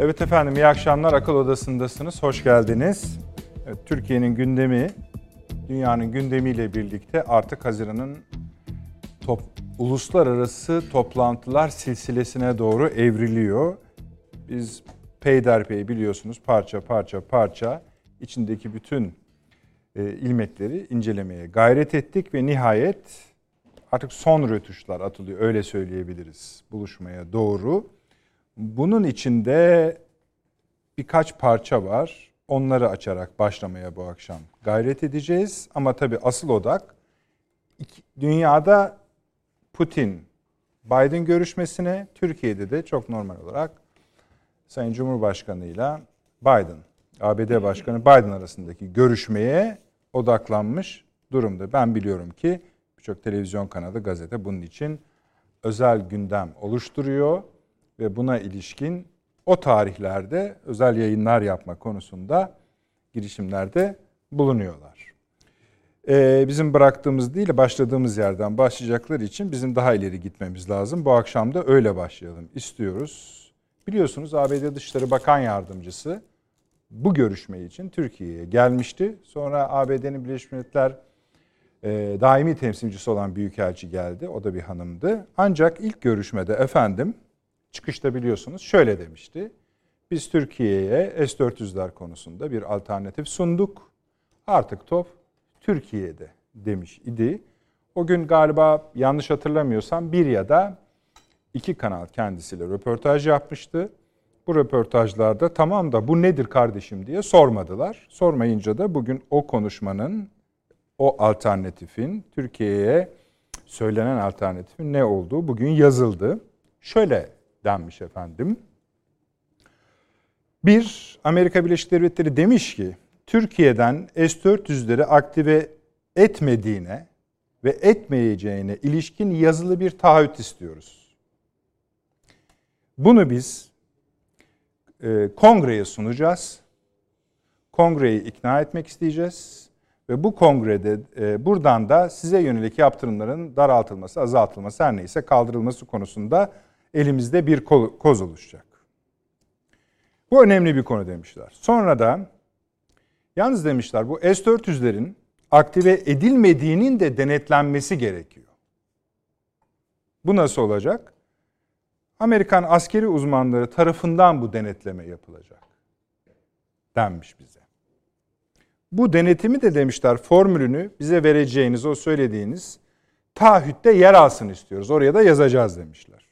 Evet efendim, iyi akşamlar. Akıl Odası'ndasınız. Hoş geldiniz. Evet, Türkiye'nin gündemi, dünyanın gündemiyle birlikte artık Haziran'ın uluslararası toplantılar silsilesine doğru evriliyor. Biz peyderpey biliyorsunuz parça içindeki bütün ilmekleri incelemeye gayret ettik ve nihayet artık son rötuşlar atılıyor, öyle söyleyebiliriz, buluşmaya doğru. Bunun içinde birkaç parça var. Onları açarak başlamaya bu akşam gayret edeceğiz. Ama tabii asıl odak dünyada Putin-Biden görüşmesine, Türkiye'de de çok normal olarak Sayın Cumhurbaşkanı ile Biden, ABD Başkanı Biden arasındaki görüşmeye odaklanmış durumda. Ben biliyorum ki birçok televizyon kanalı, gazete bunun için özel gündem oluşturuyor ve buna ilişkin o tarihlerde özel yayınlar yapma konusunda girişimlerde bulunuyorlar. Bizim bıraktığımız değil, başladığımız yerden başlayacakları için bizim daha ileri gitmemiz lazım. Bu akşam da öyle başlayalım istiyoruz. Biliyorsunuz ABD Dışişleri Bakan Yardımcısı bu görüşme için Türkiye'ye gelmişti. Sonra ABD'nin Birleşmiş Milletler daimi temsilcisi olan Büyükelçi geldi. O da bir hanımdı. Ancak ilk görüşmede efendim çıkışta biliyorsunuz şöyle demişti. Biz Türkiye'ye S-400'ler konusunda bir alternatif sunduk. Artık top Türkiye'de demiş idi. O gün galiba yanlış hatırlamıyorsam bir ya da iki kanal kendisiyle röportaj yapmıştı. Bu röportajlarda tamam da bu nedir kardeşim diye sormadılar. Sormayınca da bugün o konuşmanın, o alternatifin, Türkiye'ye söylenen alternatifin ne olduğu bugün yazıldı. Şöyle denmiş efendim. Bir, Amerika Birleşik Devletleri demiş ki Türkiye'den S-400'leri aktive etmediğine ve etmeyeceğine ilişkin yazılı bir taahhüt istiyoruz. Bunu biz kongreye sunacağız. Kongreyi ikna etmek isteyeceğiz. Ve bu kongrede buradan da size yönelik yaptırımların daraltılması, azaltılması, her neyse kaldırılması konusunda elimizde bir koz oluşacak. Bu önemli bir konu demişler. Sonra da yalnız demişler bu S-400'lerin aktive edilmediğinin de denetlenmesi gerekiyor. Bu nasıl olacak? Amerikan askeri uzmanları tarafından bu denetleme yapılacak denmiş bize. Bu denetimi de demişler formülünü bize vereceğiniz, o söylediğiniz taahhütte yer alsın istiyoruz. Oraya da yazacağız demişler.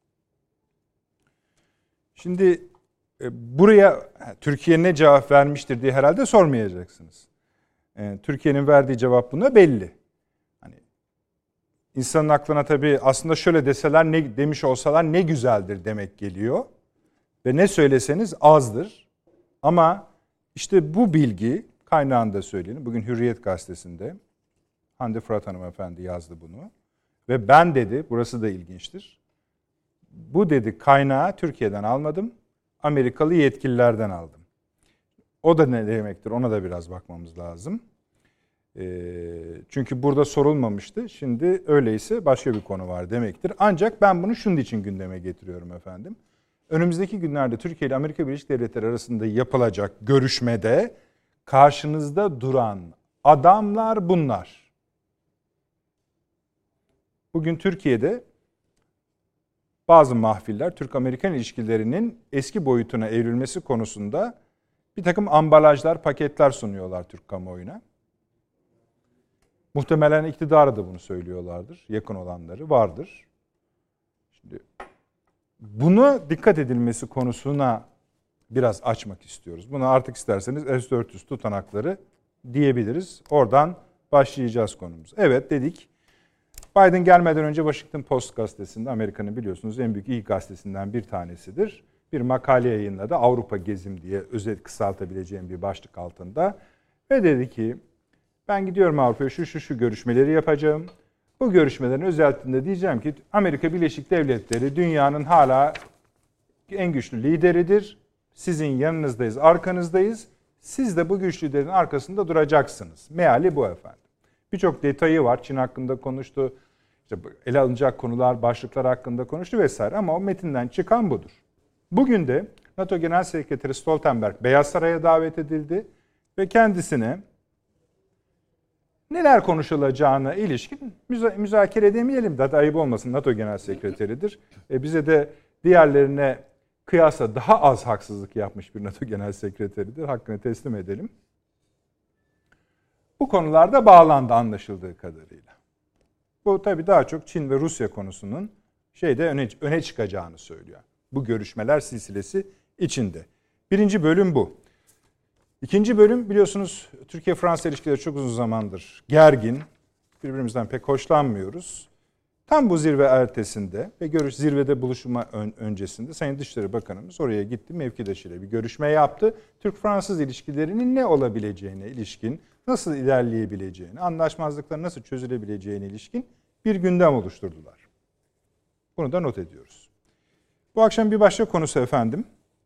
Şimdi buraya Türkiye ne cevap vermiştir diye herhalde sormayacaksınız. Türkiye'nin verdiği cevap buna belli. Hani insanın aklına tabii aslında şöyle deseler, ne demiş olsalar ne güzeldir demek geliyor. Ve ne söyleseniz azdır. Ama işte bu bilgi kaynağında söyleyelim. Bugün Hürriyet gazetesinde Hande Fırat hanımefendi yazdı bunu. Ve ben dedi, burası da ilginçtir. Bu dedi kaynağı Türkiye'den almadım, Amerikalı yetkililerden aldım. O da ne demektir, ona da biraz bakmamız lazım. Çünkü burada sorulmamıştı. Şimdi öyleyse başka bir konu var demektir. Ancak ben bunu şunun için gündeme getiriyorum efendim. Önümüzdeki günlerde Türkiye ile Amerika Birleşik Devletleri arasında yapılacak görüşmede karşınızda duran adamlar bunlar. Bugün Türkiye'de bazı mahfiller Türk-Amerikan ilişkilerinin eski boyutuna evrilmesi konusunda bir takım ambalajlar, paketler sunuyorlar Türk kamuoyuna. Muhtemelen iktidarı da bunu söylüyorlardır. Yakın olanları vardır. Şimdi buna dikkat edilmesi konusuna biraz açmak istiyoruz. Bunu artık isterseniz S-400 tutanakları diyebiliriz. Oradan başlayacağız konumuz. Evet dedik. Biden gelmeden önce Washington Post gazetesinde, Amerika'nın biliyorsunuz en büyük ilk gazetesinden bir tanesidir, bir makale yayınladı. Avrupa Gezim diye özet kısaltabileceğim bir başlık altında. Ve dedi ki ben gidiyorum Avrupa'ya şu görüşmeleri yapacağım. Bu görüşmelerin özelliğinde diyeceğim ki Amerika Birleşik Devletleri dünyanın hala en güçlü lideridir. Sizin yanınızdayız, arkanızdayız. Siz de bu güçlü liderin arkasında duracaksınız. Meali bu efendim. Birçok detayı var. Çin hakkında konuştu. İşte ele alınacak konular, başlıklar hakkında konuştu vesaire. Ama o metinden çıkan budur. Bugün de NATO Genel Sekreteri Stoltenberg Beyaz Saray'a davet edildi ve kendisine neler konuşulacağına ilişkin müzakere demeyelim de ayıp olmasın, NATO Genel Sekreteridir. Bize de diğerlerine kıyasla daha az haksızlık yapmış bir NATO Genel Sekreteridir. Hakkını teslim edelim. Bu konularda bağlandı anlaşıldığı kadarıyla. Bu tabii daha çok Çin ve Rusya konusunun öne çıkacağını söylüyor. Bu görüşmeler silsilesi içinde. Birinci bölüm bu. İkinci bölüm, biliyorsunuz Türkiye-Fransa ilişkileri çok uzun zamandır gergin. Birbirimizden pek hoşlanmıyoruz. Tam bu zirve ertesinde ve zirvede buluşma öncesinde Sayın Dışişleri Bakanımız oraya gitti. Mevkidaşıyla bir görüşme yaptı. Türk-Fransız ilişkilerinin ne olabileceğine ilişkin, nasıl ilerleyebileceğine, anlaşmazlıkların nasıl çözülebileceğine ilişkin bir gündem oluşturdular. Bunu da not ediyoruz. Bu akşam bir başka konusu efendim.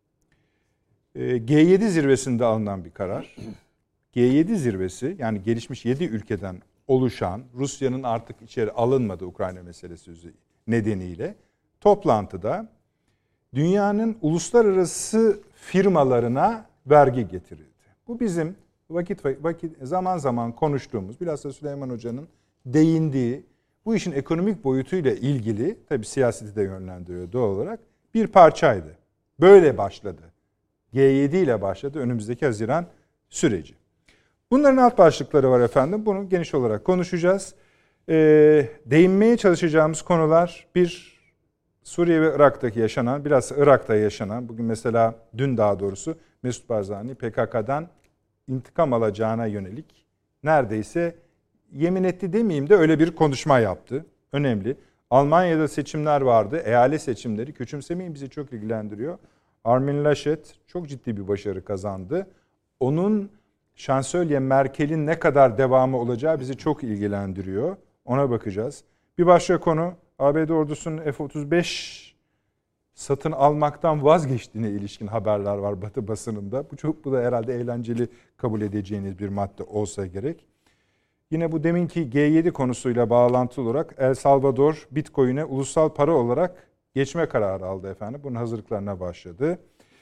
G7 zirvesinde alınan bir karar. G7 zirvesi, yani gelişmiş 7 ülkeden oluşan, Rusya'nın artık içeri alınmadığı Ukrayna meselesi nedeniyle toplantıda dünyanın uluslararası firmalarına vergi getirildi. Bu bizim zaman zaman konuştuğumuz, bilhassa Süleyman Hoca'nın değindiği, bu işin ekonomik boyutuyla ilgili, tabii siyaseti de yönlendiriyor doğal olarak, bir parçaydı. Böyle başladı. G7 ile başladı önümüzdeki Haziran süreci. Bunların alt başlıkları var efendim. Bunu geniş olarak konuşacağız. Değinmeye çalışacağımız konular, bir, Suriye ve Irak'taki yaşanan, biraz Irak'ta yaşanan, bugün mesela dün daha doğrusu Mesut Barzani PKK'dan intikam alacağına yönelik neredeyse yemin etti demeyeyim de öyle bir konuşma yaptı. Önemli. Almanya'da seçimler vardı. Eyalet seçimleri. Küçümsemeyin, bizi çok ilgilendiriyor. Armin Laschet çok ciddi bir başarı kazandı. Onun Şansölye Merkel'in ne kadar devamı olacağı bizi çok ilgilendiriyor. Ona bakacağız. Bir başka konu, ABD ordusunun F-35 satın almaktan vazgeçtiğine ilişkin haberler var Batı basınında. Bu da herhalde eğlenceli kabul edeceğiniz bir madde olsa gerek. Yine bu deminki G7 konusuyla bağlantılı olarak El Salvador Bitcoin'e ulusal para olarak geçme kararı aldı efendim. Bunun hazırlıklarına başladı.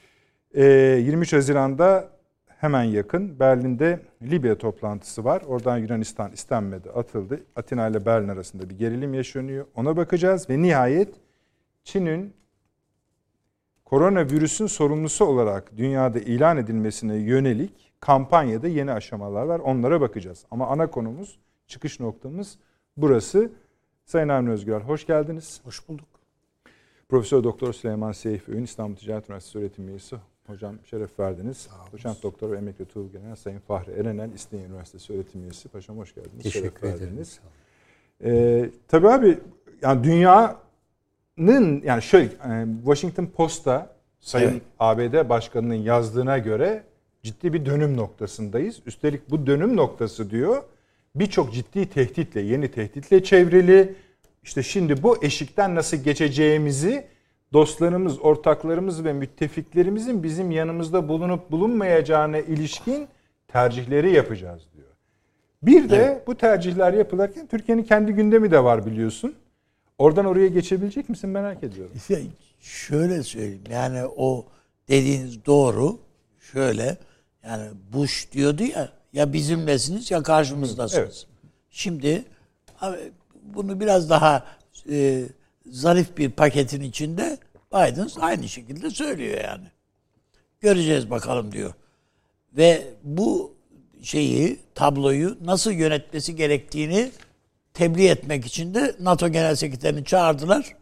23 Haziran'da hemen yakın Berlin'de Libya toplantısı var. Oradan Yunanistan istenmedi, atıldı. Atina ile Berlin arasında bir gerilim yaşanıyor. Ona bakacağız ve nihayet Çin'in koronavirüsün sorumlusu olarak dünyada ilan edilmesine yönelik kampanyada yeni aşamalar var. Onlara bakacağız. Ama ana konumuz, çıkış noktamız burası. Sayın Avni Özgürel, hoş geldiniz. Hoş bulduk. Profesör Doktor Süleyman Seyfi Öğün, İstanbul Ticaret Üniversitesi öğretim üyesi. Hocam şeref verdiniz. Doçent Doktor ve Emekli Tuğgeneral Sayın Fahri Erenel, İstinye Üniversitesi öğretim üyesi. Paşam hoş geldiniz. Teşekkür ederim. Tabii abi, yani dünyanın, yani şöyle, Washington Post'ta Sayın ABD Başkanı'nın yazdığına göre ciddi bir dönüm noktasındayız. Üstelik bu dönüm noktası diyor birçok ciddi tehditle, yeni tehditle çevrili. İşte şimdi bu eşikten nasıl geçeceğimizi dostlarımız, ortaklarımız ve müttefiklerimizin bizim yanımızda bulunup bulunmayacağına ilişkin tercihleri yapacağız diyor. Bir de bu tercihler yapılırken Türkiye'nin kendi gündemi de var biliyorsun. Oradan oraya geçebilecek misin merak ediyorum. Şöyle söyleyeyim, yani o dediğiniz doğru. Şöyle, yani Bush diyordu ya bizimlesiniz ya karşımızdasınız. Evet. Şimdi bunu biraz daha zarif bir paketin içinde Biden aynı şekilde söylüyor yani. Göreceğiz bakalım diyor. Ve bu tabloyu nasıl yönetmesi gerektiğini tebliğ etmek için de NATO Genel Sekreterini çağırdılar.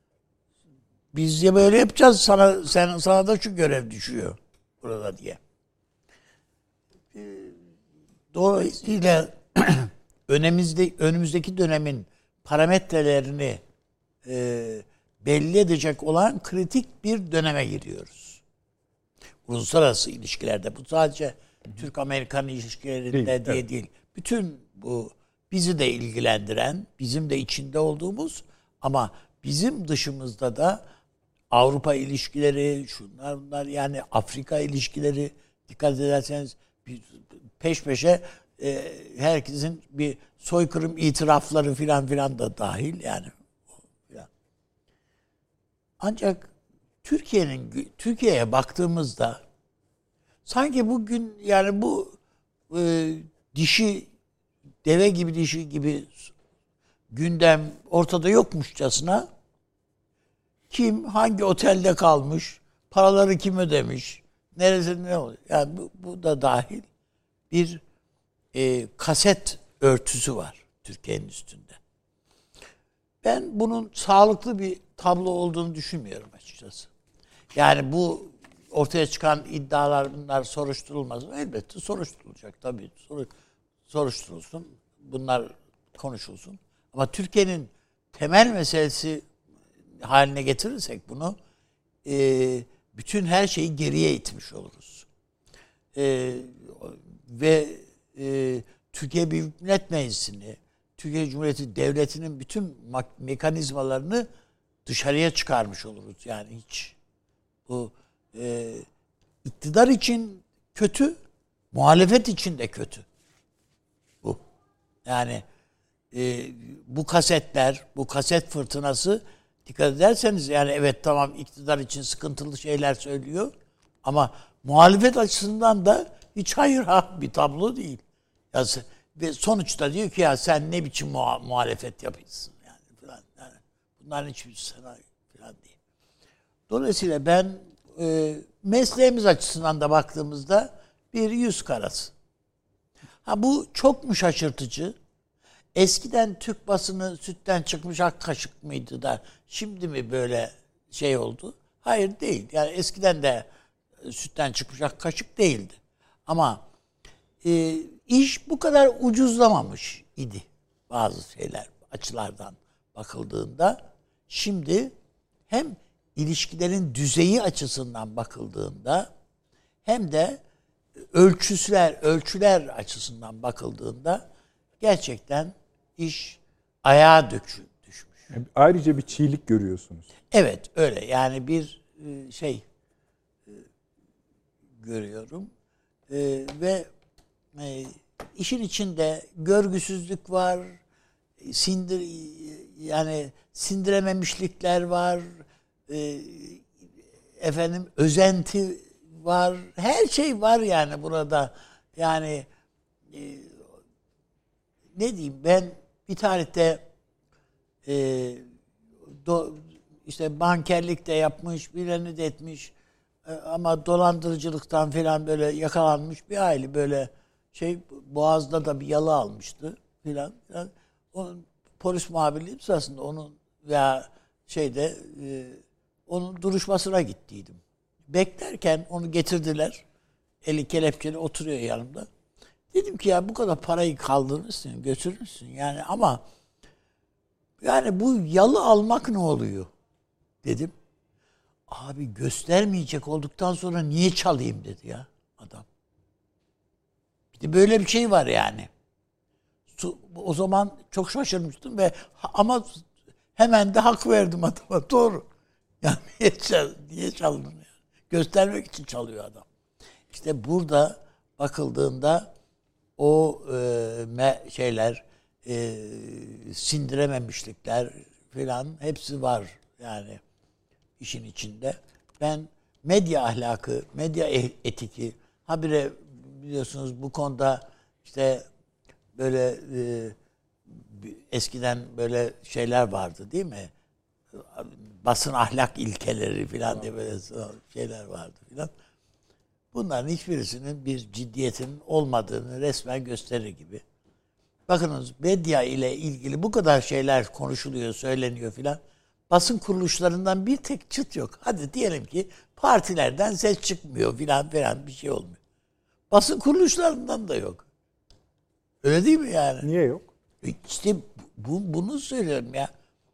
Biz de böyle yapacağız. Sana da şu görev düşüyor burada diye. Dolayısıyla önümüzdeki dönemin parametrelerini belli edecek olan kritik bir döneme giriyoruz. Uluslararası ilişkilerde. Bu sadece Türk-Amerikan ilişkilerinde değil. Bütün bu bizi de ilgilendiren, bizim de içinde olduğumuz ama bizim dışımızda da Avrupa ilişkileri, şunlar bunlar, yani Afrika ilişkileri, dikkat ederseniz peş peşe herkesin bir soykırım itirafları filan da dahil yani. Ancak Türkiye'ye baktığımızda sanki bugün yani bu dişi deve gibi dişi gibi gündem ortada yokmuşçasına kim hangi otelde kalmış, paraları kim ödemiş, neresi ne oluyor? Yani bu da dahil bir kaset örtüsü var Türkiye'nin üstünde. Ben bunun sağlıklı bir tablo olduğunu düşünmüyorum açıkçası. Yani bu ortaya çıkan iddialar bunlar soruşturulmaz mı? Elbette soruşturulacak tabii. Soruşturulsun. Bunlar konuşulsun. Ama Türkiye'nin temel meselesi haline getirirsek bunu bütün her şeyi geriye itmiş oluruz. Ve Türkiye Büyük Millet Meclisi'ni, Türkiye Cumhuriyeti Devleti'nin bütün mekanizmalarını dışarıya çıkarmış oluruz. Yani hiç bu iktidar için kötü, muhalefet için de kötü. Bu. Yani bu kasetler, bu kaset fırtınası dikkat ederseniz yani evet tamam iktidar için sıkıntılı şeyler söylüyor ama muhalefet açısından da hiç hayır bir tablo değil. Ya, ve sonuçta diyor ki ya sen ne biçim muhalefet yapıyorsun yani falan. Yani bunların hiçbir senaryo falan değil. Dolayısıyla ben mesleğimiz açısından da baktığımızda bir yüz karası. Bu çok mu şaşırtıcı? Eskiden Türk basını sütten çıkmış ak kaşık mıydı da şimdi mi böyle şey oldu? Hayır değil. Yani eskiden de sütten çıkmış ak kaşık değildi. Ama iş bu kadar ucuzlamamış idi bazı şeyler açılardan bakıldığında. Şimdi hem ilişkilerin düzeyi açısından bakıldığında hem de ölçüler açısından bakıldığında gerçekten iş ayağa düşmüş. Ayrıca bir çiğlik görüyorsunuz. Evet öyle yani bir görüyorum ve işin içinde görgüsüzlük var, sindirememişlikler var, özenti var, her şey var yani burada. Yani ne diyeyim ben bir tarihte işte bankerlik de yapmış, bileni de etmiş ama dolandırıcılıktan falan böyle yakalanmış bir aile böyle Boğaz'da da bir yalı almıştı filan. Onun polis muhabirliği sırasında onun veya onun duruşmasına gittiydim. Beklerken onu getirdiler. Eli kelepçeli oturuyor yanımda. Dedim ki ya bu kadar parayı kaldırırsın, götürürsün yani ama yani bu yalı almak ne oluyor dedim. Abi göstermeyecek olduktan sonra niye çalayım dedi ya adam. Bir de böyle bir şey var yani. O zaman çok şaşırmıştım ama hemen de hak verdim adama. Doğru. Yani niye çaldın yani? Göstermek için çalıyor adam. İşte burada bakıldığında o sindirememişlikler falan hepsi var yani işin içinde. Ben medya ahlakı, medya etiki habire biliyorsunuz bu konuda işte böyle eskiden böyle şeyler vardı değil mi? Basın ahlak ilkeleri falan diye böyle şeyler vardı falan. Bunların hiçbirisinin bir ciddiyetinin olmadığını resmen gösterir gibi. Bakınız medya ile ilgili bu kadar şeyler konuşuluyor, söyleniyor filan. Basın kuruluşlarından bir tek çıt yok. Hadi diyelim ki partilerden ses çıkmıyor filan bir şey olmuyor. Basın kuruluşlarından da yok. Öyle değil mi yani? Niye yok? İşte bunu söylüyorum ya.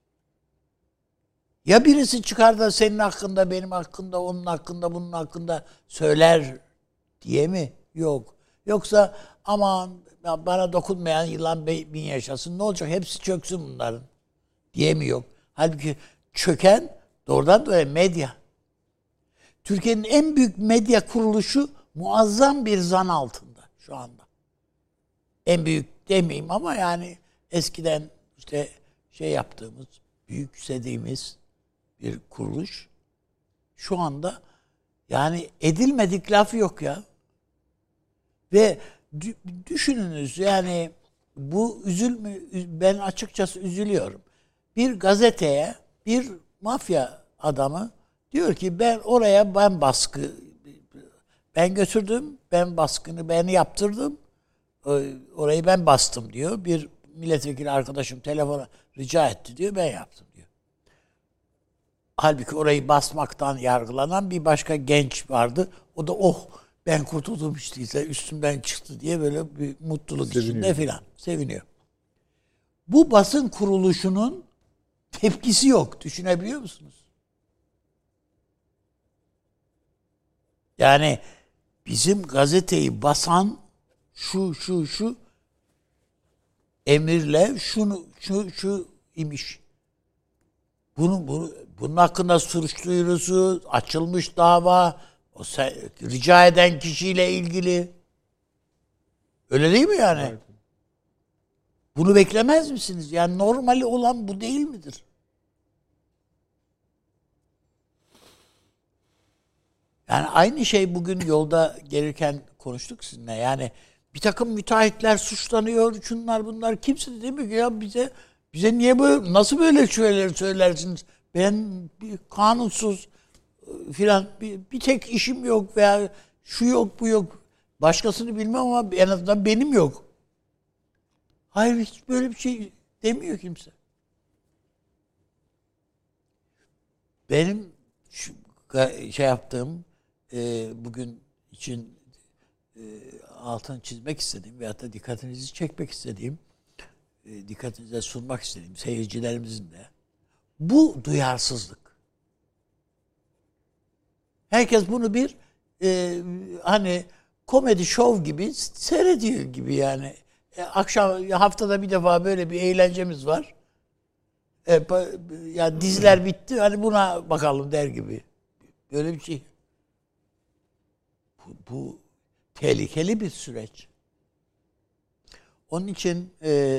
Ya birisi çıkar da senin hakkında, benim hakkında, onun hakkında, bunun hakkında söyler diye mi? Yok. Yoksa aman bana dokunmayan yılan bin yaşasın. Ne olacak? Hepsi çöksün bunların. Diye mi yok? Halbuki çöken doğrudan doğruya medya. Türkiye'nin en büyük medya kuruluşu muazzam bir zan altında şu anda. En büyük demeyeyim ama yani eskiden işte yaptığımız, büyükseldiğimiz bir kuruluş şu anda yani edilmedik laf yok ya. Ve düşününüz yani bu ben açıkçası üzülüyorum. Bir gazeteye bir mafya adamı diyor ki ben götürdüm, ben baskını ben yaptırdım, orayı ben bastım diyor. Bir milletvekili arkadaşım telefona rica etti diyor, ben yaptım diyor. Halbuki orayı basmaktan yargılanan bir başka genç vardı. O da ben kurtuldum işte üstümden çıktı diye böyle bir mutluluk içinde filan seviniyor. Bu basın kuruluşunun tepkisi yok. Düşünebiliyor musunuz? Yani bizim gazeteyi basan şu emirle şu imiş. Bunun hakkında suç duyurusu, açılmış dava, rica eden kişiyle ilgili. Öyle değil mi yani? Evet. Bunu beklemez misiniz? Yani normali olan bu değil midir? Yani aynı şey bugün yolda gelirken konuştuk sizinle. Yani bir takım müteahhitler suçlanıyor, şunlar bunlar. Kimse de demiyor ki ya bize niye böyle, nasıl böyle şeyler söylersiniz? Ben bir kanunsuz filan bir tek işim yok veya şu yok bu yok. Başkasını bilmem ama en azından benim yok. Hayır, hiç böyle bir şey demiyor kimse. Benim yaptığım bugün için altını çizmek istediğim veyahut da dikkatinizi çekmek istediğim, dikkatinize sunmak istediğim seyircilerimizin de bu duyarsızlık. Herkes bunu bir hani komedi şov gibi seyrediyor gibi yani. Akşam haftada bir defa böyle bir eğlencemiz var. Ya diziler bitti, hani buna bakalım der gibi. Böyle bir şey. Bu tehlikeli bir süreç. Onun için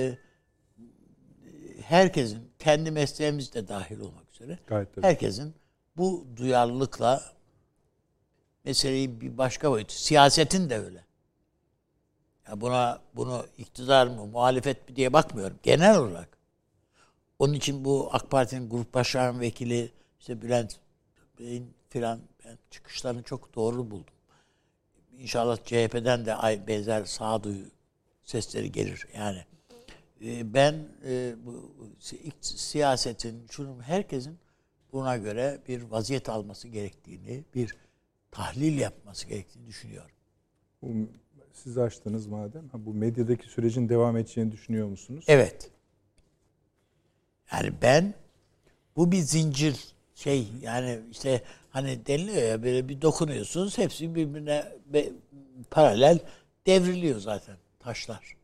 herkesin, kendi mesleğimiz de dahil olmak üzere, herkesin bu duyarlılıkla meseleyi bir başka boyutu. Siyasetin de öyle. Ya bunu iktidar mı, muhalefet mi diye bakmıyorum. Genel olarak. Onun için bu AK Parti'nin grup başkan vekili işte Bülent Bey'in filan çıkışlarını çok doğru buldum. İnşallah CHP'den de benzer sağduyu sesleri gelir. Yani ben bu siyasetin, herkesin buna göre bir vaziyet alması gerektiğini, bir tahlil yapması gerektiğini düşünüyorum. Siz açtınız madem. Bu medyadaki sürecin devam edeceğini düşünüyor musunuz? Evet. Yani bu bir zincir yani işte hani deniliyor ya, böyle bir dokunuyorsunuz, hepsi birbirine paralel devriliyor zaten taşlar.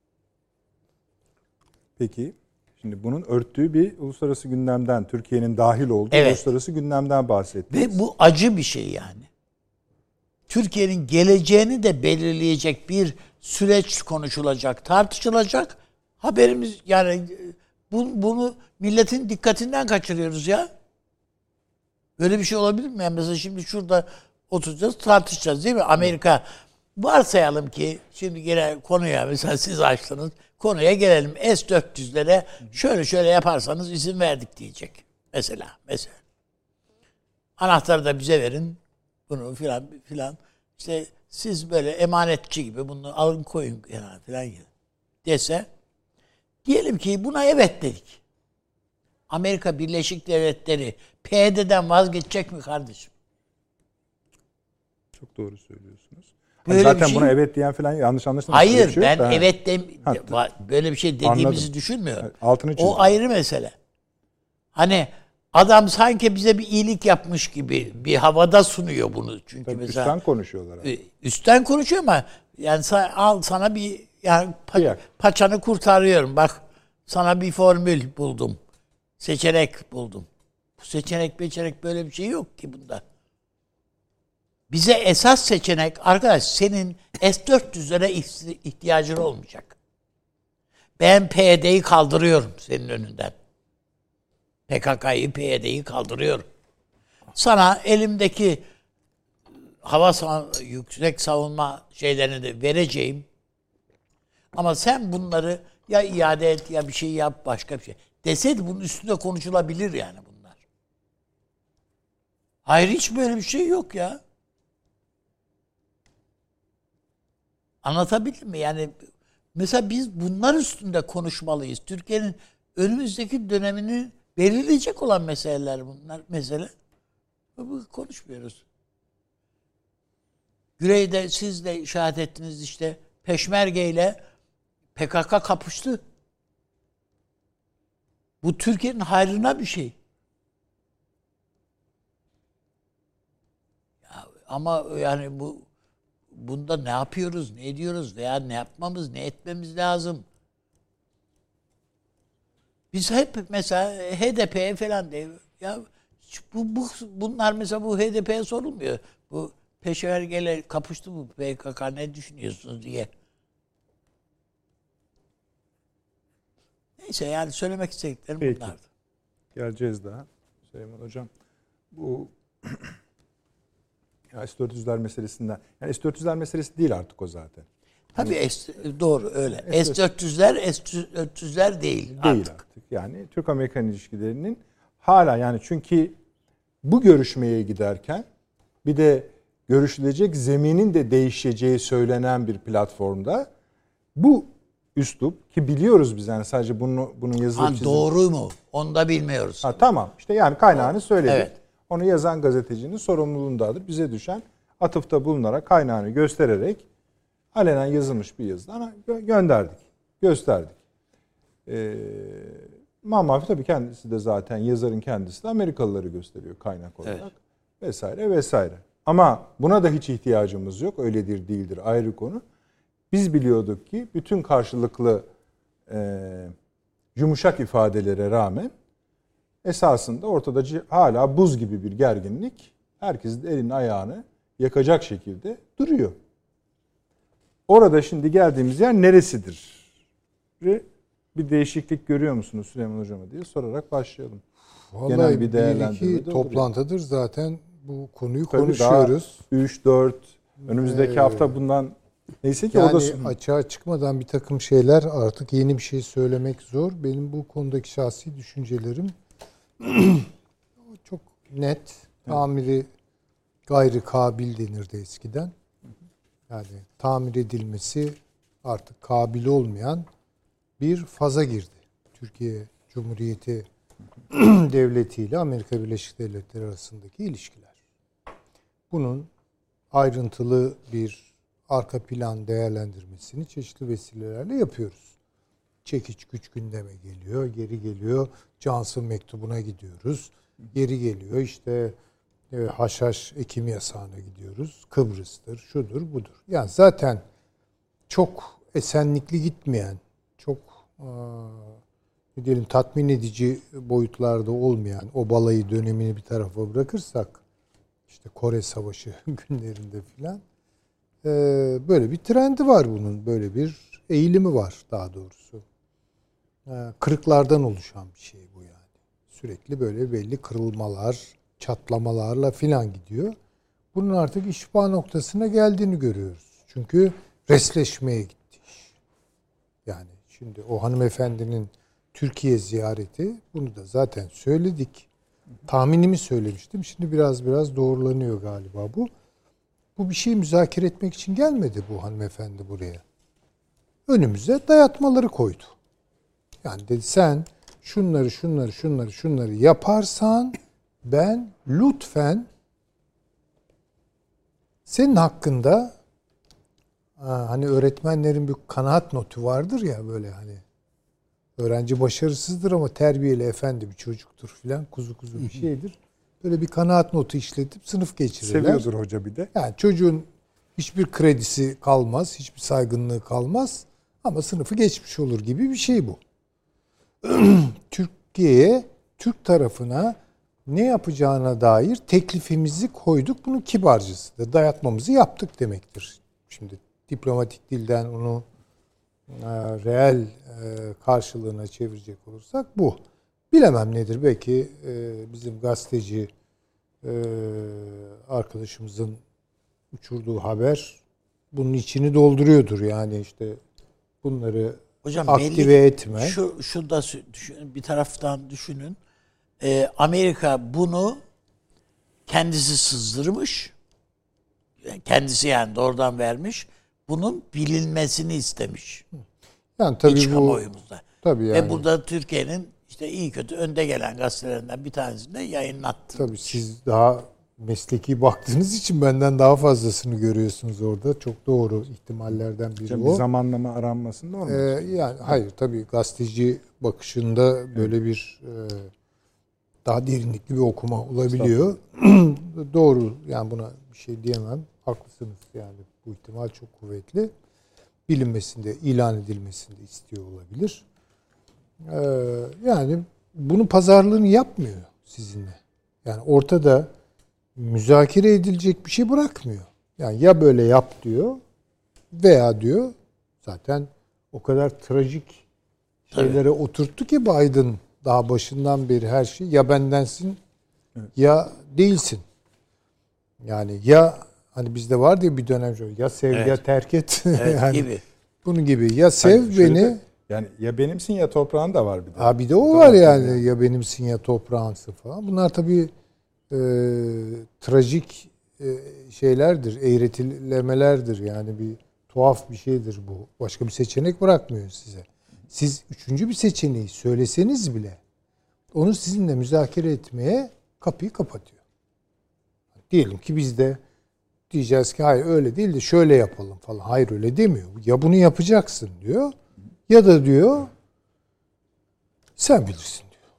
Peki, şimdi bunun örttüğü bir uluslararası gündemden, Türkiye'nin dahil olduğu uluslararası gündemden bahsettiniz. Ve bu acı bir şey yani. Türkiye'nin geleceğini de belirleyecek bir süreç konuşulacak, tartışılacak. Haberimiz yani bunu milletin dikkatinden kaçırıyoruz ya. Böyle bir şey olabilir mi? Yani mesela şimdi şurada oturacağız, tartışacağız değil mi? Amerika, varsayalım ki şimdi gene konuya, mesela siz açtınız, konuya gelelim. S-400'lere şöyle yaparsanız izin verdik diyecek. Mesela. Anahtarı da bize verin. Bunu filan. İşte siz böyle emanetçi gibi bunu alın koyun filan dese, diyelim ki buna evet dedik. Amerika Birleşik Devletleri PYD'den vazgeçecek mi kardeşim? Çok doğru söylüyorsunuz. Zaten şey, buna evet diyen falan yanlış anlaşılmış. Hayır, şey ben evet böyle bir şey dediğimizi anladım. Düşünmüyorum. Altını çizdim. O ayrı mesele. Hani adam sanki bize bir iyilik yapmış gibi bir havada sunuyor bunu. Çünkü tabii mesela üstten konuşuyorlar. Üstten konuşuyor ama yani al sana bir yani paçanı kurtarıyorum. Bak sana bir formül buldum. Seçenek buldum. Bu seçenek böyle bir şey yok ki bunda. Bize esas seçenek arkadaş, senin S-400'lere ihtiyacın olmayacak. Ben PYD'yi kaldırıyorum senin önünden. PKK'yı, PYD'yi kaldırıyorum. Sana elimdeki yüksek savunma şeylerini de vereceğim. Ama sen bunları ya iade et ya bir şey yap, başka bir şey. Deseydi bunun üstünde konuşulabilir yani bunlar. Hayır, hiç böyle bir şey yok ya. Anlatabildim mi? Yani mesela biz bunlar üstünde konuşmalıyız. Türkiye'nin önümüzdeki dönemini belirleyecek olan meseleler bunlar. Bu konuşmuyoruz. Güney'de siz de işaret ettiniz, işte Peşmerge ile PKK kapıştı. Bu Türkiye'nin hayrına bir şey. Ya, ama yani bunda ne yapıyoruz, ne ediyoruz veya ne yapmamız, ne etmemiz lazım? Biz hep mesela HDP'ye falan diyor. Ya bunlar mesela bu HDP'ye sorulmuyor. Bu Peşmerge'yle kapıştı bu PKK, ne düşünüyorsunuz diye. Neyse, yani söylemek istediklerim Peki. bunlardı. Geleceğiz daha Süleyman Hocam. Bu S-400'ler meselesinden. Yani S-400'ler meselesi değil artık o zaten. Tabii doğru öyle. S-400'ler değil artık. Yani Türk-Amerikan ilişkilerinin hala, yani çünkü bu görüşmeye giderken bir de görüşülecek zeminin de değişeceği söylenen bir platformda bu üslup, ki biliyoruz biz yani sadece bunun yazılıp çizilip... Doğru mu? Onu da bilmiyoruz. Tamam işte, yani kaynağını söyledik. Evet. Onu yazan gazetecinin sorumluluğundadır. Bize düşen atıfta bulunarak, kaynağını göstererek alenen yazılmış bir yazıdan gönderdik. Gösterdik. Mamafi tabii kendisi de, zaten yazarın kendisi de Amerikalıları gösteriyor kaynak olarak. Evet. Vesaire vesaire. Ama buna da hiç ihtiyacımız yok. Öyledir değildir ayrı konu. Biz biliyorduk ki bütün karşılıklı yumuşak ifadelere rağmen esasında ortada hala buz gibi bir gerginlik, herkesin elini ayağını yakacak şekilde duruyor. Orada şimdi geldiğimiz yer neresidir? Bir değişiklik görüyor musunuz Süleyman Hocam'a diye sorarak başlayalım. Vallahi bir iki toplantıdır zaten bu konuyu tabii konuşuyoruz. 3-4 önümüzdeki hafta bundan neyse ki yani o da açığa çıkmadan bir takım şeyler, artık yeni bir şey söylemek zor. Benim bu konudaki şahsi düşüncelerim çok net. Tamiri gayri kabil denirdi eskiden. Yani tamir edilmesi artık kabil olmayan bir faza girdi. Türkiye Cumhuriyeti Devleti ile Amerika Birleşik Devletleri arasındaki ilişkiler. Bunun ayrıntılı bir arka plan değerlendirmesini çeşitli vesilelerle yapıyoruz. Çekiç güç gündeme geliyor, geri geliyor. Johnson mektubuna gidiyoruz. Geri geliyor işte haşhaş ekim yasağına gidiyoruz. Kıbrıs'tır, şudur, budur. Yani zaten çok esenlikli gitmeyen, çok diyelim tatmin edici boyutlarda olmayan o balayı dönemini bir tarafa bırakırsak, işte Kore Savaşı günlerinde filan böyle bir trendi var bunun. Böyle bir eğilimi var daha doğrusu. Kırıklardan oluşan bir şey bu yani. Sürekli böyle belli kırılmalar, çatlamalarla filan gidiyor. Bunun artık işba noktasına geldiğini görüyoruz. Çünkü resleşmeye gitti iş. Yani şimdi o hanımefendinin Türkiye ziyareti, bunu da zaten söyledik. Tahminimi söylemiştim. Şimdi biraz doğrulanıyor galiba bu. Bu bir şeyi müzakere etmek için gelmedi bu hanımefendi buraya. Önümüze dayatmaları koydu. Yani dedi, sen şunları yaparsan ben lütfen senin hakkında, hani öğretmenlerin bir kanaat notu vardır ya, böyle hani öğrenci başarısızdır ama terbiyeli efendi bir çocuktur filan, kuzu bir şeydir. Böyle bir kanaat notu işletip sınıf geçirirler. Seviyordur hoca bir de. Yani çocuğun hiçbir kredisi kalmaz, hiçbir saygınlığı kalmaz ama sınıfı geçmiş olur gibi bir şey bu. Türkiye'ye, Türk tarafına ne yapacağına dair teklifimizi koyduk. Bunun kibarcası, dayatmamızı yaptık demektir. Şimdi diplomatik dilden onu reel karşılığına çevirecek olursak bu. Bilemem nedir, belki bizim gazeteci arkadaşımızın uçurduğu haber bunun içini dolduruyordur. Yani işte bunları hocam, aktive etme. Şu da bir taraftan düşünün. Amerika bunu kendisi sızdırmış. Kendisi yani doğrudan vermiş. Bunun bilinmesini istemiş. Yani tabii İç bu kamuoyumuzda. tabii yani. Ve burada Türkiye'nin işte iyi kötü önde gelen gazetelerinden bir tanesinde yayınlattı. Tabii siz daha mesleki baktığınız için benden daha fazlasını görüyorsunuz orada. Çok doğru ihtimallerden biri Hocam, o. bir zamanlama aranmasında olmaz. Yani hayır tabii gazeteci bakışında böyle bir daha derinlikli bir okuma olabiliyor. Doğru, yani buna bir şey diyemem. Haklısınız, yani bu ihtimal çok kuvvetli. Bilinmesinde, ilan edilmesinde istiyor olabilir. Yani bunun pazarlığını yapmıyor sizinle. Yani ortada müzakere edilecek bir şey bırakmıyor. Yani ya böyle yap diyor veya diyor zaten o kadar trajik şeylere oturttu ki Biden daha başından beri her şey ya bendensin ya değilsin. Yani ya hani bizde var diye bir dönem şöyle ya sev ya terk et. Yani gibi. bunun gibi ya sev beni. Yani ya benimsin ya toprağın da var bir de. Ha bir de o var yani ya benimsin ya toprağınsın falan. Bunlar tabii trajik şeylerdir, eğretilemelerdir. Yani bir tuhaf bir şeydir bu. Başka bir seçenek bırakmıyor size. Siz üçüncü bir seçeneği söyleseniz bile onu sizinle müzakere etmeye kapıyı kapatıyor. Diyelim ki biz de diyeceğiz ki hayır öyle değil de şöyle yapalım falan. Hayır öyle demiyor. Ya bunu yapacaksın diyor ya da diyor sen bilirsin diyor.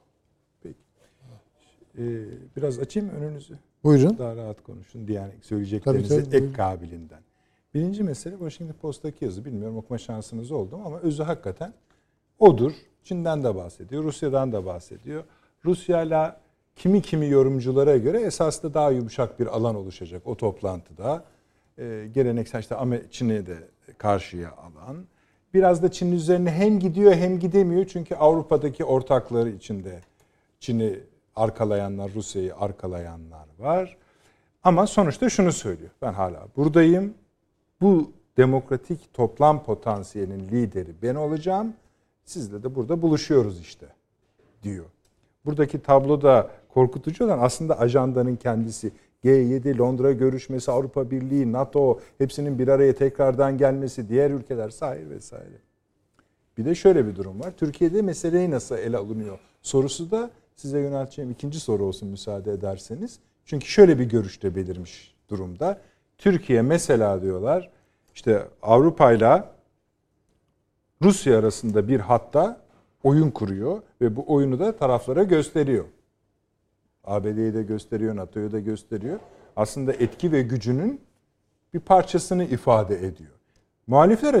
Peki. Biraz açayım önünüzü. Buyurun. Daha rahat konuşun diye, yani söyleyeceklerinizi Tabii, ek kabilinden. Birinci mesele Washington Post'taki yazı. Bilmiyorum okuma şansınız oldu mu ama özü hakikaten odur. Çin'den de bahsediyor, Rusya'dan da bahsediyor. Rusya'yla kimi yorumculara göre esas da daha yumuşak bir alan oluşacak o toplantıda. Geleneksel işte Çin'e de karşıya alan. Biraz da Çin'in üzerine hem gidiyor hem gidemiyor. Çünkü Avrupa'daki ortakları içinde Çin'i arkalayanlar, Rusya'yı arkalayanlar var. Ama sonuçta şunu söylüyor. Ben hala buradayım. Bu demokratik toplam potansiyelinin lideri ben olacağım. Sizle de burada buluşuyoruz işte diyor. Buradaki tabloda korkutucu olan aslında ajandanın kendisi. G7, Londra görüşmesi, Avrupa Birliği, NATO hepsinin bir araya tekrardan gelmesi, diğer ülkeler vesaire. Bir de şöyle bir durum var. Türkiye'de meseleyi nasıl ele alınıyor sorusu da size yönelteceğim ikinci soru olsun müsaade ederseniz. Çünkü şöyle bir görüşte belirmiş durumda. Türkiye mesela diyorlar işte Avrupa ile Rusya arasında bir hatta oyun kuruyor ve bu oyunu da taraflara gösteriyor. ABD'yi de gösteriyor, NATO'yu da gösteriyor. Aslında etki ve gücünün bir parçasını ifade ediyor. Muhalifler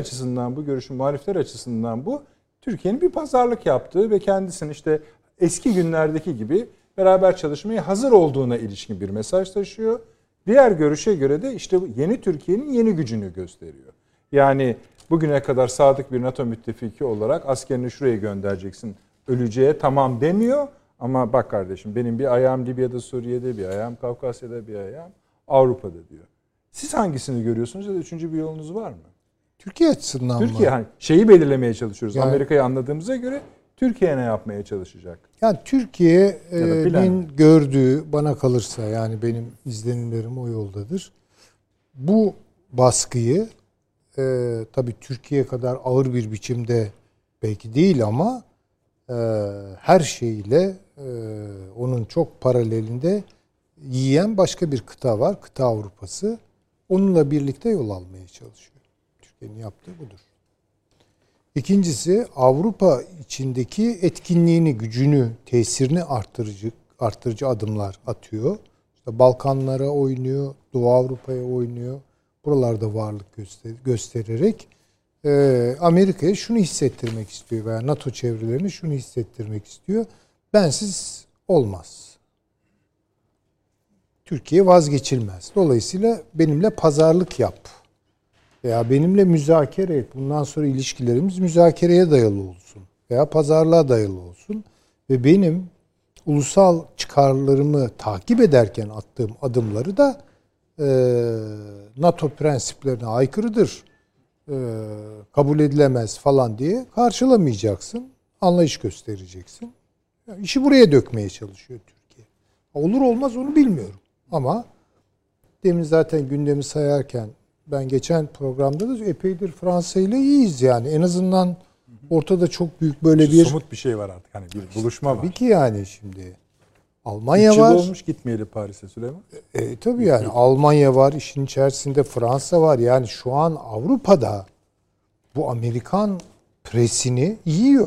açısından bu Türkiye'nin bir pazarlık yaptığı ve kendisinin işte eski günlerdeki gibi beraber çalışmaya hazır olduğuna ilişkin bir mesaj taşıyor. Diğer görüşe göre de işte yeni Türkiye'nin yeni gücünü gösteriyor. Yani bugüne kadar sadık bir NATO müttefiki olarak askerini şuraya göndereceksin, öleceğe tamam demiyor. Ama bak kardeşim benim bir ayağım Libya'da, Suriye'de, bir ayağım Kafkasya'da, bir ayağım Avrupa'da diyor. Siz hangisini görüyorsunuz ya da üçüncü bir yolunuz var mı? Türkiye açısından Türkiye mı? hani şeyi belirlemeye çalışıyoruz. Yani, Amerika'yı anladığımıza göre Türkiye ne yapmaya çalışacak? Yani Türkiye'nin gördüğü bana kalırsa yani benim izlenimlerim o yoldadır. Bu baskıyı tabii Türkiye kadar ağır bir biçimde belki değil ama her şeyle onun çok paralelinde yiyen başka bir kıta var. Kıta Avrupa'sı. Onunla birlikte yol almaya çalışıyor. Türkiye'nin yaptığı budur. İkincisi Avrupa içindeki etkinliğini, gücünü, tesirini artırıcı adımlar atıyor. İşte Balkanlara oynuyor, Doğu Avrupa'ya oynuyor. Buralarda varlık göstererek Amerika'ya şunu hissettirmek istiyor veya NATO çevrelerine şunu hissettirmek istiyor. Bensiz olmaz. Türkiye vazgeçilmez. Dolayısıyla benimle pazarlık yap. Veya benimle müzakere et. Bundan sonra ilişkilerimiz müzakereye dayalı olsun. Veya pazarlığa dayalı olsun. Ve benim ulusal çıkarlarımı takip ederken attığım adımları da NATO prensiplerine aykırıdır, kabul edilemez falan diye karşılamayacaksın. Anlayış göstereceksin. Yani işi buraya dökmeye çalışıyor Türkiye. Olur olmaz onu bilmiyorum. Ama demin zaten gündemi sayarken ben geçen programda da epeydir Fransa ile iyiyiz yani. En azından ortada çok büyük böyle bir... Somut bir şey var artık. Hani bir buluşma var. Tabii ki yani şimdi. Almanya 3 yıl var. olmuş gitmeyeli Paris'e Süleyman. Tabii yani Almanya var. İşin içerisinde Fransa var. Yani şu an Avrupa'da bu Amerikan presini yiyor.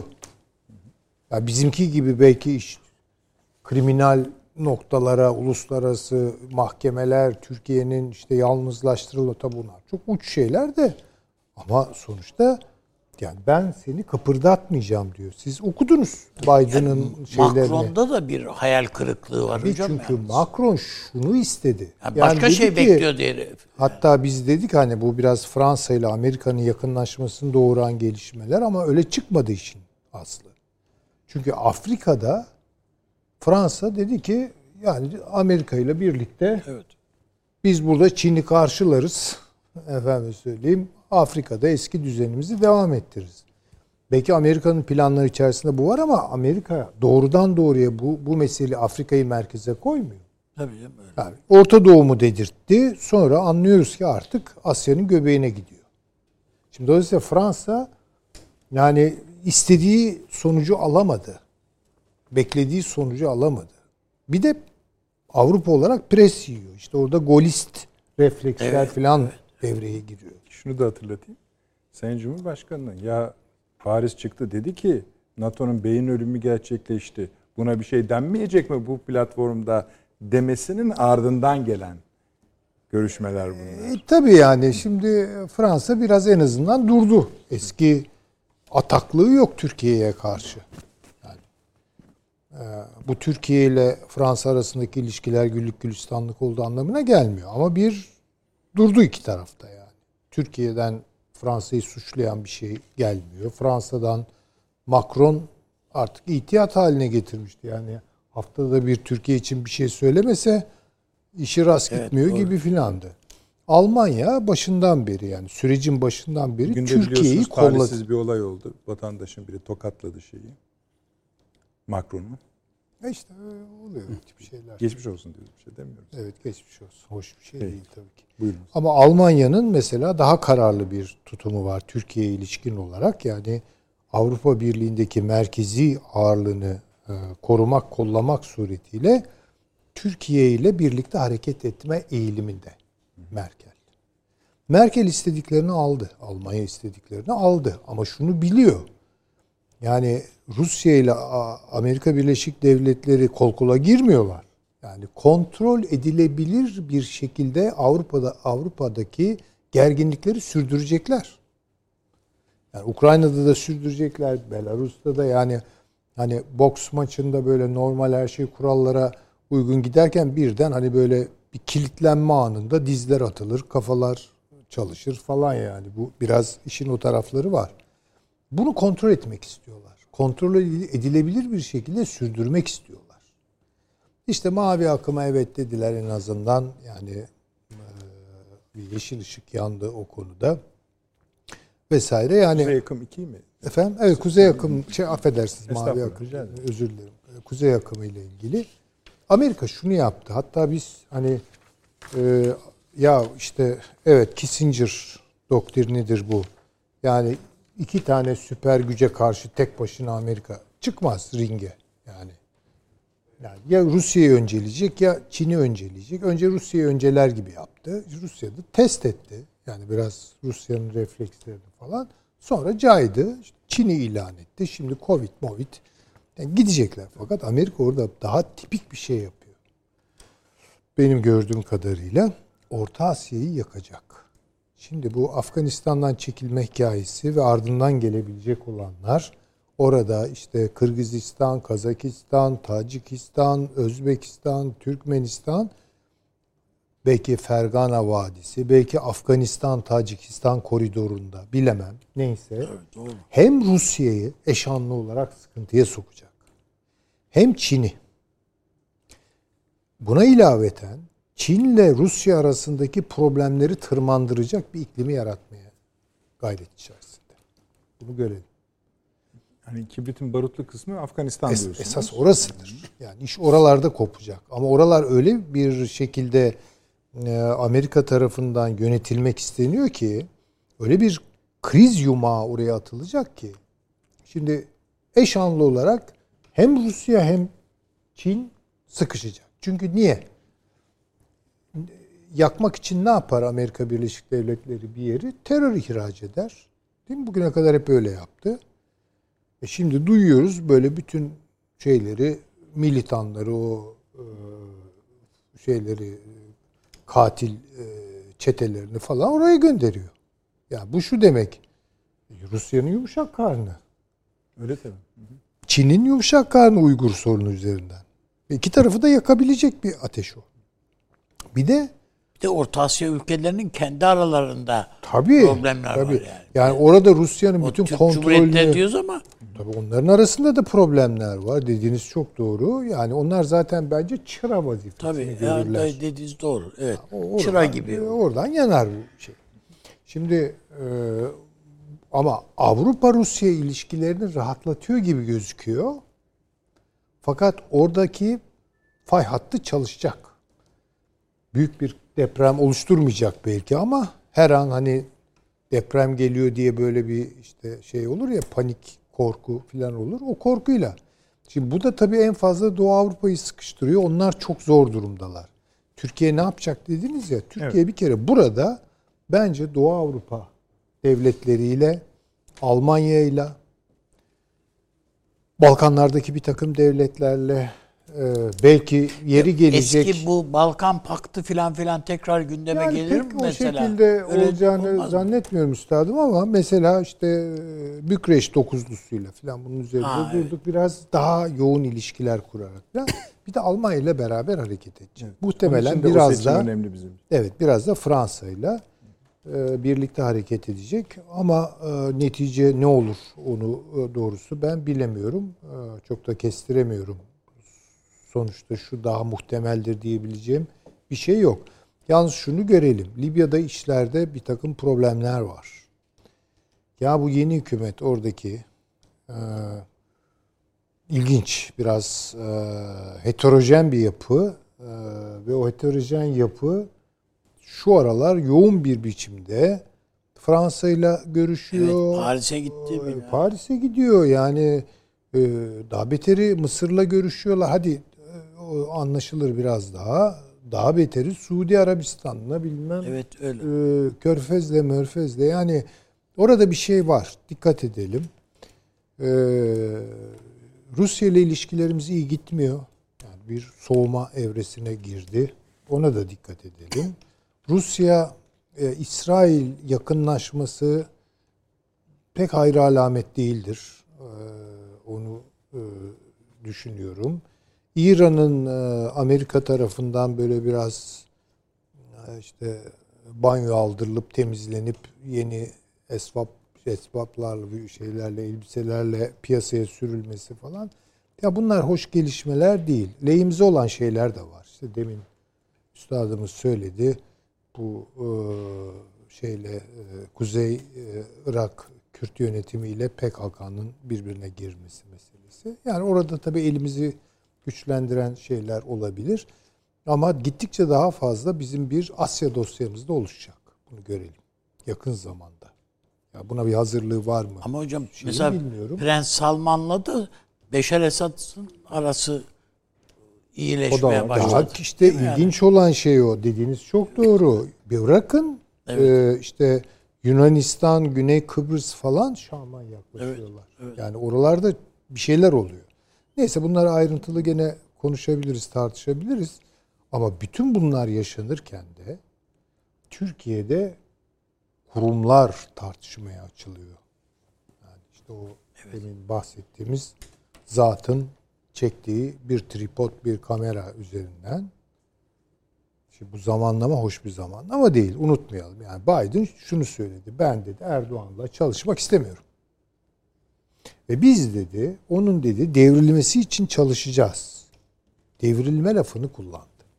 Ya bizimki gibi belki kriminal noktalara, uluslararası mahkemeler, Türkiye'nin işte yalnızlaştırılıyor tabi bunlar. Çok uç şeyler de ama sonuçta yani ben seni kıpırdatmayacağım diyor. Siz okudunuz Biden'ın şeylerini. Macron'da da bir hayal kırıklığı var hocam. Çünkü yalnız. Macron şunu istedi. Yani başka şey bekliyor diye. Hatta biz dedik hani bu biraz Fransa ile Amerika'nın yakınlaşmasını doğuran gelişmeler ama öyle çıkmadı işin aslı. Çünkü Afrika'da Fransa dedi ki yani Amerika ile birlikte biz burada Çin'i karşılarız. Efendim söyleyeyim. Afrika'da eski düzenimizi devam ettiririz. Belki Amerika'nın planları içerisinde bu var ama Amerika doğrudan doğruya bu meseleyi Afrika'yı merkeze koymuyor. Tabii canım öyle. Yani Orta Doğu'mu dedirtti. Sonra anlıyoruz ki artık Asya'nın göbeğine gidiyor. Şimdi dolayısıyla Fransa yani istediği sonucu alamadı. Beklediği sonucu alamadı. Bir de Avrupa olarak pres yiyor. İşte orada golist refleksler falan devreye giriyor. Şunu da hatırlatayım. Sayın Cumhurbaşkanı ya Paris çıktı dedi ki NATO'nun beyin ölümü gerçekleşti. Buna bir şey denmeyecek mi bu platformda demesinin ardından gelen görüşmeler bunlar. Tabii yani şimdi Fransa biraz en azından durdu. Eski ataklığı yok Türkiye'ye karşı. Yani, bu Türkiye ile Fransa arasındaki ilişkiler güllük gülistanlık olduğu anlamına gelmiyor. Ama bir durdu iki tarafta yani. Türkiye'den Fransa'yı suçlayan bir şey gelmiyor. Fransa'dan Macron artık ihtiyat haline getirmişti. Yani haftada bir Türkiye için bir şey söylemese işi rast gitmiyor gibi filandı. Almanya başından beri yani sürecin başından beri Bugün Türkiye'yi kolladı. talihsiz bir olay oldu. Vatandaşın biri tokatladı şeyi. Macron'u. İşte oluyor bir şeyler. Geçmiş olsun diyoruz, bir şey demiyoruz. Evet geçmiş olsun. Hoş bir şey değil tabii ki. Buyurun. Ama Almanya'nın mesela daha kararlı bir tutumu var Türkiye'ye ilişkin olarak. Yani Avrupa Birliği'ndeki merkezi ağırlığını korumak, kollamak suretiyle Türkiye ile birlikte hareket etme eğiliminde Merkel. Merkel istediklerini aldı. Almanya istediklerini aldı. Ama şunu biliyor. Yani Rusya ile Amerika Birleşik Devletleri kol kola girmiyorlar. Yani kontrol edilebilir bir şekilde Avrupa'daki gerginlikleri sürdürecekler. Yani Ukrayna'da da sürdürecekler, Belarus'ta da yani hani boks maçında böyle normal her şey kurallara uygun giderken birden hani böyle bir kilitlenme anında dizler atılır, kafalar çalışır falan yani. Bu biraz işin o tarafları var. Bunu kontrol etmek istiyorlar. Kontrol edilebilir bir şekilde sürdürmek istiyorlar. İşte mavi akıma evet dediler en azından yani bir yeşil ışık yandı o konuda vesaire yani. Kuzey akım 2 mi? Efendim evet kuzey akım affedersiniz mavi akım rica ederim. özür dilerim. Kuzey akımı ile ilgili Amerika şunu yaptı. Hatta biz hani ya işte evet Kissinger doktrinidir bu. Yani iki tane süper güce karşı tek başına Amerika çıkmaz ringe yani. Yani ya Rusya'yı önceleyecek ya Çin'i önceleyecek. Önce Rusya'yı önceler gibi yaptı. Rusya'da test etti. Yani biraz Rusya'nın reflekslerini falan. Sonra caydı. Çin'i ilan etti. Şimdi Covid yani gidecekler. Fakat Amerika orada daha tipik bir şey yapıyor. Benim gördüğüm kadarıyla Orta Asya'yı yakacak. Şimdi bu Afganistan'dan çekilme hikayesi ve ardından gelebilecek olanlar orada işte Kırgızistan, Kazakistan, Tacikistan, Özbekistan, Türkmenistan, belki Fergana Vadisi, belki Afganistan, Tacikistan koridorunda bilemem neyse. Evet, doğru. Hem Rusya'yı eşanlı olarak sıkıntıya sokacak. Hem Çin'i. buna ilaveten Çin'le Rusya arasındaki problemleri tırmandıracak bir iklimi yaratmaya gayret içerisinde. Bunu görelim. Hani kibritin barutlu kısmı Afganistan diyorsunuz. Esas orasıdır. Yani iş oralarda kopacak. Ama oralar öyle bir şekilde Amerika tarafından yönetilmek isteniyor ki öyle bir kriz yumağı oraya atılacak ki şimdi eş anlı olarak hem Rusya hem Çin sıkışacak. Çünkü niye? Yakmak için ne yapar Amerika Birleşik Devletleri bir yeri? Terör ihraç eder. Değil mi? Bugüne kadar hep öyle yaptı. Şimdi duyuyoruz böyle bütün şeyleri, militanları, o şeyleri, katil çetelerini falan oraya gönderiyor. Ya bu şu demek, Rusya'nın yumuşak karnı. Öyle tabii. Çin'in yumuşak karnı Uygur sorunu üzerinden. İki tarafı da yakabilecek bir ateş o. Bir de Orta Asya ülkelerinin kendi aralarında tabii, problemler var yani. Yani orada Rusya'nın O bütün Türk kontrolünü... Cumhuriyetleri diyoruz ama... Tabii onların arasında da problemler var. Dediğiniz çok doğru. Yani onlar zaten bence çıra vazifesini Tabii, görürler. yani dediğiniz doğru. Evet. Oradan, çıra gibi. Oradan yanar bir şey. Şimdi ama Avrupa-Rusya ilişkilerini rahatlatıyor gibi gözüküyor. Fakat oradaki fay hattı çalışacak. Büyük bir deprem oluşturmayacak belki ama her an hani deprem geliyor diye böyle bir işte şey olur ya, panik, korku falan olur. O korkuyla. Şimdi bu da tabii en fazla Doğu Avrupa'yı sıkıştırıyor. Onlar çok zor durumdalar. Türkiye ne yapacak dediniz ya. Türkiye evet, bir kere burada bence Doğu Avrupa devletleriyle, Almanya'yla, Balkanlardaki bir takım devletlerle, belki yeri gelecek. Eski bu Balkan Paktı filan tekrar gündeme yani gelir mi mesela? O şekilde olacağını zannetmiyorum üstadım ama mesela işte Bükreş dokuzlusuyla filan bunun üzerinde durduk. Evet. Biraz daha yoğun ilişkiler kurarak falan. Bir de Almanya ile beraber hareket edecek. Evet. Muhtemelen biraz da önemli bizim. Evet, biraz da Fransa ile birlikte hareket edecek ama netice ne olur onu doğrusu ben bilemiyorum. Çok da kestiremiyorum. Sonuçta şu daha muhtemeldir diyebileceğim bir şey yok. Yalnız şunu görelim. Libya'da işlerde bir takım problemler var. Ya bu yeni hükümet oradaki ilginç, biraz heterojen bir yapı ve o heterojen yapı şu aralar yoğun bir biçimde Fransa'yla görüşüyor. Evet, Paris'e gitti. Paris'e gidiyor yani. Daha beteri Mısır'la görüşüyorlar. Hadi o anlaşılır biraz daha. Daha beteri Suudi Arabistan'la bilmem. Evet öyle. Körfez'le Mörfez'le yani orada bir şey var. Dikkat edelim. Rusya ile ilişkilerimiz iyi gitmiyor. Yani bir soğuma evresine girdi. Ona da dikkat edelim. Rusya-İsrail yakınlaşması pek hayra alamet değildir. Onu düşünüyorum. İran'ın Amerika tarafından böyle biraz işte banyo aldırılıp temizlenip yeni esvaplarla, şeylerle, elbiselerle piyasaya sürülmesi falan. Ya bunlar hoş gelişmeler değil. Lehimize olan şeyler de var. İşte demin üstadımız söyledi. Bu Kuzey Irak Kürt yönetimiyle PKK'nın birbirine girmesi meselesi. Yani orada tabii elimizi güçlendiren şeyler olabilir. Ama gittikçe daha fazla bizim bir Asya dosyamız da oluşacak. Bunu görelim. Yakın zamanda. Ya buna bir hazırlığı var mı? Ama hocam mesela bilmiyorum. Prens Salman'la da Beşar Esad'ın arası iyileşmeye başladı. Daha işte ilginç olan şey o. Dediğiniz çok doğru. Bir bırakın evet. İşte Yunanistan, Güney Kıbrıs falan Şam'a yaklaşıyorlar. Evet, evet. Yani oralarda bir şeyler oluyor. Neyse bunları ayrıntılı gene konuşabiliriz, tartışabiliriz. Ama bütün bunlar yaşanırken de Türkiye'de kurumlar tartışmaya açılıyor. Yani işte o demin bahsettiğimiz zatın çektiği bir tripod, bir kamera üzerinden. Şimdi bu zamanlama hoş bir zamanlama değil. Unutmayalım. Yani Biden şunu söyledi. Ben dedi Erdoğan'la çalışmak istemiyorum. Ve biz dedi, onun dedi devrilmesi için çalışacağız. Devrilme lafını kullandı.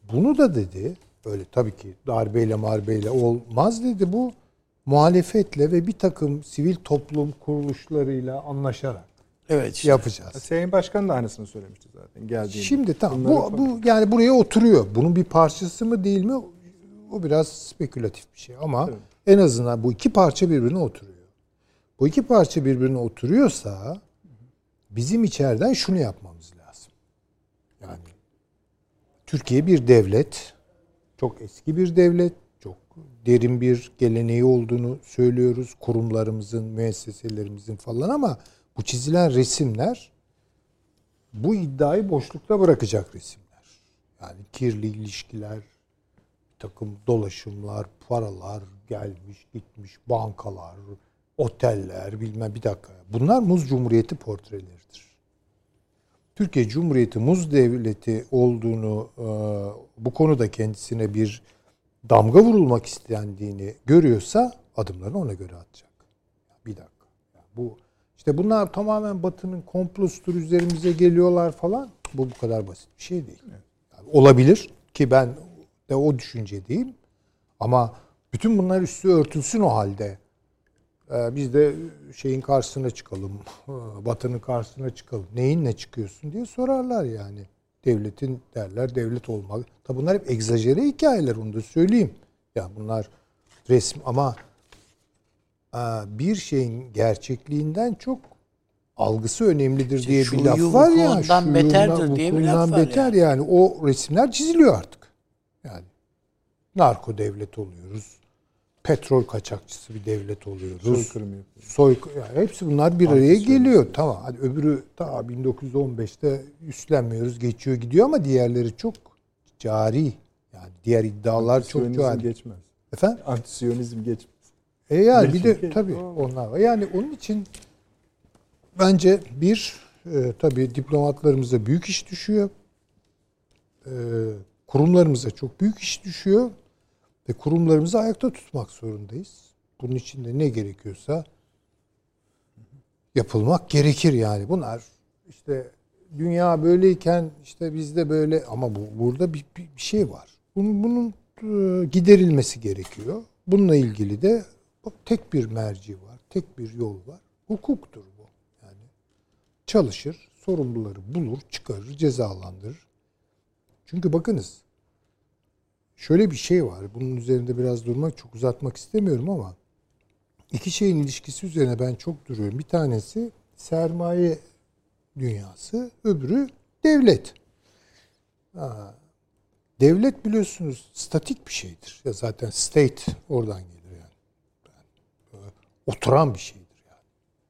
bunu da dedi, öyle tabii ki darbeyle olmaz dedi, bu muhalefetle ve bir takım sivil toplum kuruluşlarıyla anlaşarak yapacağız. Sayın Başkan da aynısını söylemişti zaten geldiğinde. Şimdi tamam bu yani buraya oturuyor. Bunun bir parçası mı değil mi? O biraz spekülatif bir şey ama evet, en azından bu iki parça birbirine oturuyor. Bu iki parça birbirine oturuyorsa bizim içeriden şunu yapmamız lazım. Yani Türkiye bir devlet, çok eski bir devlet, çok derin bir geleneği olduğunu söylüyoruz. Kurumlarımızın, müesseselerimizin falan ama bu çizilen resimler bu iddiayı boşlukta bırakacak resimler. Yani kirli ilişkiler, bir takım dolaşımlar, paralar gelmiş, gitmiş, bankalar, oteller, bilmem bir dakika. Bunlar Muz Cumhuriyeti portreleridir. Türkiye Cumhuriyeti Muz Devleti olduğunu, bu konuda kendisine bir damga vurulmak istendiğini görüyorsa adımlarını ona göre atacak. Bir dakika. Yani bu işte bunlar tamamen Batı'nın komplosudur, üzerimize geliyorlar falan. Bu kadar basit bir şey değil. Yani olabilir ki ben de o düşüncedeyim. Ama bütün bunlar üstü örtülsün o halde. Biz de şeyin karşısına çıkalım, Batı'nın karşısına çıkalım. Neyinle çıkıyorsun diye sorarlar yani. Devletin derler, devlet olmak. Tabi bunlar hep egzajere hikayeler, onu da söyleyeyim. Ya bunlar resmi ama bir şeyin gerçekliğinden çok algısı önemlidir işte diye bir laf var ya. Şuyundan beterdir diye bir laf var beter yani. O resimler çiziliyor artık. Yani narko devlet oluyoruz. Petrol kaçakçısı bir devlet oluyoruz. Soykırım yani hepsi bunlar bir araya geliyor. Tamam. Hadi öbürü ta 1915'te üstlenmiyoruz, geçiyor gidiyor ama diğerleri çok cari. Yani diğer iddialar çok cari. Geçmez. Efendim? Antisiyonizm geçmez. Yani bir de tabii onlar var. Yani onun için bence tabii diplomatlarımıza büyük iş düşüyor. Kurumlarımıza çok büyük iş düşüyor. Ve kurumlarımızı ayakta tutmak zorundayız. Bunun için de ne gerekiyorsa yapılmak gerekir yani. Bunlar işte dünya böyleyken işte bizde böyle ama burada bir şey var. Bunun giderilmesi gerekiyor. Bununla ilgili de tek bir merci var, tek bir yol var. Hukuktur bu. Yani çalışır, sorumluları bulur, çıkarır, cezalandırır. Çünkü bakınız şöyle bir şey var. Bunun üzerinde biraz durmak, çok uzatmak istemiyorum ama iki şeyin ilişkisi üzerine ben çok duruyorum. Bir tanesi sermaye dünyası, öbürü devlet. Devlet biliyorsunuz statik bir şeydir. Ya zaten state oradan gelir yani. Oturan bir şeydir yani.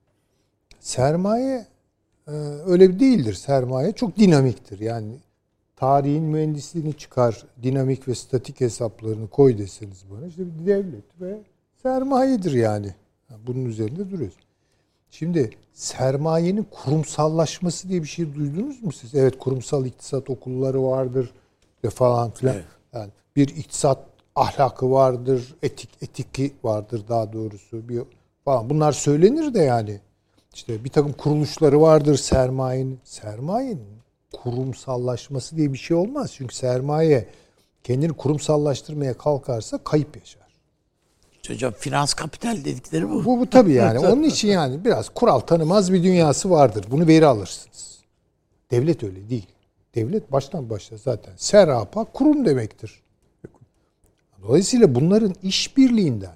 Sermaye öyle değildir. Sermaye çok dinamiktir. Yani tarihin mühendisliğini çıkar, dinamik ve statik hesaplarını koy deseniz bana. İşte bir devlet ve sermayedir yani. Bunun üzerinde duruyoruz. Şimdi sermayenin kurumsallaşması diye bir şey duydunuz mu siz? Evet, kurumsal iktisat okulları vardır falan filan. Evet. Yani bir iktisat ahlakı vardır, etiki vardır daha doğrusu. Falan. Bunlar söylenir de yani. İşte bir takım kuruluşları vardır sermayenin kurumsallaşması diye bir şey olmaz. Çünkü sermaye kendini kurumsallaştırmaya kalkarsa kayıp yaşar. Hocam finans kapital dedikleri bu. Bu tabii yani. Onun için yani biraz kural tanımaz bir dünyası vardır. Bunu veri alırsınız. Devlet öyle değil. Devlet baştan başla zaten serapa kurum demektir. Dolayısıyla bunların işbirliğinden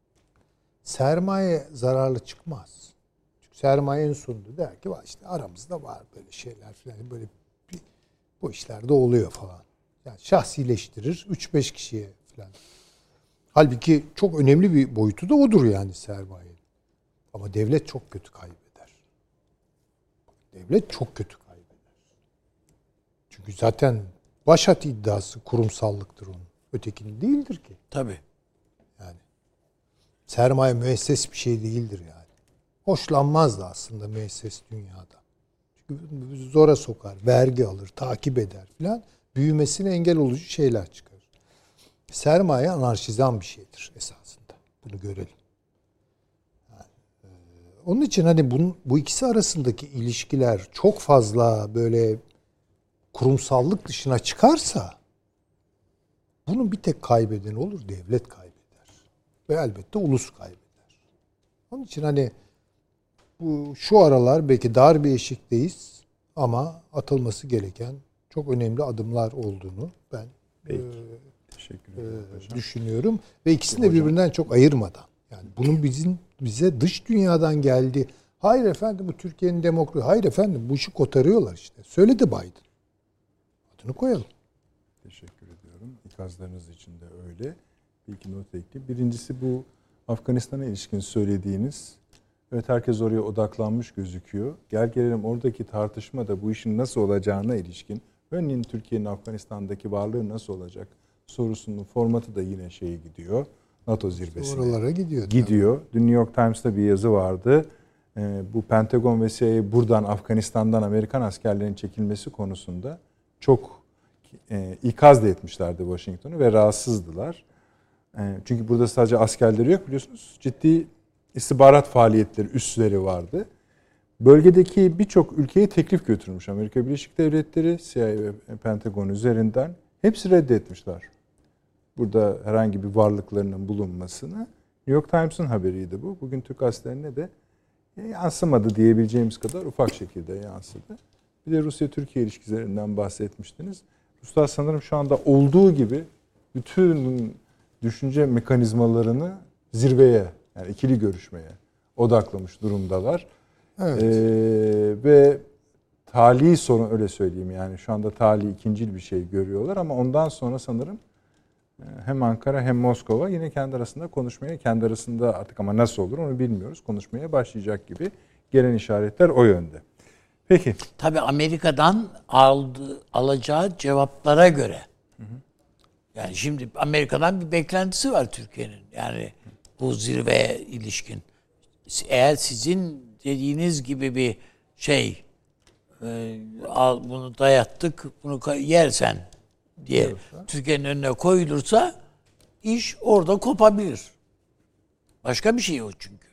sermaye zararlı çıkmaz. Çünkü sermaye en sonunda der ki işte aramızda var böyle şeyler falan, böyle bu işlerde oluyor falan. Yani şahsileştirir 3-5 kişiye falan. Halbuki çok önemli bir boyutu da odur yani sermaye. Ama devlet çok kötü kaybeder. Devlet çok kötü kaybeder. Çünkü zaten başat iddiası kurumsallıktır onun. Ötekinin değildir ki. Tabii. Yani sermaye müesses bir şey değildir yani. Hoşlanmaz da aslında müesses dünyada. Çünkü zora sokar, vergi alır, takip eder filan. Büyümesine engel olucu şeyler çıkar. Sermaye anarşizan bir şeydir esasında. Bunu görelim. Yani, onun için hani bu ikisi arasındaki ilişkiler çok fazla böyle kurumsallık dışına çıkarsa Bunun bir tek kaybeden olur, devlet kaybeder. Ve elbette ulus kaybeder. Onun için hani şu aralar belki dar bir eşikteyiz ama atılması gereken çok önemli adımlar olduğunu ben teşekkür ederim hocam. Düşünüyorum. Ve ikisini de birbirinden çok ayırmadan. Yani bunun bize dış dünyadan geldi. Hayır efendim bu Türkiye'nin demokrasi. Hayır efendim bu işi kotarıyorlar işte. Söyledi Biden. Adını koyalım. Teşekkür ediyorum. İkazlarınız için de öyle. Bir iki not ekleyeyim. Birincisi bu Afganistan'a ilişkin söylediğiniz, evet herkes oraya odaklanmış gözüküyor. Gel gelelim oradaki tartışma da bu işin nasıl olacağına ilişkin, örneğin Türkiye'nin Afganistan'daki varlığı nasıl olacak sorusunun formatı da yine şeye gidiyor. NATO zirvesine. Oralara gidiyor. Gidiyor. Dün New York Times'ta bir yazı vardı. Bu Pentagon ve CIA buradan Afganistan'dan Amerikan askerlerinin çekilmesi konusunda çok ikaz da etmişlerdi Washington'u ve rahatsızdılar. Çünkü burada sadece askerleri yok biliyorsunuz. Ciddi istihbarat faaliyetleri, üsleri vardı. Bölgedeki birçok ülkeye teklif götürmüş Amerika Birleşik Devletleri, CIA ve Pentagon üzerinden. Hepsi reddetmişler. Burada herhangi bir varlıklarının bulunmasını. New York Times'ın haberiydi bu. Bugün Türk gazetelerine de yansımadı diyebileceğimiz kadar ufak şekilde yansıdı. Bir de Rusya-Türkiye ilişkilerinden bahsetmiştiniz. Ruslar sanırım şu anda olduğu gibi bütün düşünce mekanizmalarını zirveye, yani ikili görüşmeye odaklamış durumdalar. Evet. Ve tali sorun, öyle söyleyeyim, yani şu anda tali ikincil bir şey görüyorlar ama ondan sonra sanırım hem Ankara hem Moskova yine kendi arasında konuşmaya, kendi arasında artık ama nasıl olur onu bilmiyoruz, konuşmaya başlayacak gibi gelen işaretler o yönde. Peki. Tabii Amerika'dan alacağı cevaplara göre. Yani şimdi Amerika'dan bir beklentisi var Türkiye'nin. Yani bu zirveye ilişkin. Eğer sizin dediğiniz gibi bir şey, al bunu dayattık, bunu yersen diye Türkiye'nin önüne koyulursa iş orada kopabilir. Başka bir şey o çünkü.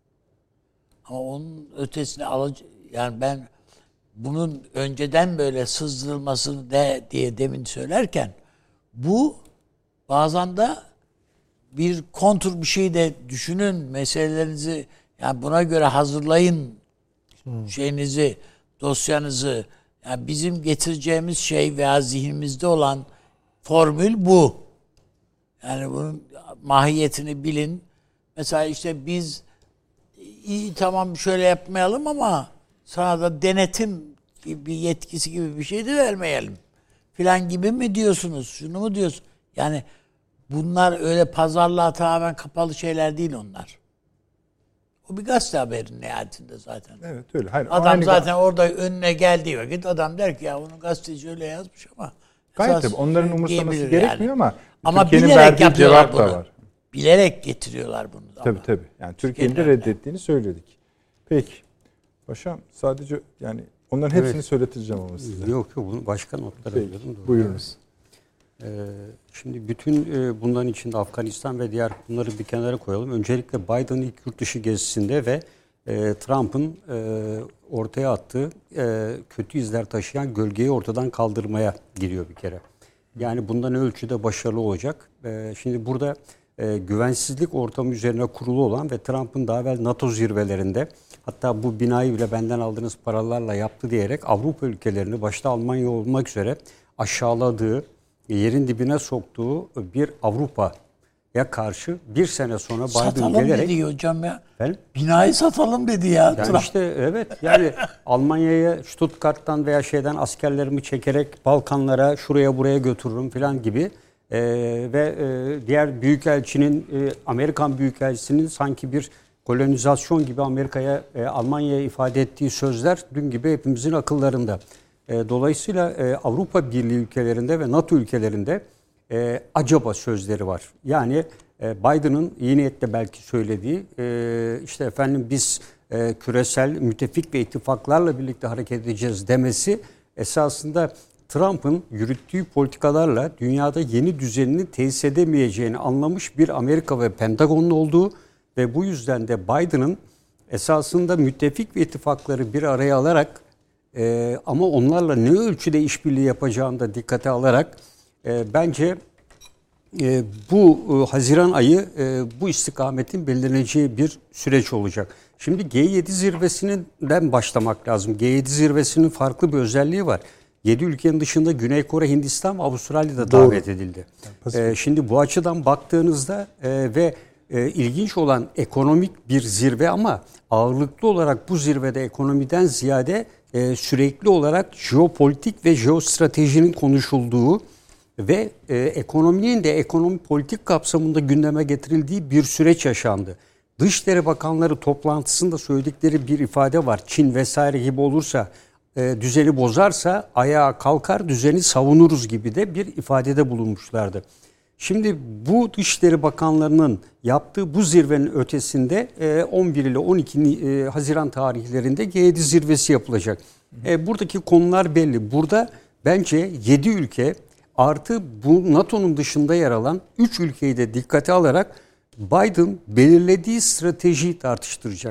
Ama onun ötesine yani ben bunun önceden böyle sızdırılmasını diye demin söylerken bu bazen de bir kontur bir şey de düşünün, meselelerinizi yani buna göre hazırlayın şeyinizi, dosyanızı. Yani bizim getireceğimiz şey veya zihnimizde olan formül bu. Yani bunun mahiyetini bilin. Mesela işte biz iyi tamam şöyle yapmayalım ama sana da denetim gibi yetkisi gibi bir şey de vermeyelim filan gibi mi diyorsunuz? Şunu mu diyorsun? Yani bunlar öyle pazarlığa tamamen kapalı şeyler değil onlar. O bir gazete haberinin nihayetinde zaten. Evet öyle. Hayır, adam zaten orada önüne geldiği vakit adam der ki ya onun gazeteci öyle yazmış ama. Gayet tabii onların umursaması gerekmiyor yani. Ama Türkiye'nin bilerek verdiği cevap bunu. da var. Bilerek getiriyorlar bunu. Tabii tabii. Yani Türkiye'nin de reddettiğini söyledik. Peki. Paşam sadece yani onların hepsini söyleteceğim ama size. Yok bunu başka notlar alıyordum. Buyurunuz. Şimdi bütün bunların içinde Afganistan ve diğer bunları bir kenara koyalım. Öncelikle Biden'ın ilk yurt dışı gezisinde ve Trump'ın ortaya attığı kötü izler taşıyan gölgeyi ortadan kaldırmaya giriyor bir kere. Yani bundan ölçüde başarılı olacak. Şimdi burada güvensizlik ortamı üzerine kurulu olan ve Trump'ın daha evvel NATO zirvelerinde hatta bu binayı bile benden aldığınız paralarla yaptı diyerek Avrupa ülkelerini başta Almanya olmak üzere aşağıladığı, yerin dibine soktuğu bir Avrupa'ya karşı bir sene sonra Biden satalım gelerek... dedi hocam ya. Efendim? Binayı satalım dedi ya. Yani işte evet yani Almanya'ya Stuttgart'tan veya şeyden askerlerimi çekerek Balkanlara şuraya buraya götürürüm falan gibi ve diğer büyükelçinin Amerikan büyükelçisinin sanki bir kolonizasyon gibi Amerika'ya Almanya'ya ifade ettiği sözler dün gibi hepimizin akıllarında. Dolayısıyla Avrupa Birliği ülkelerinde ve NATO ülkelerinde acaba sözleri var. Yani Biden'ın iyi niyetle belki söylediği işte efendim biz küresel müttefik ve ittifaklarla birlikte hareket edeceğiz demesi esasında Trump'ın yürüttüğü politikalarla dünyada yeni düzenini tesis edemeyeceğini anlamış bir Amerika ve Pentagon'un olduğu ve bu yüzden de Biden'ın esasında müttefik ve ittifakları bir araya alarak ama onlarla ne ölçüde işbirliği yapacağını da dikkate alarak bence bu Haziran ayı bu istikametin belirleneceği bir süreç olacak. Şimdi G7 zirvesinden başlamak lazım. G7 zirvesinin farklı bir özelliği var. 7 ülkenin dışında Güney Kore, Hindistan ve Avustralya'da davet edildi. Şimdi bu açıdan baktığınızda ve ilginç olan ekonomik bir zirve ama ağırlıklı olarak bu zirvede ekonomiden ziyade sürekli olarak jeopolitik ve jeostratejinin konuşulduğu ve ekonominin de ekonomi politik kapsamında gündeme getirildiği bir süreç yaşandı. Dışişleri Bakanları toplantısında söyledikleri bir ifade var. Çin vesaire gibi olursa, düzeni bozarsa ayağa kalkar, düzeni savunuruz gibi de bir ifadede bulunmuşlardı. Şimdi bu Dışişleri Bakanlarının yaptığı bu zirvenin ötesinde 11 ile 12 Haziran tarihlerinde G7 zirvesi yapılacak. Buradaki konular belli. Burada bence 7 ülke artı bu NATO'nun dışında yer alan 3 ülkeyi de dikkate alarak Biden belirlediği stratejiyi tartıştıracak.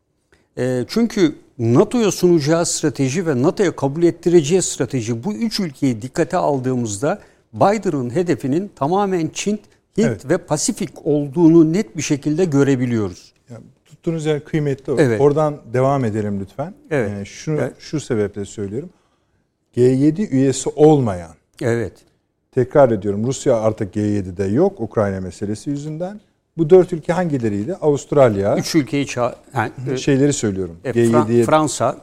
Çünkü NATO'ya sunacağı strateji ve NATO'ya kabul ettireceği strateji, bu 3 ülkeyi dikkate aldığımızda Biden'ın hedefinin tamamen Çin, Hint ve Pasifik olduğunu net bir şekilde görebiliyoruz. Yani tuttuğunuz yer kıymetli. Evet. Oradan devam edelim lütfen. Evet. Şu sebeple söylüyorum. G7 üyesi olmayan, tekrar ediyorum, Rusya artık G7'de yok Ukrayna meselesi yüzünden. Bu 4 ülke hangileriydi? Avustralya. 3 ülkeyi şeyleri söylüyorum. G7'ye Fransa,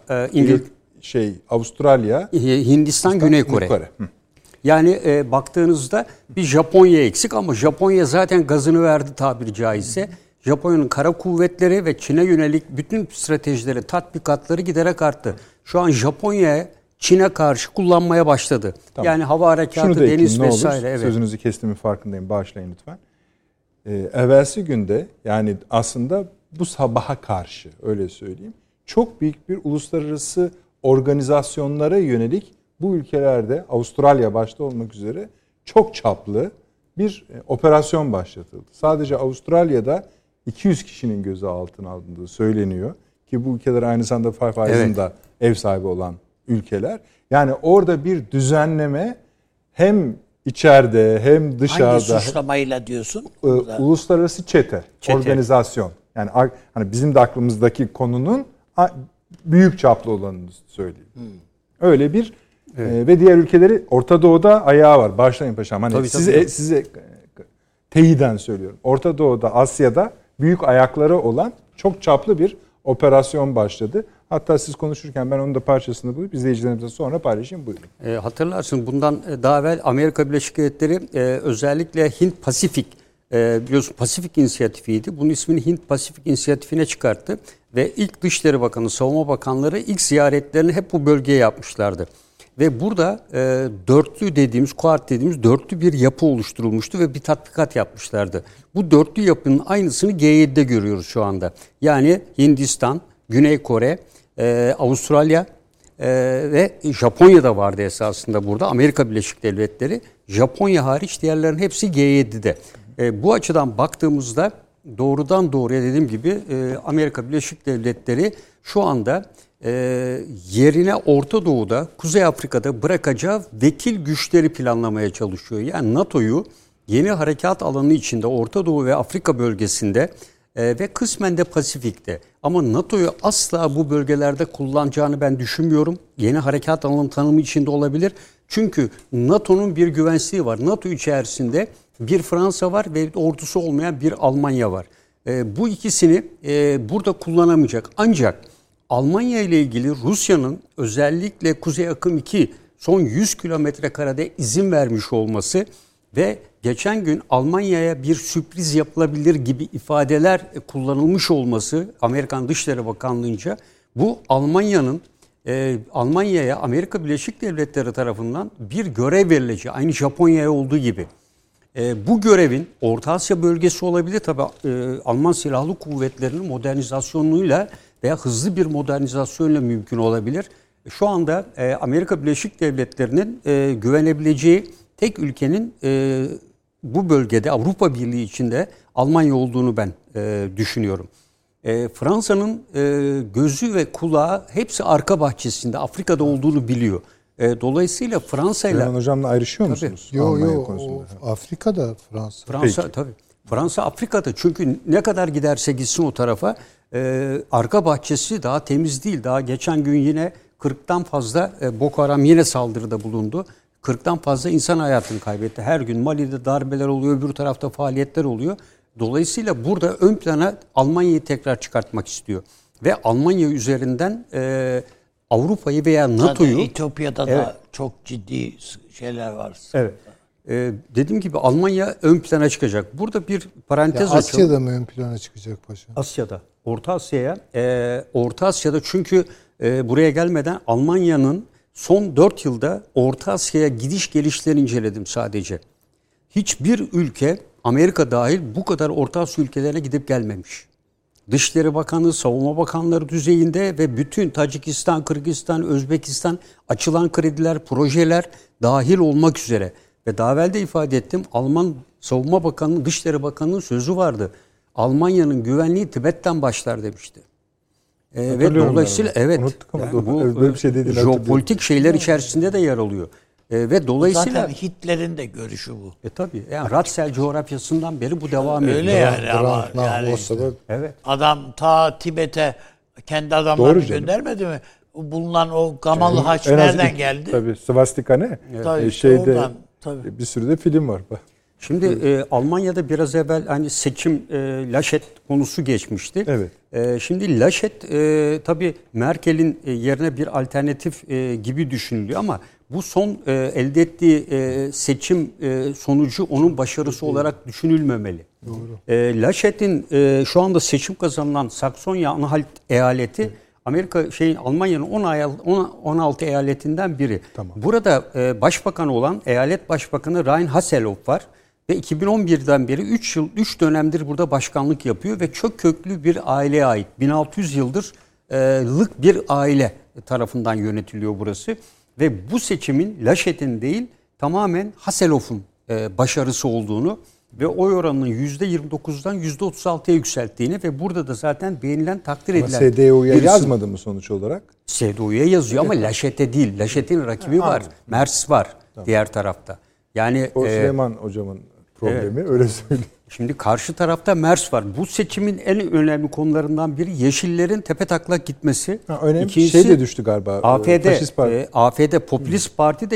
Avustralya, Hindistan, Güney Kore. Yani baktığınızda bir Japonya eksik ama Japonya zaten gazını verdi tabiri caizse. Japonya'nın kara kuvvetleri ve Çin'e yönelik bütün stratejileri, tatbikatları giderek arttı. Şu an Japonya Çin'e karşı kullanmaya başladı. Tamam. Yani hava harekatı, deniz vesaire. Evet. Sözünüzü kestiğimin farkındayım. Bağışlayın lütfen. Evvelsi günde, yani aslında bu sabaha karşı öyle söyleyeyim, çok büyük bir uluslararası organizasyonlara yönelik bu ülkelerde, Avustralya başta olmak üzere, çok çaplı bir operasyon başlatıldı. Sadece Avustralya'da 200 kişinin gözaltına alındığı söyleniyor ki bu ülkeler aynı zamanda Five Eyes'ın da ev sahibi olan ülkeler. Yani orada bir düzenleme hem içeride hem dışarıda. Hangi suçlamayla diyorsun? Uluslararası çete, organizasyon. Yani hani bizim de aklımızdaki konunun büyük çaplı olanını söyleyeyim. Öyle bir ve diğer ülkeleri, Orta Doğu'da ayağı var. Başlayın paşam. Hani size teyiden söylüyorum. Orta Doğu'da, Asya'da büyük ayakları olan çok çaplı bir operasyon başladı. Hatta siz konuşurken ben onun da parçasını bulup izleyicilerimize sonra paylaşayım. Buyurun. Hatırlarsın bundan daha evvel Amerika Birleşik Devletleri özellikle Hint Pasifik, biliyorsun Pasifik İnisiyatifiydi. Bunun ismini Hint Pasifik İnisiyatifine çıkarttı. Ve ilk Dışişleri Bakanı, Savunma Bakanları ilk ziyaretlerini hep bu bölgeye yapmışlardı. Ve burada dörtlü dediğimiz, kuart dediğimiz dörtlü bir yapı oluşturulmuştu ve bir tatbikat yapmışlardı. Bu dörtlü yapının aynısını G7'de görüyoruz şu anda. Yani Hindistan, Güney Kore, Avustralya ve Japonya da vardı esasında burada. Amerika Birleşik Devletleri, Japonya hariç diğerlerinin hepsi G7'de. Bu açıdan baktığımızda doğrudan doğruya dediğim gibi Amerika Birleşik Devletleri şu anda yerine Orta Doğu'da, Kuzey Afrika'da bırakacağı vekil güçleri planlamaya çalışıyor. Yani NATO'yu yeni harekat alanı içinde Orta Doğu ve Afrika bölgesinde ve kısmen de Pasifik'te. Ama NATO'yu asla bu bölgelerde kullanacağını ben düşünmüyorum. Yeni harekat alanı tanımı içinde olabilir. Çünkü NATO'nun bir güvensizliği var. NATO içerisinde bir Fransa var ve ordusu olmayan bir Almanya var. Bu ikisini burada kullanamayacak. Ancak Almanya ile ilgili Rusya'nın özellikle Kuzey Akım 2 son 100 kilometre karede izin vermiş olması ve geçen gün Almanya'ya bir sürpriz yapılabilir gibi ifadeler kullanılmış olması Amerikan Dışişleri Bakanlığı'nca bu Almanya'ya Amerika Birleşik Devletleri tarafından bir görev verileceği, aynı Japonya'ya olduğu gibi. Bu görevin Orta Asya bölgesi olabilir. Tabii Alman Silahlı Kuvvetleri'nin modernizasyonuyla veya hızlı bir modernizasyonla mümkün olabilir. Şu anda Amerika Birleşik Devletleri'nin güvenebileceği tek ülkenin bu bölgede Avrupa Birliği içinde Almanya olduğunu ben düşünüyorum. Fransa'nın gözü ve kulağı hepsi arka bahçesinde Afrika'da olduğunu biliyor. Dolayısıyla Fransa'yla... Süleyman Hocam'la ayrışıyor Tabii. musunuz? Yo Almanya yo konusunda? Afrika'da Fransa. Fransa tabii. Fransa Afrika'da, çünkü ne kadar giderse gitsin o tarafa arka bahçesi daha temiz değil. Daha geçen gün yine 40'tan fazla Boko Haram yine saldırıda bulundu. 40'tan fazla insan hayatını kaybetti. Her gün Mali'de darbeler oluyor, öbür tarafta faaliyetler oluyor. Dolayısıyla burada ön plana Almanya'yı tekrar çıkartmak istiyor. Ve Almanya üzerinden Avrupa'yı veya NATO'yu... Zaten Etiyopya'da da çok ciddi şeyler var. Evet. Dediğim gibi Almanya ön plana çıkacak. Burada bir parantez açalım. Asya'da mı ön plana çıkacak paşa? Asya'da. Orta Asya'da, çünkü buraya gelmeden Almanya'nın son 4 yılda Orta Asya'ya gidiş gelişlerini inceledim sadece. Hiçbir ülke, Amerika dahil, bu kadar Orta Asya ülkelerine gidip gelmemiş. Dışişleri Bakanı, Savunma Bakanları düzeyinde ve bütün Tacikistan, Kırgızistan, Özbekistan açılan krediler, projeler dahil olmak üzere. Ve daha evvel de ifade ettim, Alman Savunma Bakanı, Dışişleri Bakanı'nın sözü vardı. Almanya'nın güvenliği Tibet'ten başlar demişti. Ve dolayısıyla evet, unuttuk ama yani bu böyle bir şey dediğini jeopolitik şeyler içerisinde de yer alıyor. Ve dolayısıyla Zaten Hitler'in de görüşü bu. tabii yani Ratsel coğrafyasından beri bu devam ediyor. Öyle yani ama yani Evet. adam ta Tibet'e kendi adamlarını Doğru canım. göndermedi mi? Bulunan o Gamalı Haç En az nereden iki- geldi? Tabii Svastika ne? Tabii, Şeyde oradan, tabii. bir sürü de film var. Şimdi Almanya'da biraz evvel hani seçim Laschet konusu geçmişti. Evet. Şimdi Laschet tabii Merkel'in yerine bir alternatif gibi düşünülüyor ama bu son elde ettiği seçim sonucu onun başarısı olarak düşünülmemeli. Doğru. Laschet'in şu anda seçim kazanılan Saksonya-Anhalt eyaleti Almanya'nın 16 eyaletinden biri. Tamam. Burada başbakan olan eyalet başbakanı Rain Hasselhoff var ve 2011'den beri 3 dönemdir burada başkanlık yapıyor ve çok köklü bir aileye ait 1600 yıllık bir aile tarafından yönetiliyor burası ve bu seçimin Laschet'in değil tamamen Hasselhoff'un başarısı olduğunu ve oy oranının %29'dan %36'ya yükselttiğini ve burada da zaten beğenilen, takdir Ama edilen... SDU'ya birisi. yazmadı mı sonuç olarak? SDU'ya yazıyor ama Laschet'e değil. Laschet'in rakibi var. Merz var diğer tarafta. Yani O Süleyman Hocam'ın problemi, öyle söyleyeyim. şimdi karşı tarafta Merz var. Bu seçimin en önemli konularından biri Yeşillerin tepetaklak gitmesi. Önemli İkincisi, şey de düştü galiba. Faşist Parti. AFD Popülist Parti de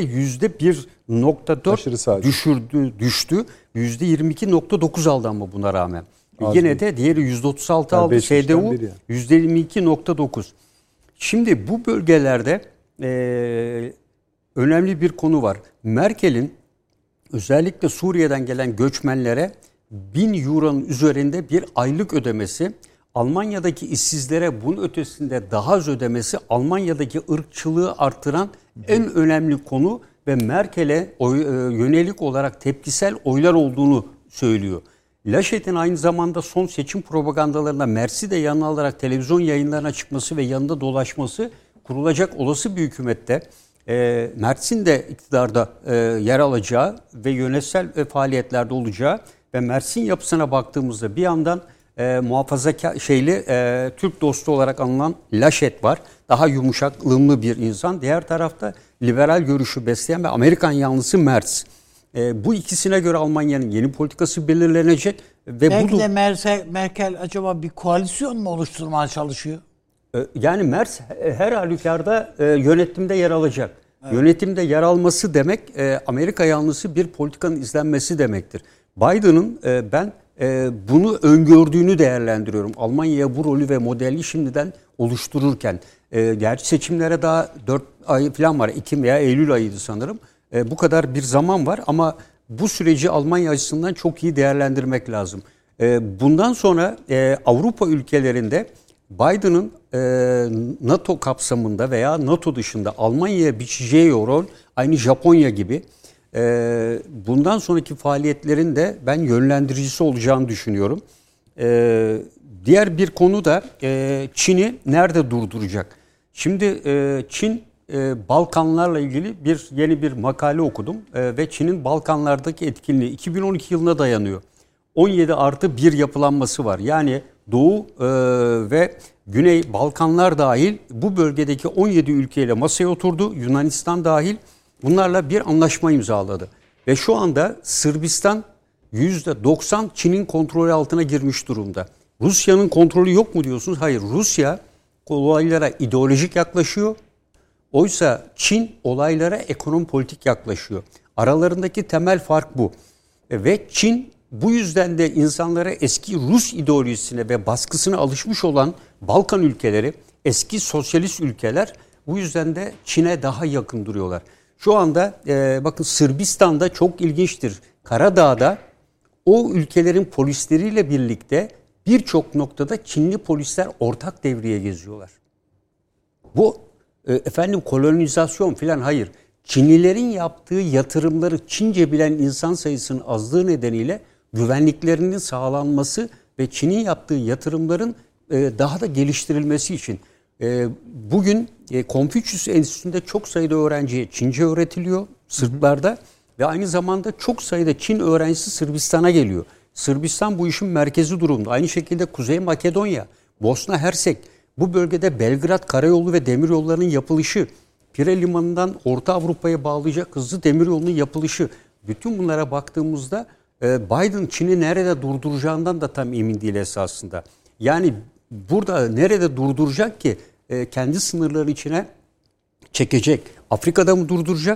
Aşırı sağcı. %1.4 düştü. %22.9 aldı ama buna rağmen. Az Yine değil. de diğeri %36 aldı. beşmişten CDU biri yani. %22.9. Şimdi bu bölgelerde önemli bir konu var. Merkel'in özellikle Suriye'den gelen göçmenlere 1000 euronun üzerinde bir aylık ödemesi, Almanya'daki işsizlere bunun ötesinde daha az ödemesi Almanya'daki ırkçılığı artıran en önemli konu ve Merkel'e yönelik olarak tepkisel oylar olduğunu söylüyor. Laschet'in aynı zamanda son seçim propagandalarında Merz'i de yanına alarak televizyon yayınlarına çıkması ve yanında dolaşması kurulacak olası bir hükümette Merz'in de iktidarda yer alacağı ve yönetsel faaliyetlerde olacağı ve Merz'in yapısına baktığımızda bir yandan muhafazakar Türk dostu olarak anılan Laschet var. Daha yumuşak, ılımlı bir insan. Diğer tarafta liberal görüşü besleyen ve Amerikan yanlısı Merz. Bu ikisine göre Almanya'nın yeni politikası belirlenecek ve Belki de Merkel acaba bir koalisyon mu oluşturmaya çalışıyor? Yani Merz her halükarda yönetimde yer alacak. Evet. Yönetimde yer alması demek Amerika yanlısı bir politikanın izlenmesi demektir. Biden'ın ben bunu öngördüğünü değerlendiriyorum. Almanya'ya bu rolü ve modeli şimdiden oluştururken. Gerçi seçimlere daha 4 ay falan var. Ekim veya Eylül ayıydı sanırım. Bu kadar bir zaman var ama bu süreci Almanya açısından çok iyi değerlendirmek lazım. Bundan sonra Avrupa ülkelerinde Biden'ın NATO kapsamında veya NATO dışında Almanya'ya biçeceği rol aynı Japonya gibi bundan sonraki faaliyetlerin de ben yönlendiricisi olacağını düşünüyorum. Diğer bir konu da Çin'i nerede durduracak? Şimdi Çin Balkanlarla ilgili yeni bir makale okudum ve Çin'in Balkanlardaki etkinliği 2012 yılına dayanıyor. 17+1 yapılanması var. Yani Doğu ve Güney Balkanlar dahil bu bölgedeki 17 ülkeyle masaya oturdu. Yunanistan dahil bunlarla bir anlaşma imzaladı. Ve şu anda Sırbistan %90 Çin'in kontrolü altına girmiş durumda. Rusya'nın kontrolü yok mu diyorsunuz? Hayır, Rusya olaylara ideolojik yaklaşıyor. Oysa Çin olaylara ekonomi politik yaklaşıyor. Aralarındaki temel fark bu. Ve Çin bu yüzden de insanlara eski Rus ideolojisine ve baskısına alışmış olan Balkan ülkeleri, eski sosyalist ülkeler bu yüzden de Çin'e daha yakın duruyorlar. Şu anda bakın Sırbistan'da çok ilginçtir. Karadağ'da o ülkelerin polisleriyle birlikte birçok noktada Çinli polisler ortak devreye geziyorlar. Bu kolonizasyon falan hayır. Çinlilerin yaptığı yatırımları Çince bilen insan sayısının azlığı nedeniyle güvenliklerinin sağlanması ve Çin'in yaptığı yatırımların daha da geliştirilmesi için. Bugün Konfüçyüs Enstitüsü'nde çok sayıda öğrenciye Çince öğretiliyor Sırplarda ve aynı zamanda çok sayıda Çin öğrencisi Sırbistan'a geliyor. Sırbistan bu işin merkezi durumda. Aynı şekilde Kuzey Makedonya, Bosna Hersek, bu bölgede Belgrad Karayolu ve demiryollarının yapılışı, Pire Limanı'ndan Orta Avrupa'ya bağlayacak hızlı demiryolunun yapılışı. Bütün bunlara baktığımızda Biden Çin'i nerede durduracağından da tam emin değil esasında. Yani burada nerede durduracak ki kendi sınırları içine çekecek? Afrika'da mı durduracak?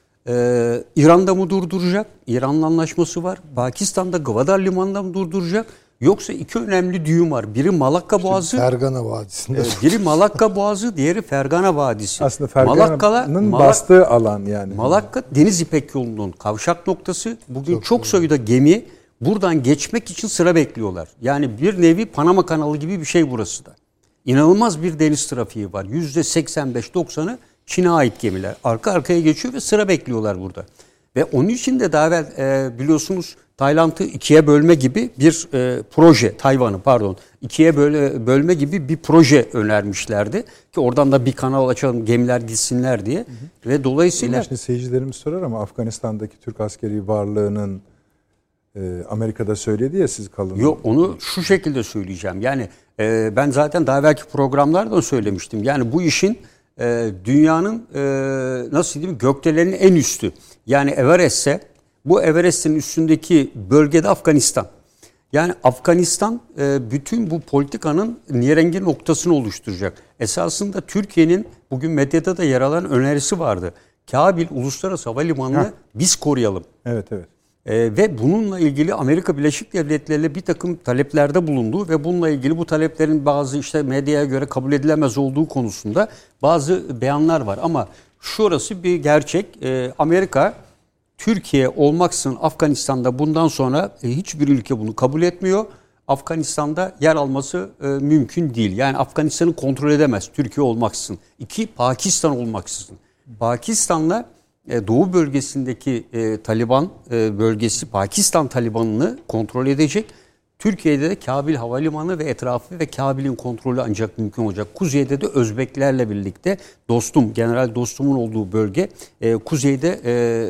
İran'da mı durduracak? İran'la anlaşması var. Pakistan'da Gwadar Limanı'nda mı durduracak? Yoksa iki önemli düğüm var. Biri Malakka Boğazı. Fergana Vadisi'nde. Biri Malakka Boğazı, diğeri Fergana Vadisi. Aslında Fergana'nın bastığı alan yani. Malakka Deniz İpek Yolu'nun kavşak noktası. Bugün çok sayıda gemi buradan geçmek için sıra bekliyorlar. Yani bir nevi Panama Kanalı gibi bir şey burası da. İnanılmaz bir deniz trafiği var. %85-90'ı Çin'e ait gemiler. Arka arkaya geçiyor ve sıra bekliyorlar burada. Ve onun için de daha evvel biliyorsunuz Tayland'ı ikiye bölme gibi bir proje, Tayvan'ı ikiye bölme gibi bir proje önermişlerdi. Ki oradan da bir kanal açalım, gemiler gitsinler diye. Ve dolayısıyla... Şimdi seyircilerimiz sorar ama Afganistan'daki Türk askeri varlığının Amerika'da söyledi ya siz kalın. Yok, onu şu şekilde söyleyeceğim. Yani ben zaten daha evvelki programlarda söylemiştim. Yani bu işin dünyanın nasıl diyeyim gökdelenin en üstü. Yani Everest'se bu Everest'in üstündeki bölgede Afganistan. Yani Afganistan bütün bu politikanın nirengi noktasını oluşturacak. Esasında Türkiye'nin bugün medyada da yer alan önerisi vardı. Kabil Uluslararası Havalimanı'nı biz koruyalım. Evet. Ve bununla ilgili Amerika Birleşik Devletleri ile bir takım taleplerde bulunduğu ve bununla ilgili bu taleplerin bazı işte medyaya göre kabul edilemez olduğu konusunda bazı beyanlar var. Ama şurası bir gerçek. Amerika, Türkiye olmaksızın Afganistan'da bundan sonra hiçbir ülke bunu kabul etmiyor. Afganistan'da yer alması mümkün değil. Yani Afganistan'ı kontrol edemez Türkiye olmaksızın. Pakistan olmaksızın. Pakistan'la Doğu bölgesindeki Taliban bölgesi Pakistan Taliban'ını kontrol edecek. Türkiye'de de Kabil Havalimanı ve etrafı ve Kabil'in kontrolü ancak mümkün olacak. Kuzeyde de Özbeklerle birlikte General Dostum'un olduğu bölge kuzeyde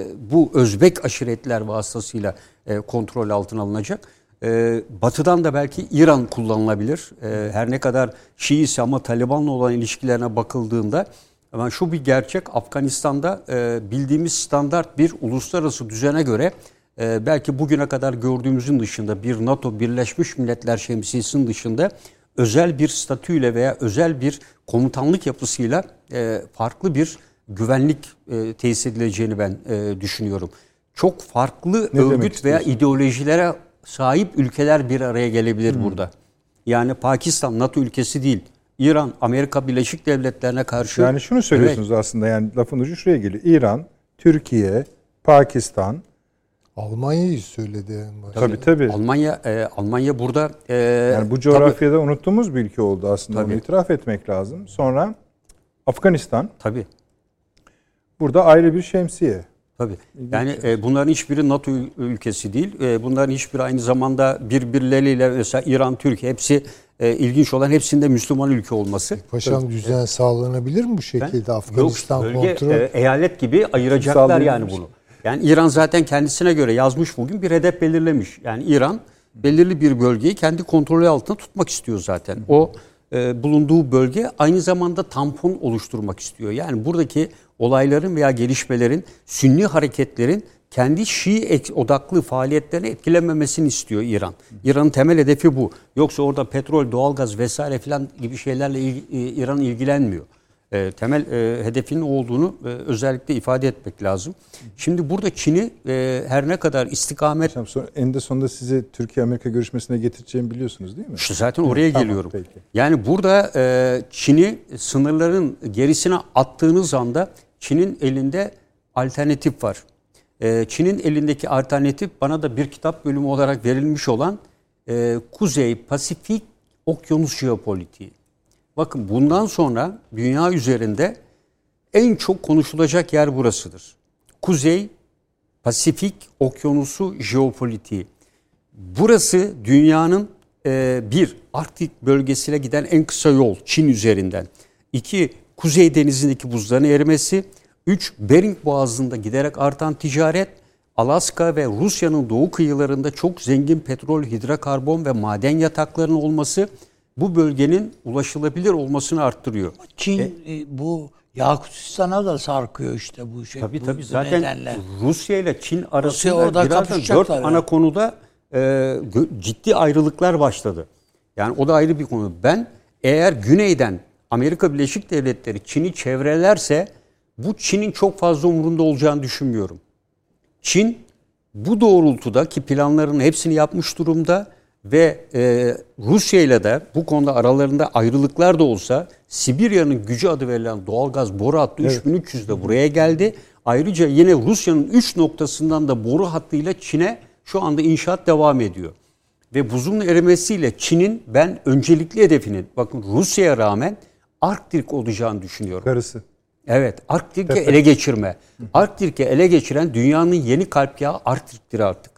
bu Özbek aşiretler vasıtasıyla kontrol altına alınacak. Batıdan da belki İran kullanılabilir. Her ne kadar Şii ama Taliban'la olan ilişkilerine bakıldığında ama şu bir gerçek, Afganistan'da bildiğimiz standart bir uluslararası düzene göre belki bugüne kadar gördüğümüzün dışında bir NATO Birleşmiş Milletler şemsiyesinin dışında özel bir statüyle veya özel bir komutanlık yapısıyla farklı bir güvenlik tesis edileceğini ben düşünüyorum. Çok farklı örgüt veya ideolojilere sahip ülkeler bir araya gelebilir burada. Yani Pakistan NATO ülkesi değil. İran, Amerika Birleşik Devletleri'ne karşı... Yani şunu söylüyorsunuz aslında, yani lafın ucu şuraya geliyor. İran, Türkiye, Pakistan... Almanya'yı söyledi en başta. Tabii. Almanya burada... yani bu coğrafyada unuttuğumuz bir ülke oldu aslında. Onu itiraf etmek lazım. Sonra Afganistan. Tabii. Burada ayrı bir şemsiye. Tabii. Yani bunların hiçbiri NATO ülkesi değil. Bunların hiçbiri aynı zamanda birbirleriyle mesela İran, Türkiye hepsi ilginç olan hepsinde Müslüman ülke olması. Paşam düzen sağlanabilir mi bu şekilde? Afganistan kontrol? Eyalet gibi ayıracaklar yani bunu. Yani İran zaten kendisine göre yazmış bugün bir hedef belirlemiş. Yani İran belirli bir bölgeyi kendi kontrolü altında tutmak istiyor zaten. O bulunduğu bölge aynı zamanda tampon oluşturmak istiyor. Yani buradaki olayların veya gelişmelerin, Sünni hareketlerin kendi Şii odaklı faaliyetlerini etkilememesini istiyor İran. İran'ın temel hedefi bu. Yoksa orada petrol, doğalgaz vesaire filan gibi şeylerle İran ilgilenmiyor. Temel hedefinin olduğunu özellikle ifade etmek lazım. Şimdi burada Çin'i her ne kadar istikamet... Eninde sonunda sizi Türkiye-Amerika görüşmesine getireceğimi biliyorsunuz değil mi? İşte zaten oraya geliyorum. Peki. Yani burada Çin'i sınırların gerisine attığınız anda Çin'in elinde alternatif var. Çin'in elindeki alternatif bana da bir kitap bölümü olarak verilmiş olan Kuzey Pasifik Okyanus Jeopolitiği. Bakın bundan sonra dünya üzerinde en çok konuşulacak yer burasıdır. Kuzey Pasifik Okyanusu Jeopolitiği. Burası dünyanın bir, Arktik bölgesine giden en kısa yol Çin üzerinden. 2, Kuzey Denizi'ndeki buzların erimesi. 3, Bering Boğazı'nda giderek artan ticaret. Alaska ve Rusya'nın doğu kıyılarında çok zengin petrol, hidrokarbon ve maden yataklarının olması bu bölgenin ulaşılabilir olmasını arttırıyor. Çin bu Yakutistan'a da sarkıyor işte bu şey. Tabii bu zaten nedenler. Rusya ile Çin arasında orada birazdan 4 ana yani. konuda ciddi ayrılıklar başladı. Yani o da ayrı bir konu. Ben eğer güneyden Amerika Birleşik Devletleri Çin'i çevrelerse bu Çin'in çok fazla umurunda olacağını düşünmüyorum. Çin bu doğrultudaki planların hepsini yapmış durumda ve Rusya ile de bu konuda aralarında ayrılıklar da olsa Sibirya'nın gücü adı verilen doğalgaz boru hattı 3300 de buraya geldi. Ayrıca yine Rusya'nın 3 noktasından da boru hattıyla Çin'e şu anda inşaat devam ediyor. Ve buzun erimesiyle Çin'in ben öncelikli hedefinin bakın Rusya'ya rağmen Arktik olacağını düşünüyorum. Karısı. Evet, Arktik'i ele geçirme. Arktik'i ele geçiren dünyanın yeni kalp yağı Arktik'tir artık.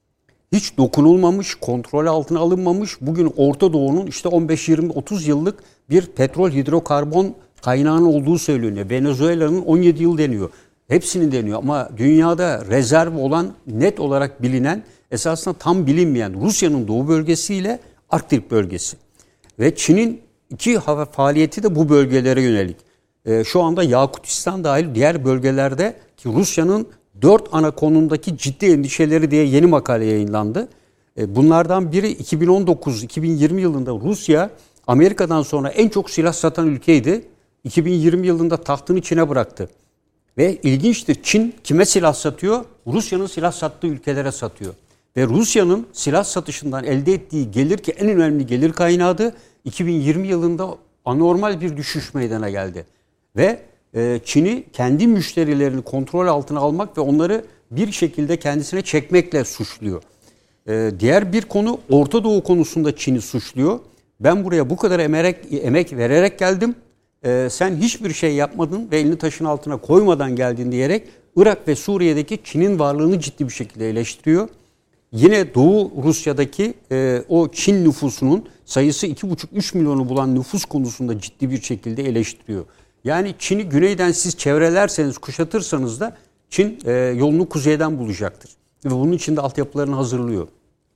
Hiç dokunulmamış, kontrol altına alınmamış. Bugün Orta Doğu'nun işte 15-20-30 yıllık bir petrol hidrokarbon kaynağının olduğu söyleniyor. Venezuela'nın 17 yıl deniyor. Hepsinin deniyor ama dünyada rezerv olan net olarak bilinen esasında tam bilinmeyen Rusya'nın doğu bölgesiyle Arktik bölgesi. Ve Çin'in iki faaliyeti de bu bölgelere yönelik. Şu anda Yakutistan dahil diğer bölgelerde ki Rusya'nın 4 ana konumdaki ciddi endişeleri diye yeni makale yayınlandı. Bunlardan biri 2019-2020 yılında Rusya Amerika'dan sonra en çok silah satan ülkeydi. 2020 yılında tahtını Çin'e bıraktı. Ve ilginçtir, Çin kime silah satıyor? Rusya'nın silah sattığı ülkelere satıyor. Ve Rusya'nın silah satışından elde ettiği gelir ki en önemli gelir kaynağıydı. 2020 yılında anormal bir düşüş meydana geldi. Ve Çin'i kendi müşterilerini kontrol altına almak ve onları bir şekilde kendisine çekmekle suçluyor. Diğer bir konu Orta Doğu konusunda Çin'i suçluyor. Ben buraya bu kadar emek vererek geldim. Sen hiçbir şey yapmadın ve elini taşın altına koymadan geldin diyerek Irak ve Suriye'deki Çin'in varlığını ciddi bir şekilde eleştiriyor. Yine Doğu Rusya'daki o Çin nüfusunun sayısı 2,5-3 milyonu bulan nüfus konusunda ciddi bir şekilde eleştiriyor. Yani Çin'i güneyden siz çevrelerseniz, kuşatırsanız da Çin yolunu kuzeyden bulacaktır. Ve bunun için de altyapılarını hazırlıyor.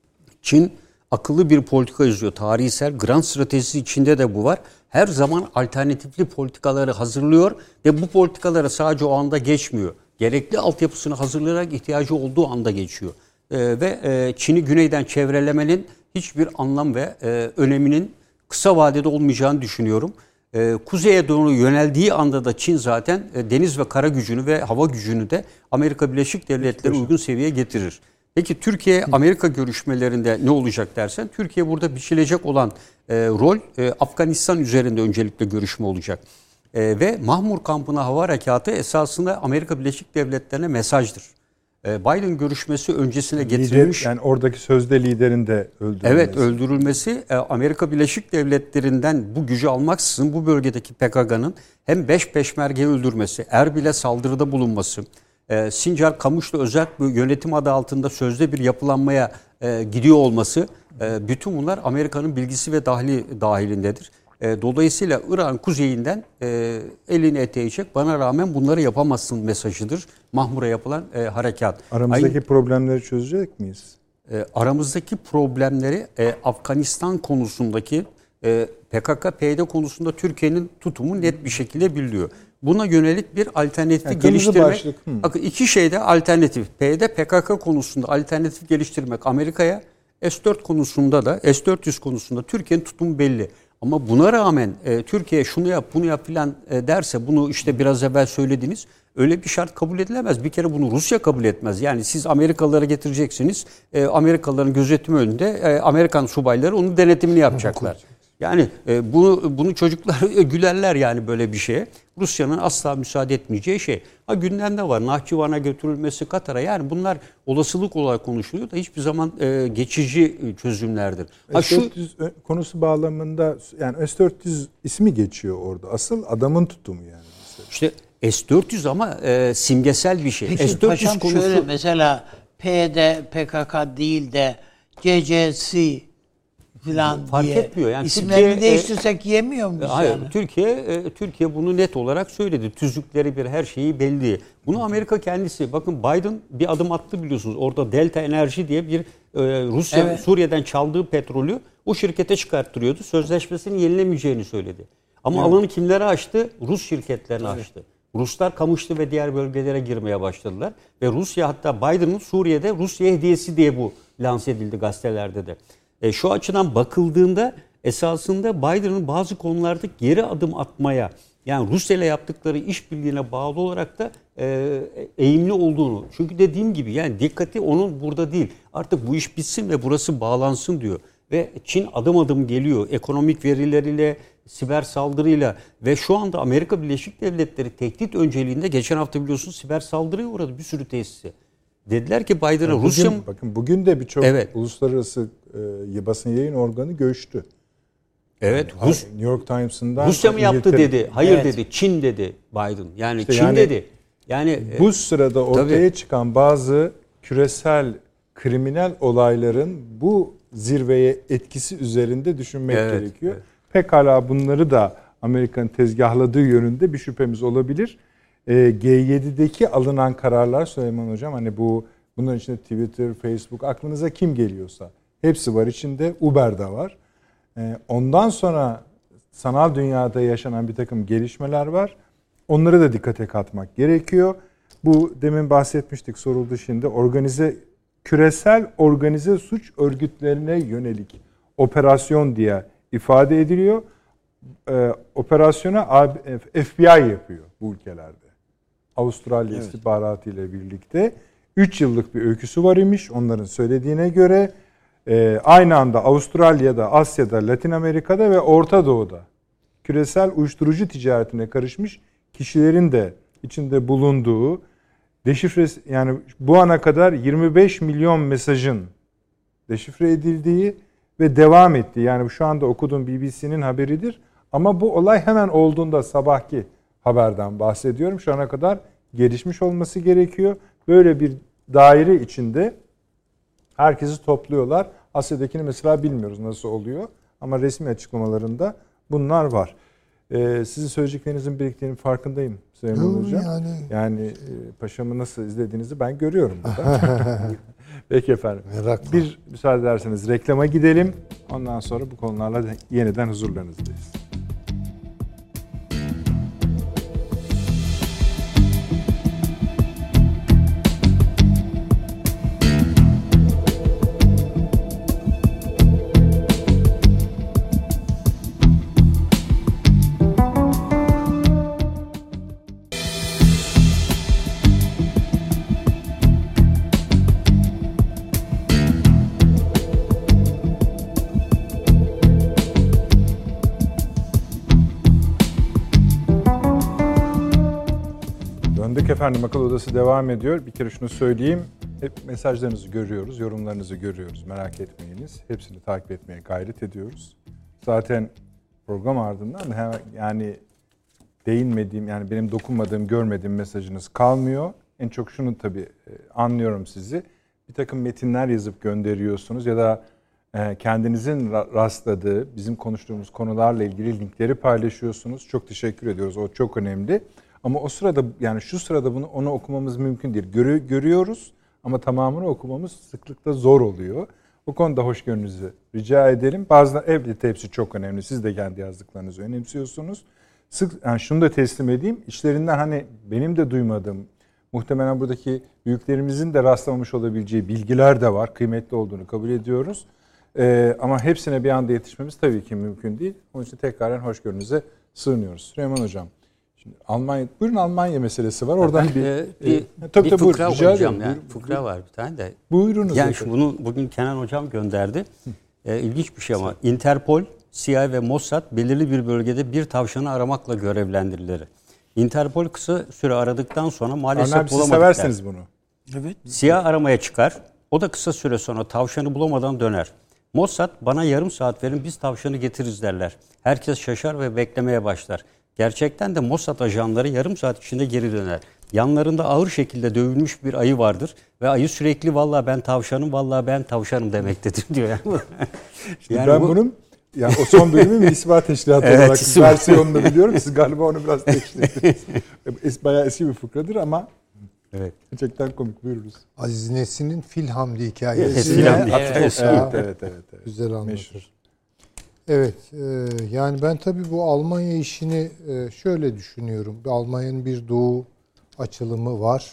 Çin akıllı bir politika izliyor. Tarihsel grand stratejisi içinde de bu var. Her zaman alternatifli politikaları hazırlıyor ve bu politikalara sadece o anda geçmiyor. Gerekli altyapısını hazırlayarak ihtiyacı olduğu anda geçiyor. Ve Çin'i güneyden çevrelemenin hiçbir anlam ve öneminin kısa vadede olmayacağını düşünüyorum. Kuzeye doğru yöneldiği anda da Çin zaten deniz ve kara gücünü ve hava gücünü de Amerika Birleşik Devletleri uygun seviyeye getirir. Peki Türkiye-Amerika görüşmelerinde ne olacak dersen, Türkiye burada biçilecek olan rol Afganistan üzerinde öncelikle görüşme olacak. Ve Mahmur kampına hava harekatı esasında Amerika Birleşik Devletleri'ne mesajdır. Biden görüşmesi öncesine getirilmiş. Yani oradaki sözde liderin de öldürülmesi. Evet, öldürülmesi Amerika Birleşik Devletleri'nden bu gücü almaksızın bu bölgedeki PKK'nın hem 5 peşmergeyi öldürmesi, Erbil'e saldırıda bulunması, Sincar Kamışlı özel yönetim adı altında sözde bir yapılanmaya gidiyor olması, bütün bunlar Amerika'nın bilgisi ve dahilindedir. Dolayısıyla İran kuzeyinden elini eteği çek, bana rağmen bunları yapamazsın mesajıdır Mahmur'a yapılan harekat. Aramızdaki problemleri çözecek miyiz? aramızdaki problemleri Afganistan konusundaki PKK-PYD konusunda Türkiye'nin tutumu net bir şekilde biliniyor. Buna yönelik bir alternatifi geliştirmek. Bakın iki şeyde alternatif. PYD-PKK konusunda alternatif geliştirmek Amerika'ya, S-4 konusunda da S-400 konusunda Türkiye'nin tutumu belli. Ama buna rağmen Türkiye şunu yap bunu yap filan derse, bunu işte biraz evvel söylediniz, öyle bir şart kabul edilemez. Bir kere bunu Rusya kabul etmez. Yani siz Amerikalıları getireceksiniz. Amerikalıların gözetimi önünde Amerikan subayları onun denetimini yapacaklar. Yani bunu çocuklar gülerler yani böyle bir şeye. Rusya'nın asla müsaade etmeyeceği şey. Gündemde var. Nahçıvan'a götürülmesi, Katar'a. Yani bunlar olasılık olarak konuşuluyor da hiçbir zaman geçici çözümlerdir. S-400 konusu bağlamında yani S-400 ismi geçiyor orada. Asıl adamın tutumu yani. İşte S-400 ama simgesel bir şey. Peki S-400 paşam konusu şöyle mesela PYD, PKK değil de CCC falan fark diye etmiyor. Yani isimlerini Türkiye, değiştirsek yemiyor muyuz hayır, yani? Türkiye bunu net olarak söyledi. Tüzükleri bir her şeyi belli. Bunu Amerika kendisi, bakın Biden bir adım attı biliyorsunuz. Orada Delta Enerji diye bir Rusya, evet, Suriye'den çaldığı petrolü o şirkete çıkarttırıyordu. Sözleşmesini yenilemeyeceğini söyledi. Ama alanı kimlere açtı? Rus şirketlerine açtı. Ruslar Kamışlı ve diğer bölgelere girmeye başladılar. Ve Rusya, hatta Biden'ın Suriye'de Rusya hediyesi diye bu lanse edildi gazetelerde de. Şu açıdan bakıldığında esasında Biden'ın bazı konularda geri adım atmaya, yani Rusya ile yaptıkları işbirliğine bağlı olarak da eğimli olduğunu. Çünkü dediğim gibi yani dikkati onun burada değil. Artık bu iş bitsin ve burası bağlansın diyor. Ve Çin adım adım geliyor. Ekonomik verileriyle, siber saldırıyla ve şu anda Amerika Birleşik Devletleri tehdit önceliğinde, geçen hafta biliyorsunuz siber saldırıya uğradı bir sürü tesisi. Dediler ki Biden'a Rusya mı? Bakın bugün de birçok uluslararası basın yayın organı göçtü. Evet. Yani New York Times'ından Rusya mı yaptı dedi. Hayır dedi. Çin dedi Biden. Yani işte Çin dedi. Yani bu sırada ortaya çıkan bazı küresel kriminal olayların bu zirveye etkisi üzerinde düşünmek gerekiyor. Evet. Pekala bunları da Amerika'nın tezgahladığı yönünde bir şüphemiz olabilir. G7'deki alınan kararlar Süleyman Hocam, hani bunların içinde Twitter, Facebook, aklınıza kim geliyorsa hepsi var içinde. Uber de var. Ondan sonra sanal dünyada yaşanan bir takım gelişmeler var. Onları da dikkate katmak gerekiyor. Bu demin bahsetmiştik, soruldu şimdi. Küresel organize suç örgütlerine yönelik operasyon diye ifade ediliyor. Operasyonu FBI yapıyor bu ülkelerde. Avustralya istihbaratı ile birlikte 3 yıllık bir öyküsü var imiş onların söylediğine göre. Aynı anda Avustralya'da, Asya'da, Latin Amerika'da ve Orta Doğu'da küresel uyuşturucu ticaretine karışmış kişilerin de içinde bulunduğu, deşifre, yani bu ana kadar 25 milyon mesajın deşifre edildiği ve devam ettiği, yani şu anda okuduğum BBC'nin haberidir. Ama bu olay hemen olduğunda, sabahki haberden bahsediyorum. Şu ana kadar gelişmiş olması gerekiyor. Böyle bir daire içinde herkesi topluyorlar. Asya'dakini mesela bilmiyoruz nasıl oluyor. Ama resmi açıklamalarında bunlar var. Sizin söyleyeceklerinizin biriktiğinin farkındayım Süleyman Hocam. Yani paşamı nasıl izlediğinizi ben görüyorum burada. Peki efendim. Merakla. Bir müsaade ederseniz reklama gidelim. Ondan sonra bu konularla yeniden huzurlarınızdayız. Efendim, Akıl Odası devam ediyor. Bir kere şunu söyleyeyim. Hep mesajlarınızı görüyoruz, yorumlarınızı görüyoruz. Merak etmeyiniz. Hepsini takip etmeye gayret ediyoruz. Zaten program ardından yani değinmediğim, yani benim dokunmadığım, görmediğim mesajınız kalmıyor. En çok şunu tabii anlıyorum sizi. Bir takım metinler yazıp gönderiyorsunuz ya da kendinizin rastladığı, bizim konuştuğumuz konularla ilgili linkleri paylaşıyorsunuz. Çok teşekkür ediyoruz. O çok önemli. Ama o sırada, yani şu sırada onu okumamız mümkün değil. Görüyoruz ama tamamını okumamız sıklıkla zor oluyor. Bu konuda hoşgörünüzü rica ederim. Bazen elbette hepsi çok önemli. Siz de kendi yazdıklarınızı önemsiyorsunuz. Yani şunu da teslim edeyim. İçlerinden hani benim de duymadığım, muhtemelen buradaki büyüklerimizin de rastlamamış olabileceği bilgiler de var. Kıymetli olduğunu kabul ediyoruz. Ama hepsine bir anda yetişmemiz tabii ki mümkün değil. Onun için tekrardan hoşgörünüze sığınıyoruz. Süleyman Hocam, şimdi Almanya meselesi var. Oradan bir fıkra okuyacağım. Yani. Fıkra var bir tane de. Buyurunuz. Yani bunu bugün Kenan Hocam gönderdi. İlginç bir şey ama Interpol, CIA ve Mossad belirli bir bölgede bir tavşanı aramakla görevlendirildi. Interpol kısa süre aradıktan sonra maalesef bulamadılar. Siz seversiniz bunu. Evet. CIA aramaya çıkar. O da kısa süre sonra tavşanı bulamadan döner. Mossad bana yarım saat verin biz tavşanı getiririz derler. Herkes şaşar ve beklemeye başlar. Gerçekten de Mossad ajanları yarım saat içinde geri döner. Yanlarında ağır şekilde dövülmüş bir ayı vardır ve ayı sürekli vallahi ben tavşanım demektedir diyor. Yani ben bunun yani o son bölümün misbah teşkilatı evet, olarak versiyonunu biliyorum. Siz galiba onu biraz teşkil bayağı eski bir fıkradır ama evet. Gerçekten komik. Buyurunuz. Aziz Nesin'in Fil Hamdi hikayesi. Evet. Güzel anlatır. Evet. Yani ben tabii bu Almanya işini şöyle düşünüyorum. Almanya'nın bir doğu açılımı var.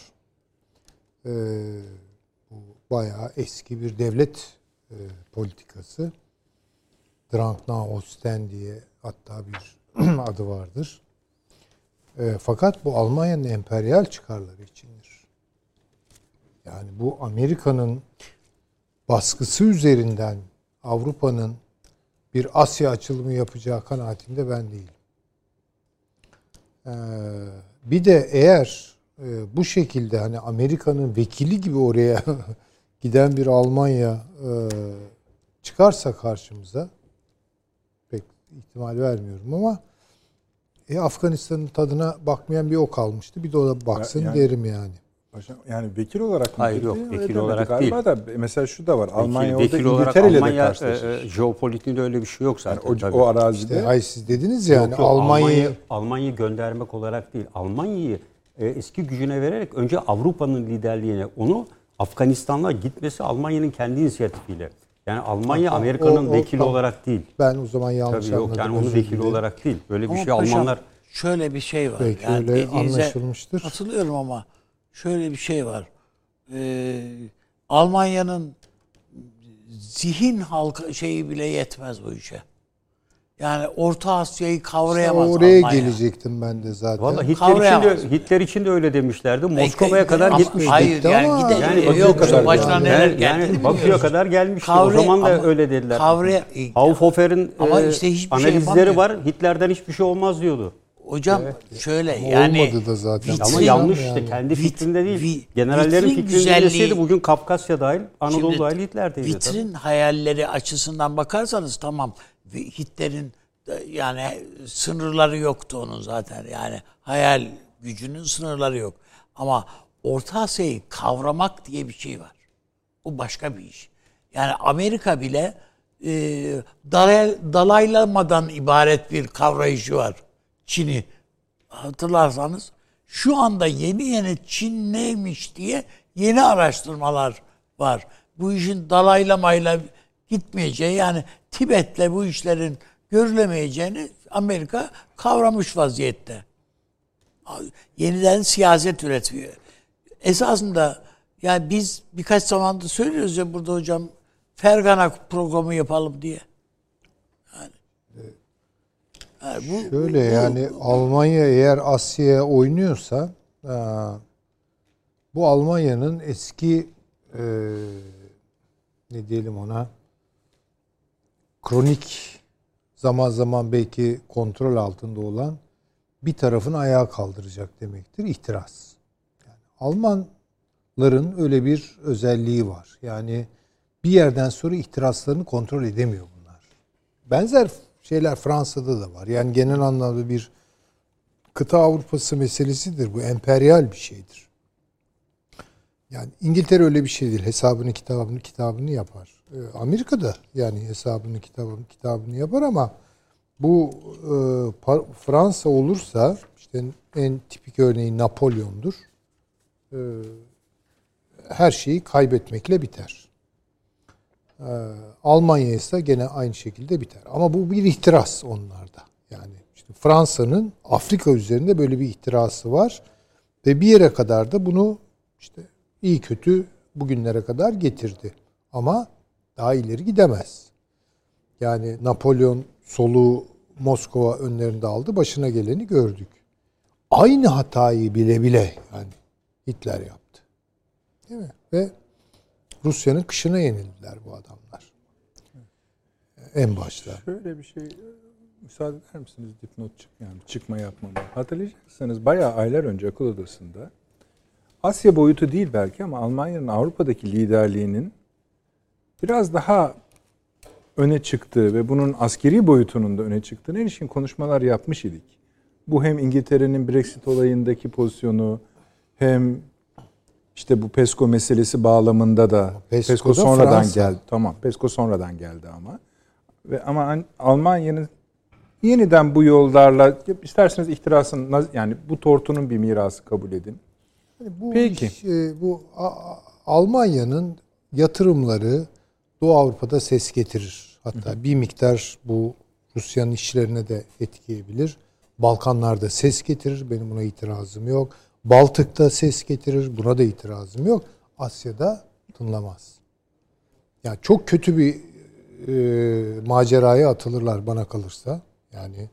Bu bayağı eski bir devlet politikası. Drang nach Osten diye hatta bir adı vardır. Fakat bu Almanya'nın emperyal çıkarları içindir. Yani bu Amerika'nın baskısı üzerinden Avrupa'nın bir Asya açılımı yapacağı kanaatinde ben değilim. Bir de eğer bu şekilde hani Amerika'nın vekili gibi oraya giden bir Almanya çıkarsa karşımıza pek ihtimal vermiyorum ama Afganistan'ın tadına bakmayan bir o kalmıştı. Bir de o da baksın yani, derim yani. Yani vekil olarak mı? Hayır yok vekil olarak galiba değil. Da mesela şu da var. Almanya vekil orada İngiltere ile de karşılaşır. Jeopolitiğinde öyle bir şey yok zaten. Yani o arazide. İşte, hayır siz dediniz yani yok, Almanya'yı göndermek olarak değil. Almanya'yı eski gücüne vererek önce Avrupa'nın liderliğine onu Afganistan'a gitmesi Almanya'nın kendi inisiyatifiyle. Yani Almanya Amerika'nın vekili olarak değil. Ben o zaman yanlış anladım. Yok yani onun vekili olarak değil. Böyle bir şey Almanlar. Şöyle bir şey var. Belki yani öyle anlaşılmıştır. Hatırlıyorum ama şöyle bir şey var. Almanya'nın zihin halkı şeyi bile yetmez bu işe. Yani Orta Asya'yı kavrayamaz oraya Almanya. gelecektim ben de zaten. Vallahi Hitler için de öyle demişlerdi. Moskova'ya kadar gitmiş. Hayır yani yok başına neler geldi. Yani Bakü'ye kadar gelmişti. O zaman da öyle dediler. Haufhofer'in işte analizleri var. Hitler'den hiçbir şey olmaz diyordu. Hocam şöyle yani olmadı da zaten. Ama yanlış işte kendi fikrinde değil. Generallerin fikrinde deseydi bugün Kafkasya dahil, Anadolu dahil Hitler'deydi. Vitrin hayalleri açısından bakarsanız tamam. Hitler'in yani sınırları yoktu onun zaten. Yani hayal gücünün sınırları yok. Ama Orta Asya'yı kavramak diye bir şey var. O başka bir iş. Yani Amerika bile dalaylamadan ibaret bir kavrayışı var. Çin'i hatırlarsanız şu anda yeni Çin neymiş diye yeni araştırmalar var. Bu işin dalaylamayla gitmeyeceği yani Tibet'le bu işlerin görülemeyeceğini Amerika kavramış vaziyette. Yeniden siyaset üretiyor. Esasında yani biz birkaç zamandır söylüyoruz ya burada hocam Fergana programı yapalım diye. Yani Almanya eğer Asya'ya oynuyorsa bu Almanya'nın eski ne diyelim ona kronik zaman zaman belki kontrol altında olan bir tarafın ayağa kaldıracak demektir. İhtiras. Yani Almanların öyle bir özelliği var. Yani bir yerden sonra ihtiraslarını kontrol edemiyor bunlar. Benzer şeyler Fransa'da da var. Yani genel anlamda bir kıta Avrupası meselesidir. Bu emperyal bir şeydir. Yani İngiltere öyle bir şey değil. Hesabını kitabını yapar. Amerika'da yani hesabını kitabını yapar ama bu Fransa olursa işte en tipik örneği Napolyon'dur. her şeyi kaybetmekle biter. Almanya ise gene aynı şekilde biter. Ama bu bir ihtiras onlarda. Yani işte Fransa'nın Afrika üzerinde böyle bir ihtirası var ve bir yere kadar da bunu işte iyi kötü bugünlere kadar getirdi. Ama daha ileri gidemez. Yani Napolyon soluğu Moskova önlerinde aldı, başına geleni gördük. Aynı hatayı bile bile yani Hitler yaptı. Değil mi? Ve Rusya'nın kışına yenildiler bu adamlar. En başta. Şöyle bir şey müsaade eder misiniz dipnot çıkma yapmama? Hatırlayacaksanız bayağı aylar önce akıl odasında Asya boyutu değil belki ama Almanya'nın Avrupa'daki liderliğinin biraz daha öne çıktığı ve bunun askeri boyutunun da öne çıktığına ilişkin konuşmalar yapmış idik. Bu hem İngiltere'nin Brexit olayındaki pozisyonu hem işte bu PESCO meselesi bağlamında da PESCO sonradan Fransa geldi. Tamam, PESCO sonradan geldi ama Almanya'nın yeniden bu yollarla isterseniz ihtirasın yani bu tortunun bir mirası kabul edin. Yani bu peki bu Almanya'nın yatırımları Doğu Avrupa'da ses getirir. Hatta bir miktar bu Rusya'nın işlerine de etkileyebilir. Balkanlarda ses getirir. Benim buna itirazım yok. Baltık'ta ses getirir. Buna da itirazım yok. Asya'da tınlamaz. Yani çok kötü bir maceraya atılırlar bana kalırsa. Yani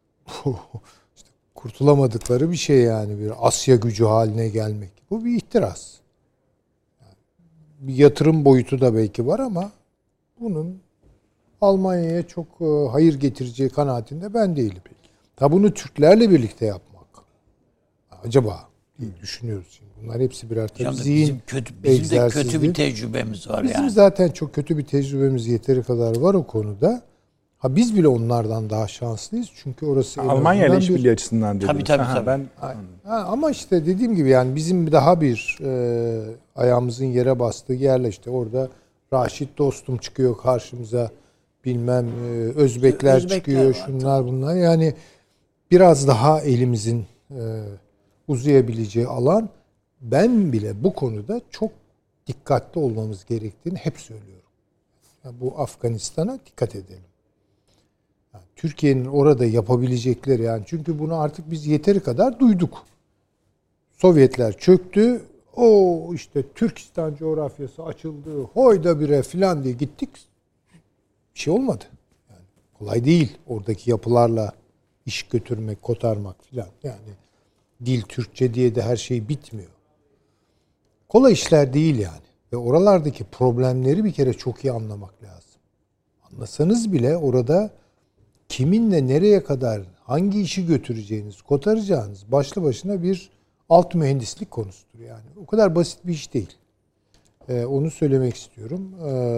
işte kurtulamadıkları bir şey yani bir Asya gücü haline gelmek. Bu bir ihtiras. Yani bir yatırım boyutu da belki var ama bunun Almanya'ya çok hayır getireceği kanaatinde ben değilim. Ta bunu Türklerle birlikte yapmak. Acaba diye düşünüyoruz şimdi. Bunlar hepsi birer tabii zihin bizim de kötü bir tecrübemiz var bizim zaten çok kötü bir tecrübemiz yeteri kadar var o konuda. Ha biz bile onlardan daha şanslıyız. Çünkü orası Almanya ile işbirliği açısından dediniz. Tabii. Ama işte dediğim gibi yani bizim daha bir ayağımızın yere bastığı yerle işte orada Raşit dostum çıkıyor karşımıza. Bilmem Özbekler çıkıyor, şunlar bunlar. Yani biraz daha elimizin uzayabileceği alan. Ben bile bu konuda çok dikkatli olmamız gerektiğini hep söylüyorum. Yani bu Afganistan'a dikkat edelim. Yani Türkiye'nin orada yapabilecekleri yani çünkü bunu artık biz yeteri kadar duyduk. Sovyetler çöktü. O işte Türkistan coğrafyası açıldı. Hoyda bire filan diye gittik. Bir şey olmadı. Yani kolay değil oradaki yapılarla iş götürmek, kotarmak filan. Yani dil Türkçe diye de her şey bitmiyor. Kolay işler değil yani. Ve oralardaki problemleri bir kere çok iyi anlamak lazım. Anlasanız bile orada kiminle nereye kadar hangi işi götüreceğiniz, kotaracağınız başlı başına bir alt mühendislik konusudur yani. O kadar basit bir iş değil. Onu söylemek istiyorum.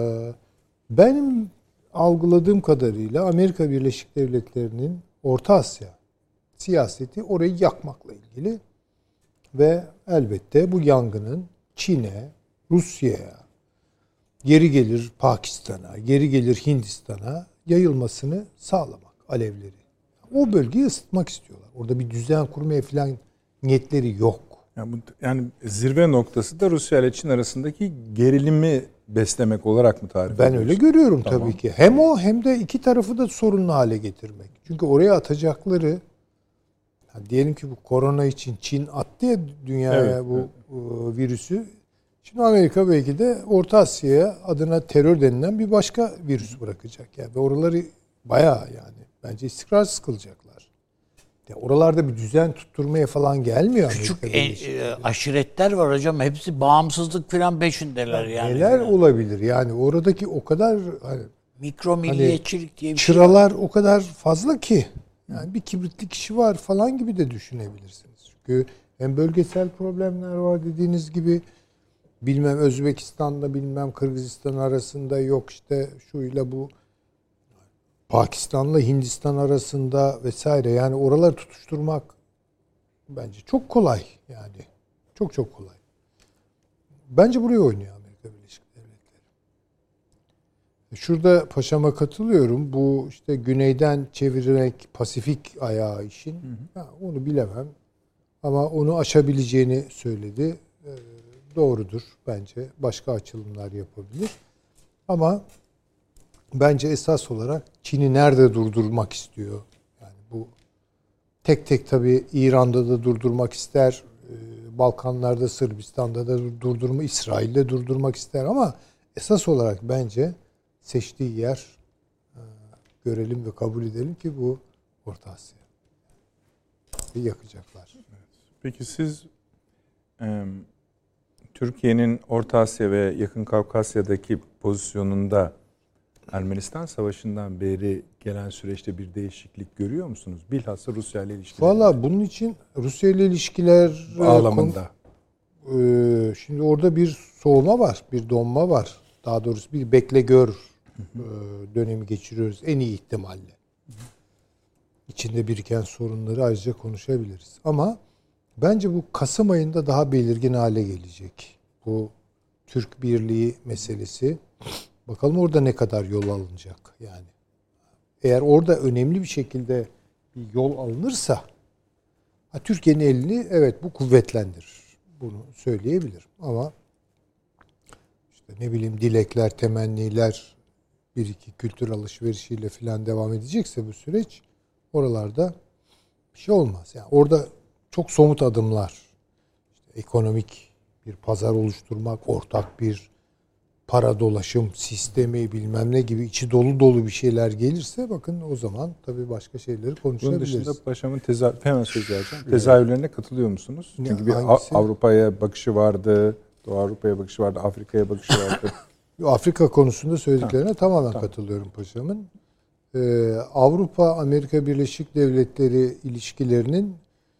Benim algıladığım kadarıyla Amerika Birleşik Devletleri'nin Orta Asya siyaseti orayı yakmakla ilgili ve elbette bu yangının Çin'e, Rusya'ya, geri gelir Pakistan'a, geri gelir Hindistan'a yayılmasını sağlamak alevleri. O bölgeyi ısıtmak istiyorlar. Orada bir düzen kurmaya falan niyetleri yok. Yani zirve noktası da Rusya ile Çin arasındaki gerilimi beslemek olarak mı tarif ediyorsun? Ben öyle görüyorum tabii ki. Hem o hem de iki tarafı da sorunlu hale getirmek. Çünkü oraya atacakları diyelim ki bu korona için Çin attı ya dünyaya bu virüsü. Şimdi Amerika belki de Orta Asya'ya adına terör denilen bir başka virüs bırakacak. Yani ve oraları bayağı yani bence istikrarsız kılacaklar. Ya oralarda bir düzen tutturmaya falan gelmiyor. Küçük aşiretler var hocam. Hepsi bağımsızlık falan peşindeler yani. Neler olabilir? Yani oradaki o kadar mikro milliyetçilik diye bir çıralar şey var. O kadar fazla ki. Yani bir kibritli kişi var falan gibi de düşünebilirsiniz. Çünkü hem bölgesel problemler var dediğiniz gibi bilmem Özbekistan'la bilmem Kırgızistan arasında yok işte şuyla bu Pakistan'la Hindistan arasında vesaire yani oraları tutuşturmak bence çok kolay yani. Çok çok kolay. Bence buraya oynuyor Amerika Birleşik Devletleri. Şurada paşama katılıyorum. Bu işte güneyden çevirerek Pasifik ayağı işin. Onu bilemem. Ama onu aşabileceğini söyledi. doğrudur bence. Başka açılımlar yapabilir. Ama bence esas olarak Çin'i nerede durdurmak istiyor? Yani bu tek tek tabii İran'da da durdurmak ister, Balkanlarda, Sırbistan'da da durdurma, İsrail'de durdurmak ister ama esas olarak bence seçtiği yer görelim ve kabul edelim ki bu Orta Asya. Yakacaklar. Peki siz Türkiye'nin Orta Asya ve Yakın Kafkasya'daki pozisyonunda Ermenistan Savaşı'ndan beri gelen süreçte bir değişiklik görüyor musunuz? Bilhassa Rusya ile ilişkiler. Valla bunun için Rusya ile ilişkiler bağlamında. Şimdi orada bir soğuma var, bir donma var. Daha doğrusu bir bekle gör dönemi geçiriyoruz en iyi ihtimalle. İçinde biriken sorunları ayrıca konuşabiliriz. Ama bence bu Kasım ayında daha belirgin hale gelecek. Bu Türk Birliği meselesi. Bakalım orada ne kadar yol alınacak yani. Eğer orada önemli bir şekilde bir yol alınırsa Türkiye'nin elini evet bu kuvvetlendirir. Bunu söyleyebilirim. Ama işte ne bileyim dilekler, temenniler, bir iki kültür alışverişiyle falan devam edecekse bu süreç oralarda bir şey olmaz. Yani orada çok somut adımlar, işte ekonomik bir pazar oluşturmak, ortak bir para dolaşım sistemi bilmem ne gibi içi dolu dolu bir şeyler gelirse bakın o zaman tabii başka şeyleri konuşabiliriz. Bunun dışında paşamın hemen söz vereceğim. Tezahürlerine katılıyor musunuz? Çünkü bir Avrupa'ya bakışı vardı, Doğu Avrupa'ya bakışı vardı, Afrika'ya bakışı vardı. Afrika konusunda söylediklerine tamamen katılıyorum paşamın. Avrupa-Amerika Birleşik Devletleri ilişkilerinin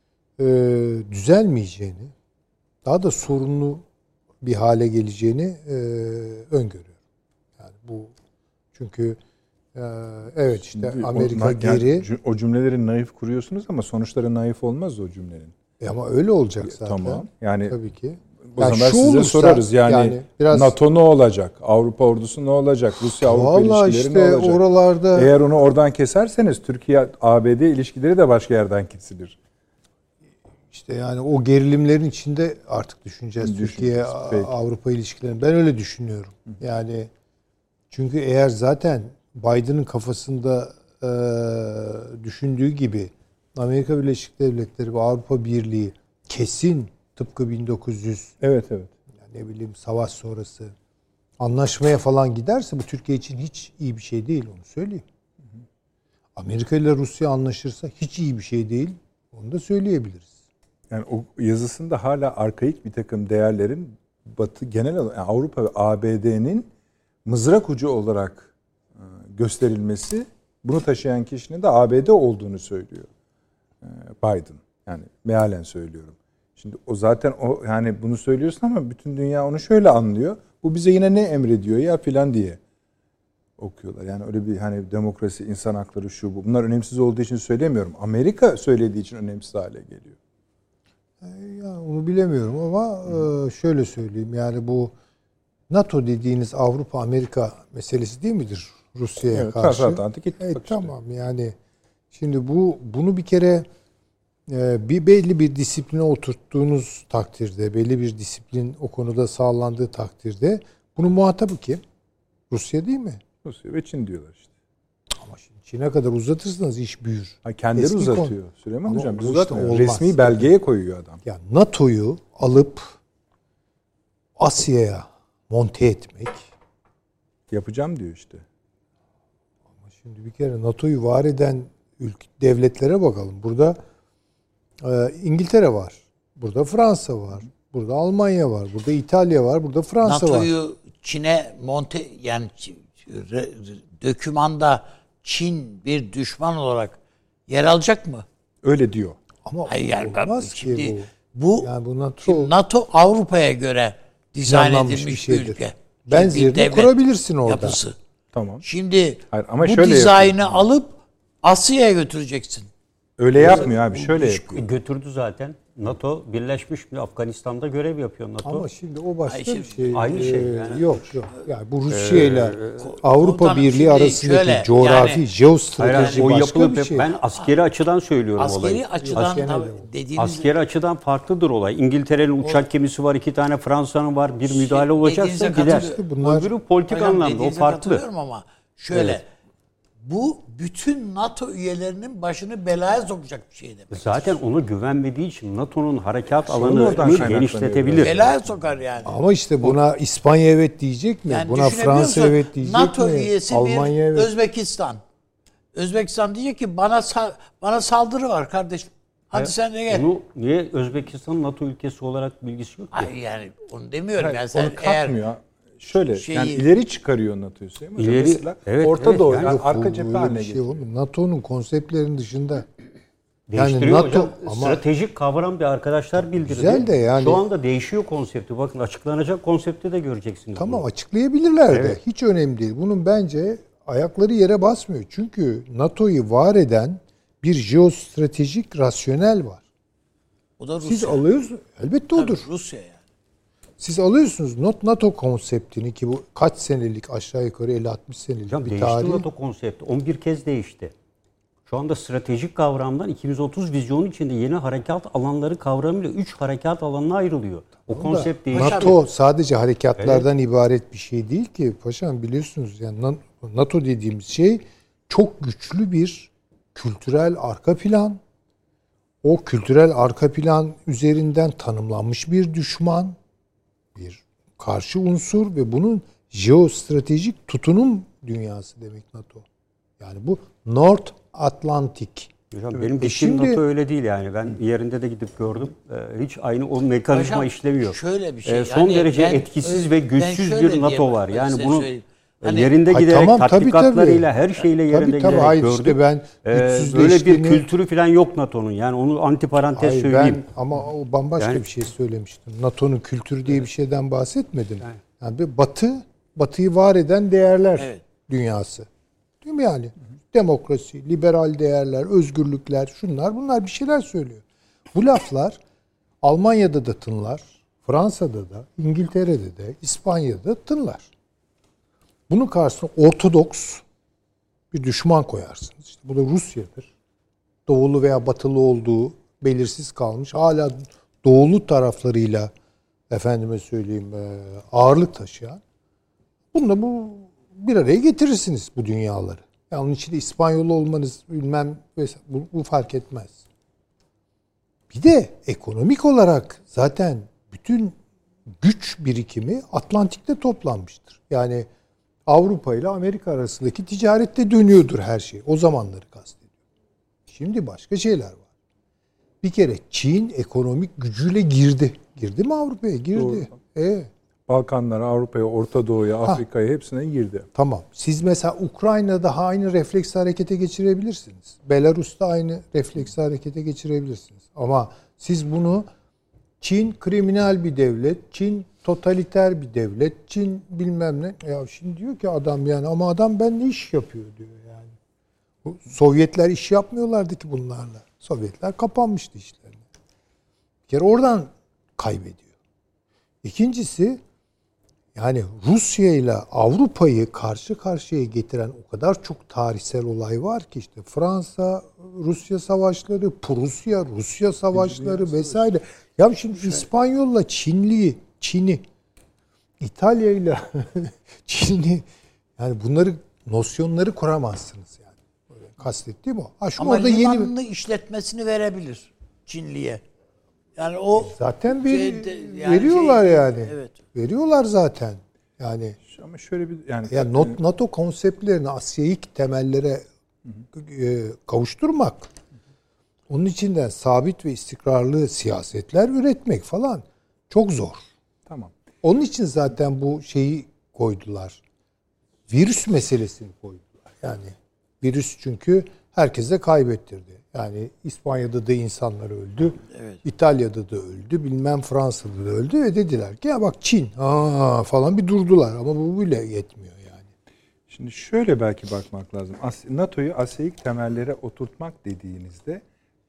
düzelmeyeceğini, daha da sorunlu bir hale geleceğini öngörüyorum. Yani bu çünkü evet işte Şimdi Amerika geri. O cümleleri naif kuruyorsunuz ama sonuçları naif olmaz o cümlenin. Ama öyle olacak zaten. Tamam. Yani tabii ki. O zaman size olursa, sorarız yani biraz, NATO ne olacak? Avrupa ordusu ne olacak? Rusya-Avrupa ilişkileri işte ne olacak? Oralarda, eğer onu oradan keserseniz Türkiye-ABD ilişkileri de başka yerden kesilir. İşte yani o gerilimlerin içinde artık düşüneceğiz Türkiye-Avrupa ilişkilerini. Ben öyle düşünüyorum. Yani çünkü eğer zaten Biden'ın kafasında düşündüğü gibi Amerika Birleşik Devletleri ve Avrupa Birliği kesin tıpkı 1900 yani ne bileyim savaş sonrası anlaşmaya falan giderse bu Türkiye için hiç iyi bir şey değil, onu söyleyeyim. Amerika ile Rusya anlaşırsa hiç iyi bir şey değil, onu da söyleyebiliriz. Yani o yazısında hala arkaik bir takım değerlerin Batı genel olarak yani Avrupa ve ABD'nin mızrak ucu olarak gösterilmesi, bunu taşıyan kişinin de ABD olduğunu söylüyor Biden. Yani mealen söylüyorum. Şimdi o zaten o yani bunu söylüyorsun ama bütün dünya onu şöyle anlıyor. Bu bize yine ne emrediyor ya filan diye okuyorlar. Yani öyle bir hani demokrasi, insan hakları şu bu. Bunlar önemsiz olduğu için söylemiyorum. Amerika söylediği için önemsiz hale geliyor. Ya onu bilemiyorum ama şöyle söyleyeyim. Yani bu NATO dediğiniz Avrupa-Amerika meselesi değil midir Rusya'ya karşı? Tamam yani şimdi bunu bir kere belli bir disipline oturttuğunuz takdirde, belli bir disiplin o konuda sağlandığı takdirde bunun muhatabı kim? Rusya değil mi? Rusya ve Çin diyorlar işte. Ama şimdi Çin'e kadar uzatırsanız iş büyür. Kendileri eski uzatıyor. Süleyman Hocam biz uzatmıyoruz. Resmi belgeye koyuyor adam. Ya NATO'yu alıp Asya'ya monte etmek. Yapacağım diyor işte. Ama şimdi bir kere NATO'yu var eden devletlere bakalım. Burada İngiltere var. Burada Fransa var. Burada Almanya var. Burada İtalya var. Burada Fransa var. NATO'yu Çin'e monte yani dokümanda Çin bir düşman olarak yer alacak mı? Öyle diyor. Ama hayır yani şimdi bu yani NATO Avrupa'ya göre dizayn edilmiş bir ülke. Benzerini kurabilirsin orada. Yapısı. Tamam. Şimdi hayır, ama bu dizaynı alıp Asya'ya götüreceksin. Öyle yapmıyor abi. Şöyle yapıyor. Götürdü zaten. NATO birleşmiş, Afganistan'da görev yapıyor NATO. Ama şimdi o başka Ay, bir şey. aynı şey yani. Yok. Yani bu Rusya ile Avrupa komutanım, Birliği şimdi arasındaki şöyle, coğrafi, yani- jeostrateji o başka yapılı bir şey. ben askeri açıdan söylüyorum Askeri olayı. açıdan Genel tabii olarak. dediğiniz Askeri açıdan farklıdır olay. İngiltere'nin uçak gemisi var, 2 tane Fransa'nın var. Bir müdahale olacaksa dediğinize gider. katılıyorum. Bunlar- Öbürü politik Hocam, anlamda o dediğinize farklı. katılıyorum ama şöyle bu bütün NATO üyelerinin başını belaya sokacak bir şey demek. Zaten ona güvenmediği için NATO'nun harekat oradan alanını kaynaklanıyor genişletebilir. Belaya sokar yani. Ama işte buna İspanya evet diyecek mi? Yani Buna düşünebiliyor Fransa musun? evet diyecek NATO mi? üyesi Almanya bir evet. Özbekistan. Özbekistan diyecek ki bana saldırı var kardeşim. Hadi sen de gel. Onu niye Özbekistan NATO ülkesi olarak bilgisi yok ki? Ay yani onu demiyorum Hayır, yani sen onu katmıyor. Şöyle şeyi- yani ileri çıkarıyor NATO'yu Sayın Hocam. İleri- Mesela evet, Orta evet, Doğu'yu yani- arka Bu cephe öyle haline bir şey getiriyor. oğlum. NATO'nun konseptlerinin dışında Değiştiriyor NATO hocam. ama- Stratejik kavram bir arkadaşlar bildirdi. Güzel de yani- Şu anda değişiyor konsepti. Bakın açıklanacak konsepti de göreceksiniz. tamam bunu. açıklayabilirler de. Evet. Hiç önemli değil. Bunun bence ayakları yere basmıyor. Çünkü NATO'yu var eden bir jeostratejik rasyonel var. o da Rusya. Siz alıyorsunuz. Elbette odur. Tabii, Rusya yani. Siz alıyorsunuz NATO konseptini ki bu kaç senelik aşağı yukarı 50-60 senelik Hocam bir değişti tarih. NATO konsepti. 11 kez değişti. Şu anda stratejik kavramdan 2030 vizyonu içinde yeni harekat alanları kavramıyla 3 harekat alanına ayrılıyor. O konsept değişti. NATO sadece harekatlardan ibaret bir şey değil ki. Paşam biliyorsunuz yani NATO dediğimiz şey çok güçlü bir kültürel arka plan. O kültürel arka plan üzerinden tanımlanmış bir düşman, bir karşı unsur ve bunun jeostratejik tutunum dünyası demek NATO. Yani bu North Atlantic. Hocam benim gittiğim şimdi- NATO öyle değil yani. Ben yerinde de gidip gördüm. Hiç aynı o mekanizma Hocam, işlemiyor. şöyle bir şey. Son yani derece ben- etkisiz ve ben güçsüz şöyle bir NATO diyeyim, var. ben Yani size bunu söyleyeyim. Hani- yerinde Ay, giderek tamam, tabii, tatbikatlarıyla tabii. her şeyle yerinde Tabii, giderek hayır, gördüm. işte ben Böyle bir güçsüzleştiğini- kültürü falan yok NATO'nun. Yani onu antiparantez Hayır, söyleyeyim. ama o bambaşka Yani- bir şey söylemiştim. NATO'nun kültürü diye bir şeyden bahsetmedim. Yani bir Batı'yı var eden değerler Evet. dünyası. Değil mi yani? Demokrasi, liberal değerler, özgürlükler, bunlar bir şeyler söylüyor. Bu laflar Almanya'da da tınlar, Fransa'da da, İngiltere'de de, İspanya'da da tınlar. Bunun karşısına ortodoks bir düşman koyarsınız. İşte bu da Rusya'dır. Doğulu veya batılı olduğu belirsiz kalmış. Hala doğulu taraflarıyla efendime söyleyeyim ağırlık taşıyan. Bununla bu bir araya getirirsiniz bu dünyaları. Yani onun için de İspanyol olmanız bilmem bu fark etmez. Bir de ekonomik olarak zaten bütün güç birikimi Atlantik'te toplanmıştır. Yani Avrupa ile Amerika arasındaki ticarette dönüyordur her şey. O zamanları kastediyorum. Şimdi başka şeyler var. Bir kere Çin ekonomik gücüyle girdi. Girdi mi Avrupa'ya? Girdi. Balkanlara, Avrupa'ya, Orta Doğu'ya, Afrika'ya hepsine girdi. Tamam. Siz mesela Ukrayna'da aynı refleksi harekete geçirebilirsiniz. Belarus'ta aynı refleksi harekete geçirebilirsiniz. Ama siz bunu Çin kriminal bir devlet, Çin totaliter bir devlet, Çin bilmem ne. Ya şimdi diyor ki adam yani ama adam ben ne iş yapıyor diyor yani. Bu Sovyetler iş yapmıyorlardı ki bunlarla. Sovyetler kapanmıştı işlerine. Bir kere oradan kaybediyor. İkincisi yani Rusya ile Avrupa'yı karşı karşıya getiren o kadar çok tarihsel olay var ki işte Fransa, Rusya savaşları, Prusya, Rusya savaşları vesaire. Ya şimdi İspanyol'la Çin'i, İtalya ile Çin'i yani bunları nosyonları kuramazsınız yani. Böyle kastettiğim o. Ama orada limanını işletmesini verebilir Çinliye. Yani o zaten yani veriyorlar yani. Evet. Veriyorlar zaten. Yani Ama şöyle bir yani NATO konseptlerini Asyaik temellere kavuşturmak, onun içinden sabit ve istikrarlı siyasetler üretmek falan çok zor. tamam. Onun için zaten bu şeyi koydular. Virüs meselesini koydular. Yani virüs çünkü herkese kaybettirdi. Yani İspanya'da da insanlar öldü. Evet. İtalya'da da öldü. Bilmem Fransa'da da öldü ve dediler ki ya bak Çin falan bir durdular ama bu bile yetmiyor yani. Şimdi şöyle belki bakmak lazım. NATO'yu Asyaik temellere oturtmak dediğinizde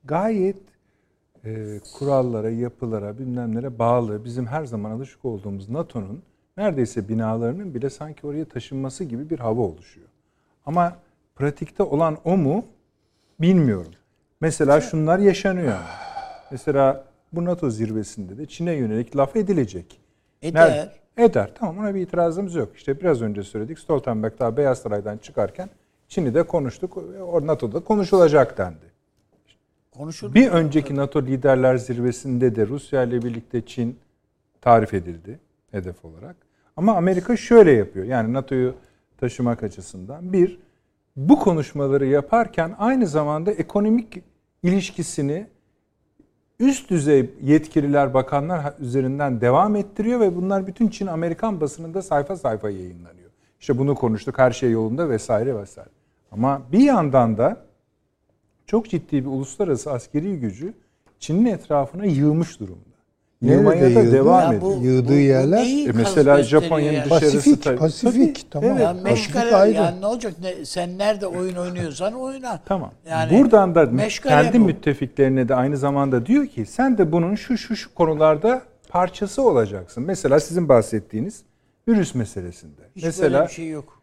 gayet kurallara, yapılara, bilmemlere bağlı, bizim her zaman alışık olduğumuz NATO'nun neredeyse binalarının bile sanki oraya taşınması gibi bir hava oluşuyor. Ama pratikte olan o mu bilmiyorum. Mesela şunlar yaşanıyor. Mesela bu NATO zirvesinde de Çin'e yönelik laf edilecek. Eder. Eder. Tamam, ona bir itirazımız yok. İşte biraz önce söyledik. Stoltenberg daha Beyaz Saray'dan çıkarken Çin'i de konuştuk. O NATO'da konuşulacak dendi. Konuşulur. Bir önceki NATO liderler zirvesinde de Rusya ile birlikte Çin tarif edildi hedef olarak. Ama Amerika şöyle yapıyor. Yani NATO'yu taşımak açısından. Bir, bu konuşmaları yaparken aynı zamanda ekonomik ilişkisini üst düzey yetkililer, bakanlar üzerinden devam ettiriyor ve bunlar bütün Çin-Amerikan basınında sayfa sayfa yayınlanıyor. İşte bunu konuştuk, her şey yolunda vesaire vesaire. Ama bir yandan da çok ciddi bir uluslararası askeri gücü Çin'in etrafına yığmış durumda. Yığmaya devam ediyor. Yığdığı yerler mesela Japonya'nın dışarısı Pasifik tamam. Evet. Ya meşgale yani ne olacak? Sen nerede oyun oynuyorsan oyna. Tamam. Yani buradan da kendi bu. müttefiklerine de aynı zamanda diyor ki sen de bunun şu konularda parçası olacaksın. Mesela sizin bahsettiğiniz virüs meselesinde. Hiç mesela böyle bir şey yok.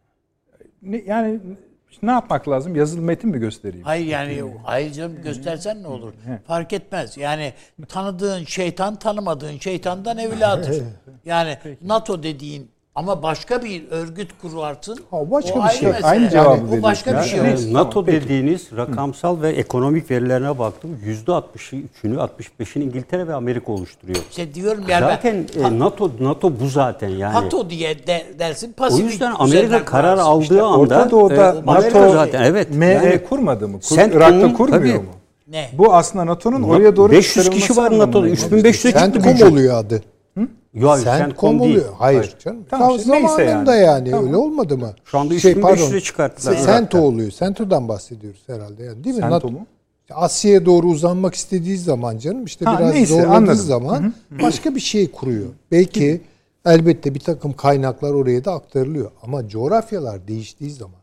Yani ne yapmak lazım? Yazılı metin mi göstereyim? Hayır yani hayır canım, göstersen ne olur? Fark etmez. Yani tanıdığın şeytan tanımadığın şeytandan evladır. Yani NATO dediğin ama başka bir örgüt kurarsın. Başka o bir şey. mesele. Aynı cevabı O başka bir veriyorsun. şey. NATO dediğiniz rakamsal ve ekonomik verilerine baktım. %63'ünü 65'ini İngiltere ve Amerika oluşturuyor. İşte diyorum yani Zaten NATO bu zaten yani. NATO diye dersin O Pasifik. yüzden Amerika üzerinden karar kurarsın. aldığı anda Orta Doğu'da Amerika NATO zaten evet. ME kurmadı mı? CENTCOM, Irak'ta kurmuyor tabii. mu? Ne? Bu aslında NATO'nun oraya doğru 500 kişi var çıkarılması NATO'da. anlamına 3500'e çıktı CENTCOM gücü. oluyor adı. Yok, CENTCOM değil. oluyor. Hayır canım. Tamam, işte neyse zamanında yani Tamam. öyle olmadı mı? Şu anda 3500'e çıkarttılar. CENTO oluyor. CENTO'dan bahsediyoruz herhalde yani, değil mi? CENTO mu? Asya'ya doğru uzanmak istediği zaman canım işte biraz neyse, zorladığı anladım. zaman başka bir şey kuruyor. Belki elbette bir takım kaynaklar oraya da aktarılıyor. Ama coğrafyalar değiştiği zaman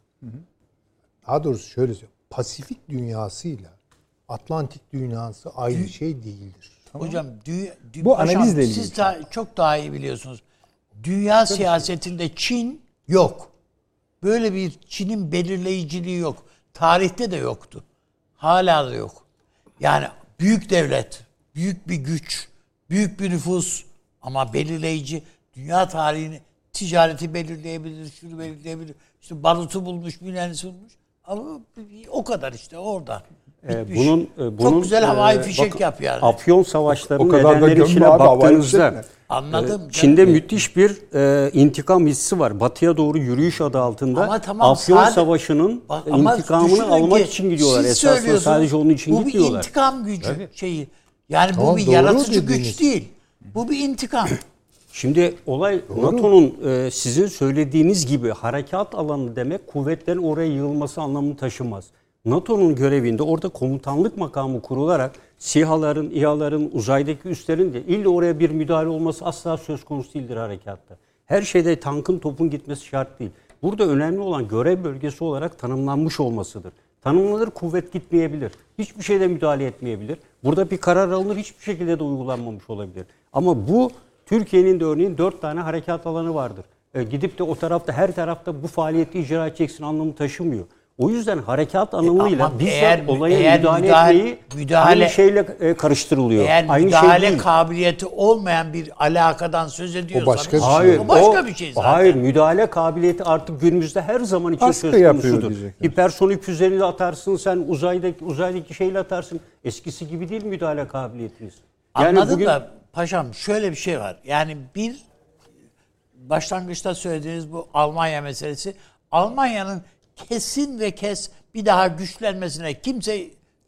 daha doğrusu şöyle söyleyeyim. Pasifik dünyasıyla Atlantik dünyası aynı şey değildir. Hocam Bu paşam, analizle ilgili siz çok daha iyi biliyorsunuz. Dünya siyasetinde Çin yok. Böyle bir Çin'in belirleyiciliği yok. Tarihte de yoktu. Hala da yok. Yani büyük devlet, büyük bir güç, büyük bir nüfus ama belirleyici, dünya tarihini, ticareti belirleyebilir, şunu belirleyebilir. İşte barutu bulmuş, bilmemesi bulmuş. Ama o kadar işte orada. Bunun çok güzel havai fişek yap yani. Afyon savaşlarının O kadar da nedenleri gömme içine abi, havai baktığınızda fişek Anladım. Çin'de müthiş bir intikam hissi var. Batıya doğru yürüyüş adı altında Ama tamam, Afyon Savaşı'nın ama intikamını düşünün almak ki için gidiyorlar. siz Esasında söylüyorsunuz, sadece onun için bu gitmiyorlar. Bu bir intikam gücü şeyi. Yani Tamam, bu bir doğru yaratıcı dediğiniz. güç değil. Bu bir intikam. Şimdi olay NATO'nun sizin söylediğiniz gibi harekat alanı demek kuvvetlerin oraya yığılması anlamını taşımaz. NATO'nun görevinde orada komutanlık makamı kurularak SİHA'ların, İHA'ların, uzaydaki üslerin de illa oraya bir müdahale olması asla söz konusu değildir harekatta. Her şeyde tankın topun gitmesi şart değil. Burada önemli olan görev bölgesi olarak tanımlanmış olmasıdır. Tanımlanır, kuvvet gitmeyebilir. Hiçbir şeyde müdahale etmeyebilir. Burada bir karar alınır, hiçbir şekilde de uygulanmamış olabilir. Ama bu Türkiye'nin de örneğin 4 tane harekat alanı vardır. Gidip de o tarafta her tarafta bu faaliyeti icra edeceksin anlamı taşımıyor. O yüzden harekat anlamıyla Ama bizzat olaya müdahale aynı şeyle karıştırılıyor. Eğer aynı müdahale şey değil. kabiliyeti olmayan bir alakadan söz ediyorsanız başka bir şey. Hayır, o başka bir şey zaten. Hayır, müdahale kabiliyeti artık günümüzde her zaman için Baskı söz yapıyor konusudur. diyecekler. Hipersonik füzeyle atarsın, sen uzaydaki şeyle atarsın. Eskisi gibi değil müdahale kabiliyetiniz. Anladım da paşam şöyle bir şey var. Yani bir başlangıçta söylediğiniz bu Almanya meselesi, Almanya'nın kesin ve bir daha güçlenmesine kimse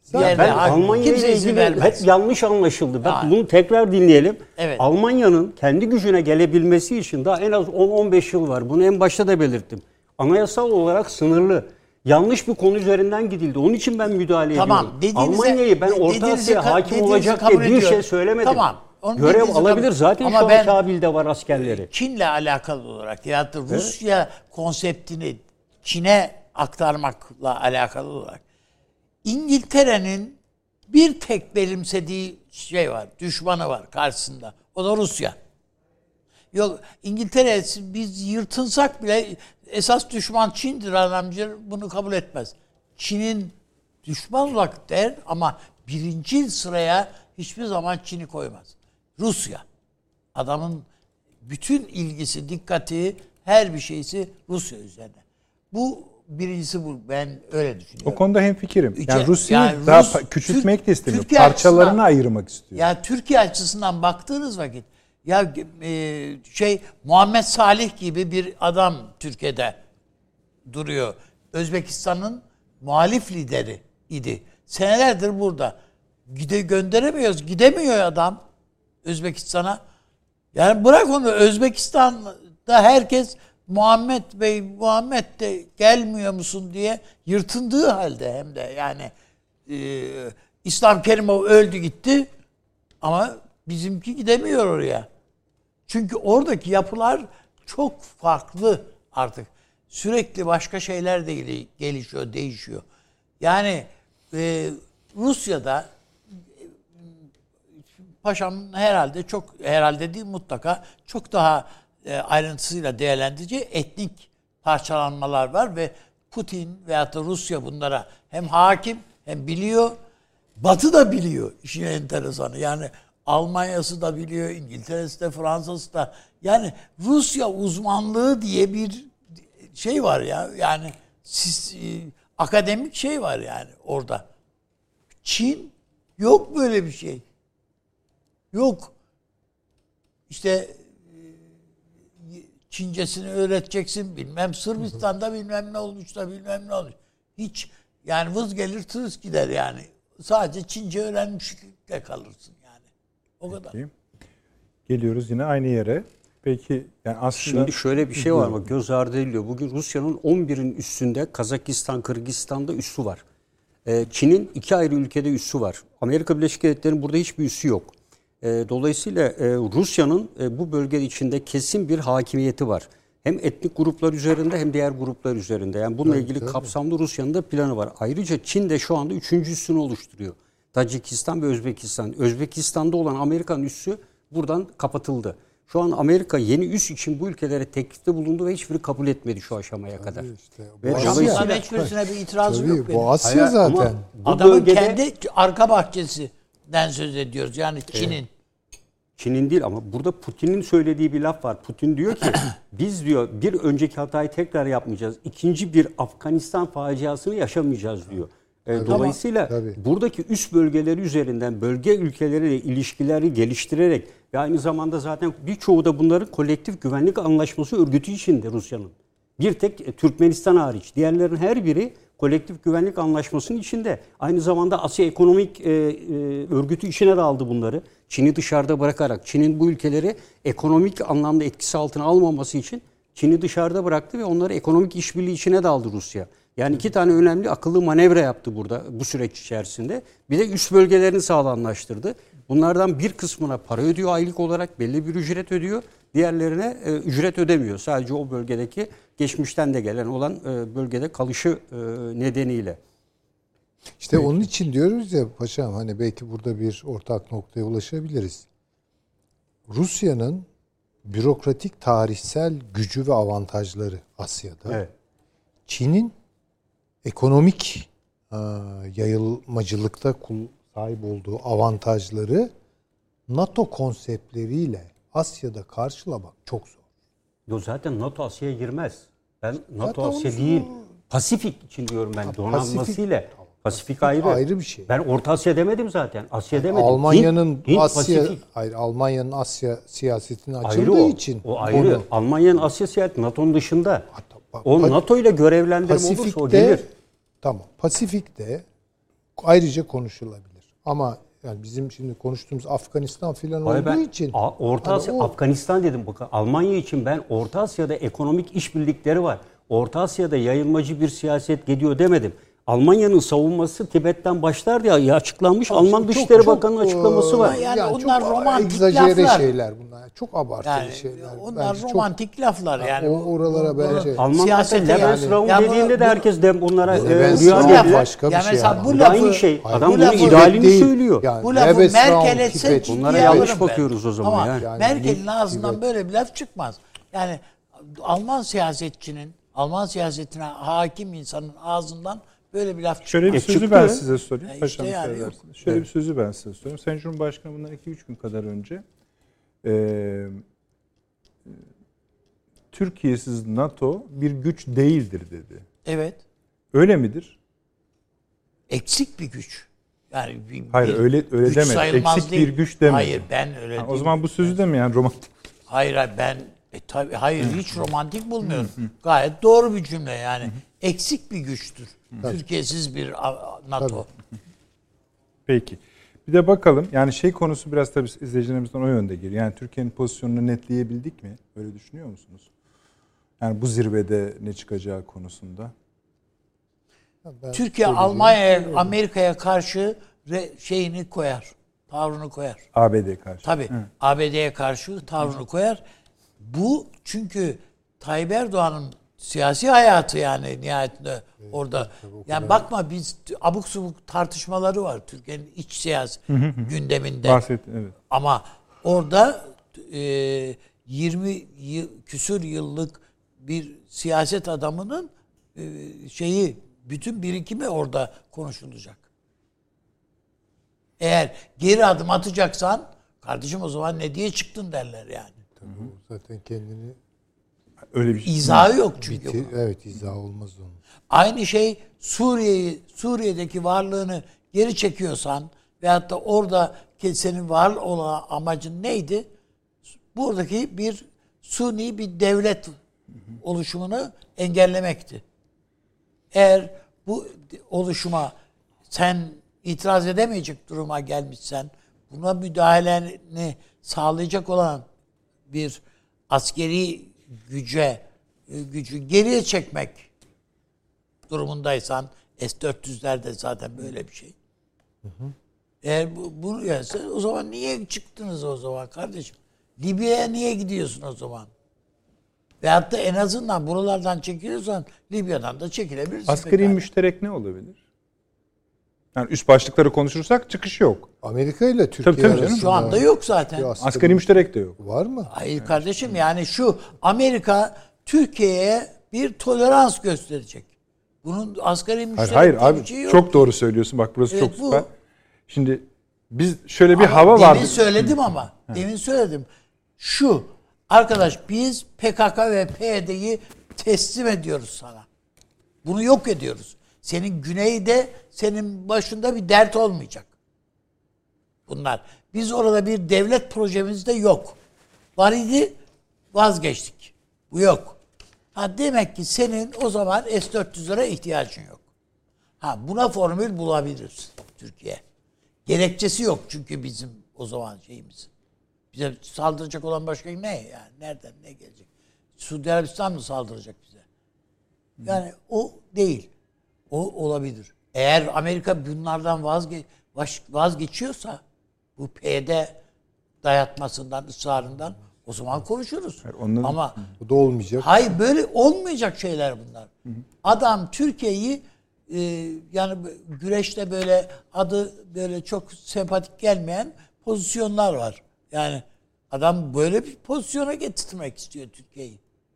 Almanya ile ilgili hep yanlış anlaşıldı. Bak bunu tekrar dinleyelim. Evet. Almanya'nın kendi gücüne gelebilmesi için daha en az 10-15 yıl var. Bunu en başta da belirttim. Anayasal olarak sınırlı. Yanlış bir konu üzerinden gidildi. Onun için ben müdahale ediyorum. Almanya'yı ben Orta Asya'ya hakim olacak diye bir şey söylemedim. Tamam. Görev alabilir. Zaten ama şu an Kabil'de var askerleri. Çin'le alakalı olarak ya da Rusya konseptini Çin'e aktarmakla alakalı olarak İngiltere'nin bir tek benimsediği şey var, düşmanı var karşısında. O da Rusya. Yok, İngiltere biz yırtınsak bile esas düşman Çin'dir adamcı, bunu kabul etmez. Çin'in düşman olarak der ama birinci sıraya hiçbir zaman Çin'i koymaz. Rusya. Adamın bütün ilgisi, dikkati, her bir şeysi Rusya üzerine. Bu birincisi bu. Ben öyle düşünüyorum. O konuda hemfikirim. Yani Rusya'yı yani daha Rus, küçültmek de istemiyor. Türkiye Parçalarını ayırmak istiyor. Ya Türkiye açısından baktığınız vakit ya Muhammed Salih gibi bir adam Türkiye'de duruyor. Özbekistan'ın muhalif lideri idi. Senelerdir burada. Gönderemiyoruz. Gidemiyor adam Özbekistan'a. Yani bırak onu, Özbekistan'da herkes Muhammed Bey, Muhammed de gelmiyor musun diye yırtındığı halde, hem de yani İslam Kerimov öldü gitti ama bizimki gidemiyor oraya. Çünkü oradaki yapılar çok farklı artık. Sürekli başka şeyler de gelişiyor, değişiyor. Yani Rusya'da paşam herhalde değil, mutlaka çok daha ayrıntısıyla değerlendireceği etnik parçalanmalar var ve Putin veyahut da Rusya bunlara hem hakim hem biliyor. Batı da biliyor, işin enteresanı. Yani Almanya'sı da biliyor, İngiltere'si de, Fransa'sı da. Yani Rusya uzmanlığı diye bir şey var ya. Yani akademik şey var yani orada. Çin yok böyle bir şey. Yok. İşte Çincesini öğreteceksin, bilmem Sırbistan'da bilmem ne olmuş da bilmem ne olmuş. Hiç yani vız gelir tırıs gider yani. Sadece Çince öğrenmişlikle kalırsın yani. O kadar. Peki. Geliyoruz yine aynı yere. Peki yani aslında... Şimdi şöyle bir şey var ama göz ardı ediliyor. Bugün Rusya'nın 11'in üstünde Kazakistan, Kırgızistan'da üssü var. Çin'in 2 ayrı ülkede üssü var. Amerika Birleşik Devletleri'nin burada hiçbir üssü yok. Dolayısıyla Rusya'nın bu bölge içinde kesin bir hakimiyeti var. Hem etnik gruplar üzerinde hem diğer gruplar üzerinde. Yani bununla ilgili kapsamlı Rusya'nın da planı var. Ayrıca Çin de şu anda 3. üssünü oluşturuyor. Tacikistan ve Özbekistan. Özbekistan'da olan Amerikan üssü buradan kapatıldı. Şu an Amerika yeni üs için bu ülkelere teklifte bulundu ve hiçbiri kabul etmedi şu aşamaya kadar. İşte, ve dolayısıyla hiçbirisine bir itirazım yok benim. Bu Asya zaten. Adamın kendi arka bahçesinden söz ediyoruz. Yani Çin'in. Çin'in değil ama burada Putin'in söylediği bir laf var. Putin diyor ki biz diyor bir önceki hatayı tekrar yapmayacağız. İkinci bir Afganistan faciasını yaşamayacağız diyor. Dolayısıyla buradaki üst bölgeleri üzerinden bölge ülkeleriyle ilişkileri geliştirerek ve aynı zamanda zaten birçoğu da bunların kolektif güvenlik anlaşması örgütü içinde Rusya'nın. Bir tek Türkmenistan hariç. Diğerlerinin her biri kolektif güvenlik anlaşmasının içinde. Aynı zamanda Asya Ekonomik Örgütü içine de aldı bunları. Çin'i dışarıda bırakarak, Çin'in bu ülkeleri ekonomik anlamda etkisi altına almaması için Çin'i dışarıda bıraktı ve onları ekonomik işbirliği içine de aldı Rusya. Yani 2 tane önemli akıllı manevra yaptı burada bu süreç içerisinde. Bir de üst bölgelerini sağlamlaştırdı. Bunlardan bir kısmına para ödüyor aylık olarak, belli bir ücret ödüyor. Diğerlerine ücret ödemiyor. Sadece o bölgedeki geçmişten de gelen olan bölgede kalışı nedeniyle. İşte onun için diyoruz ya paşam, hani belki burada bir ortak noktaya ulaşabiliriz. Rusya'nın bürokratik tarihsel gücü ve avantajları Asya'da. Evet. Çin'in ekonomik yayılmacılıkta sahip olduğu avantajları NATO konseptleriyle Asya'da karşılamak çok zor. Yo, zaten NATO Asya'ya girmez. Ben NATO Asya değil, Pasifik için diyorum ben, donanmasıyla. Pasifik ayrı bir şey. Ben Orta Asya demedim zaten. Asya demedim. Almanya'nın Hint, Asya, Pasifik. Hayır, Almanya'nın Asya siyasetine Ayrı açıldığı için. O ayrı. Onu, Almanya'nın Asya siyaseti NATO'nun dışında. O NATO ile görevlendirme olursa o gelir. Tamam. Pasifik'te ayrıca konuşulabilir. Ama yani bizim şimdi konuştuğumuz Afganistan filan olduğu için. Orta Asya, Afganistan dedim. Bakın Almanya için ben Orta Asya'da ekonomik işbirlikleri var. Orta Asya'da yayılmacı bir siyaset gidiyor demedim. Almanya'nın savunması Tibet'ten başlar diye açıklanmış. Alman Dışişleri Bakanı'nın açıklaması var. Yani onlar çok romantik egzajere laflar. şeyler bunlar. Çok abartılı Yani şeyler. onlar Bence romantik laflar yani. oralara bence Almanlar Siyasete Lebensraum yani- dediğinde de herkes de onlara Lebensraum rüya lafı- dediler. başka bir yani şey mesela ama. bu Bu da lafı, aynı şey. Hayır, Adam bu bunun lafı- idealini değil. söylüyor. Yani bu lafı Lebensraum, Merkel etse Tibet. ciddiye Bunlara alırım yanlış ben. bakıyoruz o zaman Ama ya. Yani Merkel'in Tibet- ağzından böyle bir laf çıkmaz. Yani Alman siyasetçinin, Alman siyasetine hakim insanın ağzından böyle bir laf çıkmaz. Şöyle bir sözü çıktı. ben size sorayım. işte Paşam yani müsaade yok. ederseniz. Şöyle bir sözü ben size sorayım. Sayın Cumhurbaşkanı bundan 2-3 gün kadar önce Türkiye'siz NATO bir güç değildir dedi. Evet. Öyle midir? Eksik bir güç. Yani Hayır, öyle güç demedi. sayılmaz Eksik değil. bir güç demedi. Hayır ben öyle Ha, o değil. zaman bu sözü de mi yani romantik? Hayır ben tabii hayır hiç romantik bulmuyorum. Gayet doğru bir cümle yani. Eksik bir güçtür. Türkiye'siz bir NATO. Peki. Bir de bakalım. Yani şey konusu biraz tabii izleyicilerimizden o yönde geliyor. Yani Türkiye'nin pozisyonunu netleyebildik mi? Öyle düşünüyor musunuz? Yani bu zirvede ne çıkacağı konusunda. Türkiye Almanya'ya, Amerika'ya karşı şeyini koyar. Tavrını koyar. ABD karşı. Tabii. ABD'ye karşı tavrını koyar. Bu çünkü Tayyip Erdoğan'ın siyasi hayatı yani nihayetinde orada. Yani bakma biz abuk subuk tartışmaları var Türkiye'nin iç siyasi gündeminde. Evet. Ama orada 20 küsur yıllık bir siyaset adamının bütün birikimi orada konuşulacak. Eğer geri adım atacaksan kardeşim o zaman ne diye çıktın derler yani. Tabii o zaten kendini Öyle bir şey. İzahı yok çünkü. evet izah olmaz onun. Aynı şey Suriye'deki varlığını geri çekiyorsan veyahut da orada senin var olan amacın neydi? Buradaki bir suni bir devlet oluşumunu engellemekti. Eğer bu oluşuma sen itiraz edemeyecek duruma gelmişsen, buna müdahaleni sağlayacak olan bir askeri gücü geriye çekmek durumundaysan, S-400'lerde zaten böyle bir şey. Eğer bu gelse o zaman niye çıktınız o zaman kardeşim? Libya'ya niye gidiyorsun o zaman? Veyahut da en azından buralardan çekiliyorsan Libya'dan da çekilebilirsin. Asgari müşterek ne olabilir? Yani üst başlıkları konuşursak çıkış yok. Amerika ile Türkiye Tabii canım. arasında Şu anda yok zaten. Asgari müşterek de yok. Var mı? Hayır kardeşim yani şu Amerika Türkiye'ye bir tolerans gösterecek. Bunun asgari müşterek Hayır diye abi bir şey yok. çok doğru söylüyorsun. Bak burası Evet, çok bu. süper. Şimdi biz şöyle bir Ama hava vardı. Demin söyledim ama. Demin söyledim. Şu arkadaş biz PKK ve PYD'yi teslim ediyoruz sana. Bunu yok ediyoruz. Senin güneyde senin başında bir dert olmayacak. Bunlar. Biz orada bir devlet projemiz de yok. Var idi vazgeçtik. Bu yok. Demek ki senin o zaman S-400'lere ihtiyacın yok. Buna formül bulabiliriz Türkiye. Gerekçesi yok çünkü bizim o zaman şeyimiz. Bize saldıracak olan başka ne yani? Nereden ne gelecek? Suudi Arabistan mı saldıracak bize? Yani o değil. O olabilir. Eğer Amerika bunlardan vazgeçiyorsa bu PYD dayatmasından, ısrarından o zaman konuşuruz. Onların, ama Bu da olmayacak. hayır böyle olmayacak şeyler bunlar. Adam Türkiye'yi yani güreşte böyle adı böyle çok sempatik gelmeyen pozisyonlar var. Yani adam böyle bir pozisyona getirmek istiyor Türkiye'yi.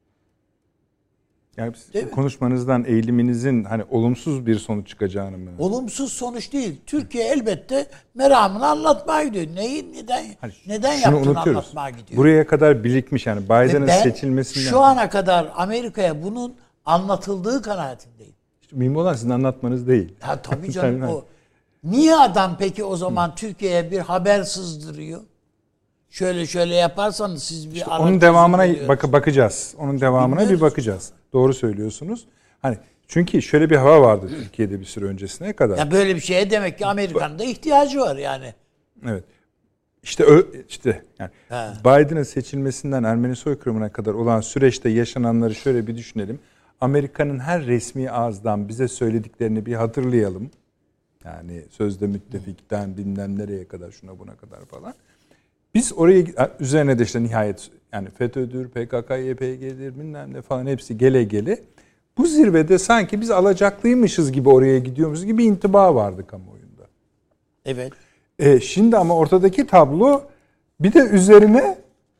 yani konuşmanızdan eğiliminizin hani olumsuz bir sonuç çıkacağını mı? Olumsuz sonuç değil. Türkiye elbette meramını anlatmaya gidiyor. Neden yaptığını anlatmaya gidiyor. Buraya kadar birikmiş yani Biden'ın seçilmesinden. Şu ana kadar Amerika'ya bunun anlatıldığı kanaatindeyim. İşte mühim olan sizin anlatmanız değil. Tabii canım o. Niye adam peki o zaman Türkiye'ye bir haber sızdırıyor? Şöyle yaparsanız siz bir İşte onun devamına bakacağız. Onun devamına Bilmiyoruz. bir bakacağız. Doğru söylüyorsunuz. Hani çünkü şöyle bir hava vardı Türkiye'de bir süre öncesine kadar. Ya böyle bir şeye demek ki Amerika'nın da ihtiyacı var yani. Evet. İşte yani Biden'ın seçilmesinden Ermeni soykırımına kadar olan süreçte yaşananları şöyle bir düşünelim. Amerika'nın her resmi ağızdan bize söylediklerini bir hatırlayalım. Yani sözde müttefikten bilmem nereye kadar, şuna buna kadar falan. Biz oraya üzerine de işte nihayet yani FETÖ'dür, PKK, YPG'dir bilmem ne falan hepsi gele gele. Bu zirvede sanki biz alacaklıymışız gibi oraya gidiyormuşuz gibi intiba vardı kamuoyunda. Evet. Şimdi ama ortadaki tablo bir de üzerine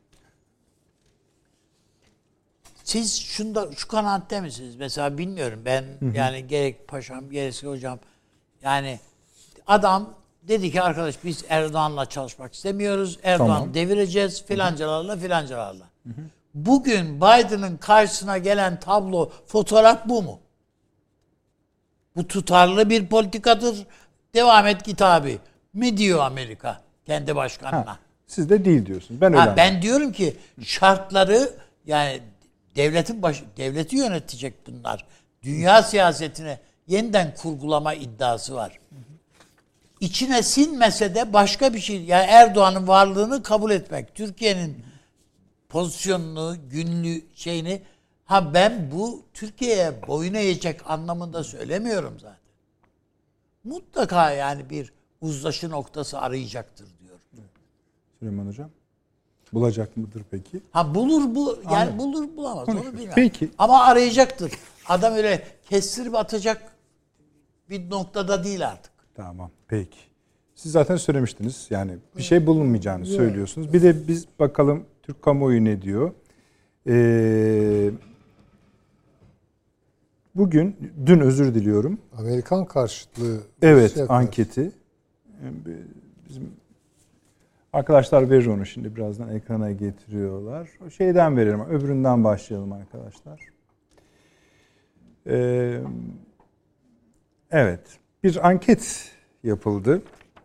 siz şu kanaatte misiniz? Mesela bilmiyorum ben yani gerek paşam gerekse hocam yani adam dedi ki arkadaş biz Erdoğan'la çalışmak istemiyoruz. Erdoğan'ı devireceğiz filancalarla. Bugün Biden'ın karşısına gelen tablo, fotoğraf bu mu? Bu tutarlı bir politikadır. Devam et git abi. Mi diyor Amerika kendi başkanına? Siz de değil diyorsunuz. Ben öyle Ben diyorum ki şartları yani devleti yönetecek bunlar. Dünya siyasetine yeniden kurgulama iddiası var. İçine sinmese de başka bir şey. Yani Erdoğan'ın varlığını kabul etmek. Türkiye'nin pozisyonunu, günlü şeyini ben bu Türkiye'ye boyun eğecek anlamında söylemiyorum zaten. Mutlaka yani bir uzlaşı noktası arayacaktır diyorum. Süleyman Hocam. Bulacak mıdır peki? Bulur bulamaz onu bilmem. Peki. Ama arayacaktır. Adam öyle kestirip atacak bir noktada değil artık. Tamam. Peki. Siz zaten söylemiştiniz. Yani bir şey bulunmayacağını söylüyorsunuz. Bir de biz bakalım Türk kamuoyu ne diyor? Dün özür diliyorum. Amerikan karşıtlığı. Evet, anketi. Bizim arkadaşlar verir onu şimdi birazdan ekrana getiriyorlar. O şeyden verelim. Öbüründen başlayalım arkadaşlar. Evet. Bir anket yapıldı.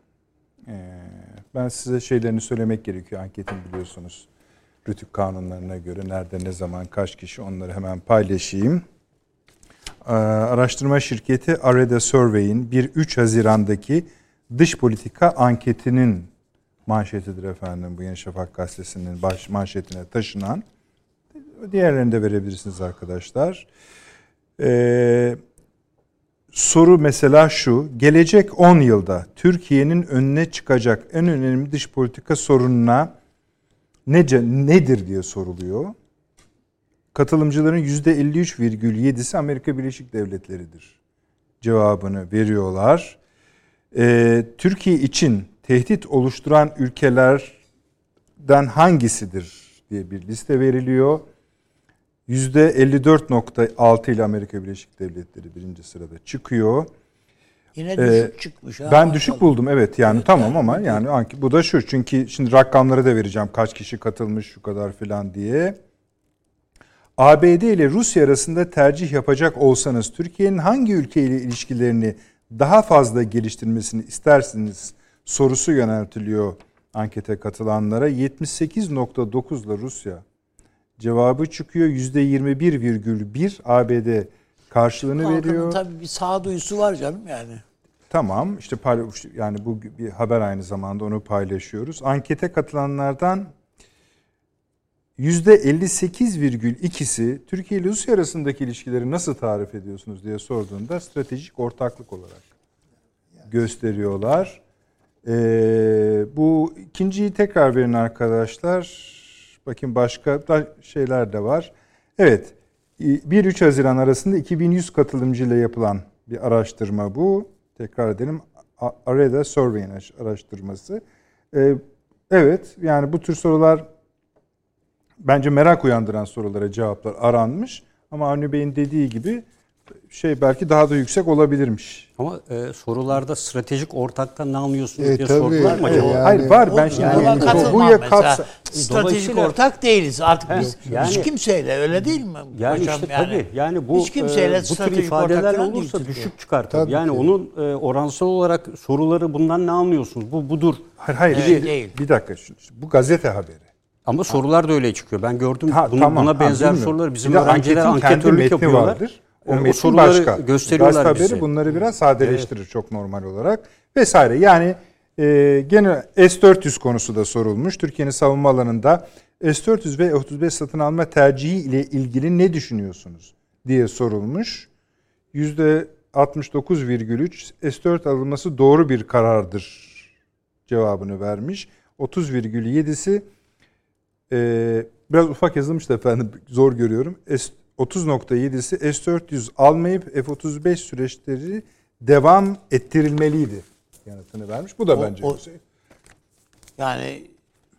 Ben size şeylerini söylemek gerekiyor anketin biliyorsunuz. Rütük kanunlarına göre nerede, ne zaman, kaç kişi onları hemen paylaşayım. Araştırma şirketi Areda Survey'in 3 Haziran'daki dış politika anketinin manşetidir efendim. Bu Yeni Şafak gazetesinin baş manşetine taşınan. Diğerlerini de verebilirsiniz arkadaşlar. Soru mesela şu. Gelecek 10 yılda Türkiye'nin önüne çıkacak en önemli dış politika sorununa nedir diye soruluyor. Katılımcıların %53,7'si Amerika Birleşik Devletleri'dir. Cevabını veriyorlar. Türkiye için tehdit oluşturan ülkelerden hangisidir diye bir liste veriliyor. %54,6 ile Amerika Birleşik Devletleri birinci sırada çıkıyor. Yine düşük çıkmış. Ben düşük buldum evet yani evet, tamam ama yani bu da şu. Çünkü şimdi rakamları da vereceğim. Kaç kişi katılmış şu kadar filan diye. ABD ile Rusya arasında tercih yapacak olsanız Türkiye'nin hangi ülkeyle ilişkilerini daha fazla geliştirmesini istersiniz sorusu yöneltiliyor ankete katılanlara. 78,9 ile Rusya cevabı çıkıyor. %21,1 ABD karşılığını veriyor. Tabii bir sağduyusu var canım yani. Tamam işte yani bu bir haber aynı zamanda onu paylaşıyoruz. Ankete katılanlardan %58,2'si Türkiye ile Rusya arasındaki ilişkileri nasıl tarif ediyorsunuz diye sorduğunda stratejik ortaklık olarak gösteriyorlar. Bu ikinciyi tekrar verin arkadaşlar. Bakın başka da şeyler de var. Evet 1-3 Haziran arasında 2100 katılımcıyla yapılan bir araştırma bu. Tekrar edelim. Areda Survey'in araştırması. Evet yani bu tür sorular bence merak uyandıran sorulara cevaplar aranmış. Ama Avni Bey'in dediği gibi belki daha da yüksek olabilirmiş. Ama sorularda stratejik ortaktan ne anlıyorsunuz diye sordular mı acaba? Yani, hayır var ben şimdi stratejik ortak değiliz artık biz hiç kimseyle öyle değil mi? Yani hocam, işte tabii yani bu hiç kimseyle bu tür ifadeler olursa düşük çıkar tabii. Yani onun oransal olarak soruları bundan ne anlıyorsunuz? Bu budur. Hayır değil. Bir dakika bu gazete haberi. Ama sorular da öyle çıkıyor. Ben gördüm buna benzer soruları bizim öğrenciler anketörlük yapıyorlar. Vardır. O soruları başka gösteriyorlar gazete haberi bunları biraz sadeleştirir çok normal olarak vesaire. Yani gene S-400 konusu da sorulmuş. Türkiye'nin savunma alanında S-400 ve F-35 satın alma tercihi ile ilgili ne düşünüyorsunuz diye sorulmuş. %69,3 S-4 alınması doğru bir karardır cevabını vermiş. 30,7'si biraz ufak yazılmış da efendim zor görüyorum. 30,7'si S-400 almayıp F-35 süreçleri devam ettirilmeliydi yanıtını vermiş. Bu da bence bir şey. Yani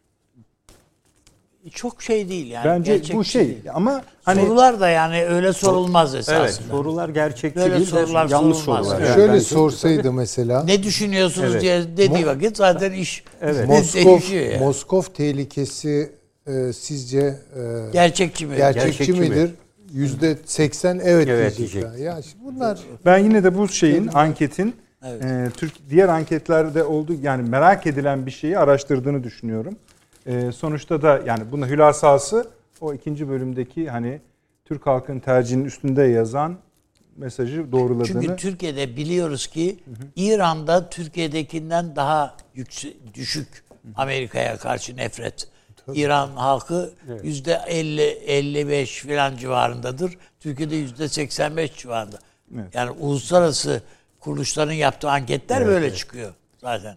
çok şey değil yani. Bence bu şey değil. ama hani sorular da yani öyle sorulmaz esasında. Evet, sorular gerçekçi Böyle değil de sorular yanlış sorulmaz. sorular. Evet. Yani Şöyle bence- sorsaydı mesela Ne düşünüyorsunuz Evet. diye dediği vakit zaten iş Moskov, değişiyor yani. Moskov tehlikesi sizce Gerçekçi mi? gerçekçi mi? midir? %80 evet, Evet diyecekler. diyecek. Ya şimdi bunlar ben yine de bu şeyin anketin Evet. diğer anketlerde olduğu yani merak edilen bir şeyi araştırdığını düşünüyorum. Sonuçta da yani bunun hülasası o ikinci bölümdeki hani Türk halkının tercihinin üstünde yazan mesajı doğruladığını. Çünkü Türkiye'de biliyoruz ki İran'da Türkiye'dekinden daha düşük Amerika'ya karşı nefret. İran halkı %50-55 falan civarındadır. Türkiye'de %85 civarında. Evet. Yani uluslararası kuruluşların yaptığı anketler böyle çıkıyor zaten.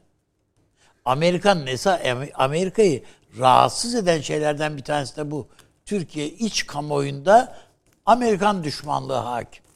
Amerika'yı rahatsız eden şeylerden bir tanesi de bu. Türkiye iç kamuoyunda Amerikan düşmanlığı hakim.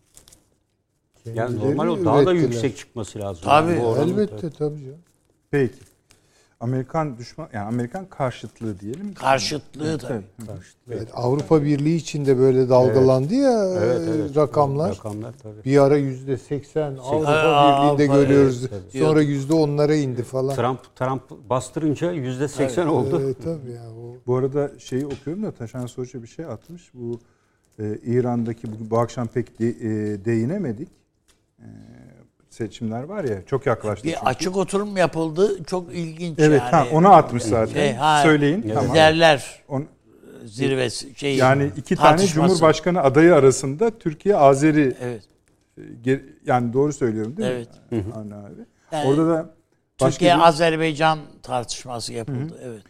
Yani normal o daha da ürettiler. yüksek çıkması lazım. Tabii, Yani bu oranın- elbette tabii canım. Peki. Amerikan düşman yani Amerikan karşıtlığı diyelim. Karşıtlığı tabii. Evet, Avrupa Birliği içinde böyle dalgalandı ya Evet. rakamlar. Rakamlar tabii. Bir ara %80 Avrupa Avrupa, Birliği'nde görüyoruz. evet, Sonra %10'lara indi falan. Trump bastırınca %80 oldu. Tabii ya. O Bu arada şeyi okuyorum da Taşan Soyca bir şey atmış. Bu İran'daki bu akşam pek değinemedik. Seçimler var ya çok yaklaştı. Bir çünkü. açık oturum yapıldı. Çok ilginç Evet, yani. onu atmış zaten. Söyleyin. Tamam. Liderler On- zirvesi yani iki tane tartışması. Cumhurbaşkanı adayı arasında Türkiye Azeri Evet. yani doğru söylüyorum değil Evet. mi? Avni abi. Yani Orada da Türkiye Azerbaycan tartışması yapıldı. Evet.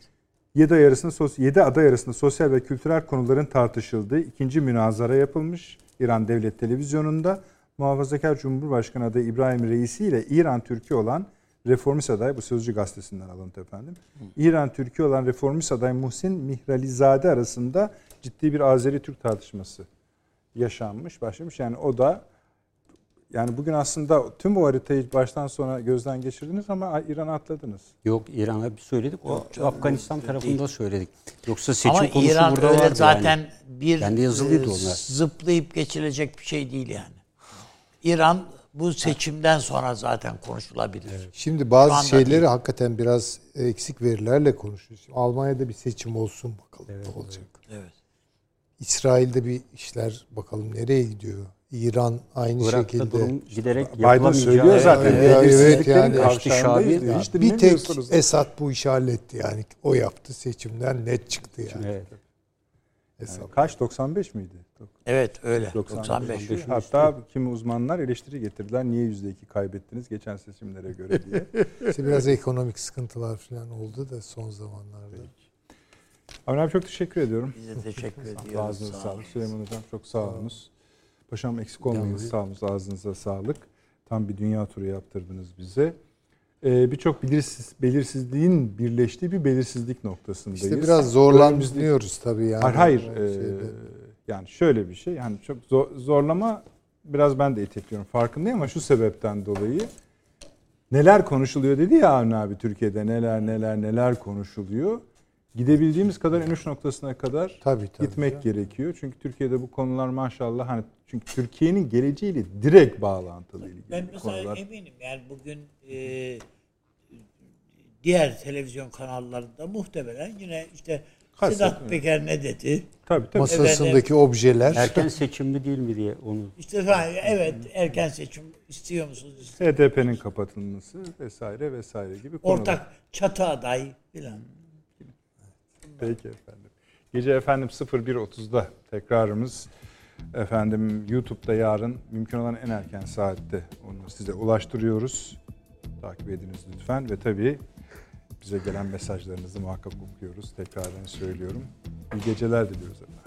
7 aday arasında sosyal ve kültürel konuların tartışıldığı ikinci münazara yapılmış İran Devlet Televizyonu'nda. Muhafazakar Cumhurbaşkanı adayı İbrahim Reisi ile İran Türk'ü olan reformist aday, bu Sözcü gazetesinden alıntı efendim. İran Türk'ü olan reformist aday Muhsin Mihralizade arasında ciddi bir Azeri-Türk tartışması başlamış. Yani o da yani bugün aslında tüm bu haritayı baştan sona gözden geçirdiniz ama İran'ı atladınız. Yok, İran'a bir söyledik. O Afganistan tarafında söyledik. Yoksa seçim Ama konusu İran burada öyle vardı zaten yani. bir Kendi yazılıydı onlar. zıplayıp geçilecek bir şey değil yani. İran bu seçimden sonra zaten konuşulabilir. Şimdi Şu bazı anda şeyleri değil. hakikaten biraz eksik verilerle konuşuyoruz. Şimdi Almanya'da bir seçim olsun bakalım ne olacak. Evet. İsrail'de bir işler bakalım nereye gidiyor. İran aynı Irak'ta şekilde. durum giderek Biden yapılamayacağı. söylüyor zaten. Evet, evet, Belirsizliklerin yani kavşağındayız diyor. Hiç Bir tek dinlemiyorsunuz. Esad bu işi halletti yani. O yaptı, seçimden net çıktı yani. Evet. Esad. Kaç? 95 miydi? Evet öyle. 95. 95. Hatta kimi uzmanlar eleştiri getirdiler. Niye %2 kaybettiniz geçen seçimlere göre diye. İşte biraz ekonomik sıkıntılar falan oldu da son zamanlarda. Avni abi çok teşekkür ediyorum. Bize teşekkür ediyoruz. Ağzınıza Sağ sağlık. olun. Süleyman Hocam çok sağ olunuz. Paşam eksik olmayınız. Sağ olun. Ağzınıza sağlık. Tam bir dünya turu yaptırdınız bize. Birçok belirsizliğin birleştiği bir belirsizlik noktasındayız. İşte biraz zorlanıyoruz tabii yani. Hayır. Şeyde. Yani şöyle bir şey. Yani çok zorlama biraz ben de itekliyorum. Farkındayım ama şu sebepten dolayı neler konuşuluyor dedi ya Avni abi Türkiye'de neler konuşuluyor. Gidebildiğimiz kadar en uç noktasına kadar Tabii, gitmek gerekiyor. Çünkü Türkiye'de bu konular maşallah hani çünkü Türkiye'nin geleceğiyle direkt bağlantılı ilgili Ben mesela konular. eminim yani bugün diğer televizyon kanallarında muhtemelen yine işte Sedat Peker ne dedi? Tabii. Masasındaki objeler. Erken seçim mi değil mi diye onu. İşte evet erken seçim istiyor musunuz? HDP'nin kapatılması vesaire gibi konular. Ortak çatı aday filan. Peki efendim. Gece efendim 01.30'da tekrarımız. Efendim YouTube'da yarın mümkün olan en erken saatte onu size ulaştırıyoruz. Takip ediniz lütfen ve tabii bize gelen mesajlarınızı muhakkak okuyoruz. Tekrardan söylüyorum. İyi geceler diliyoruz efendim.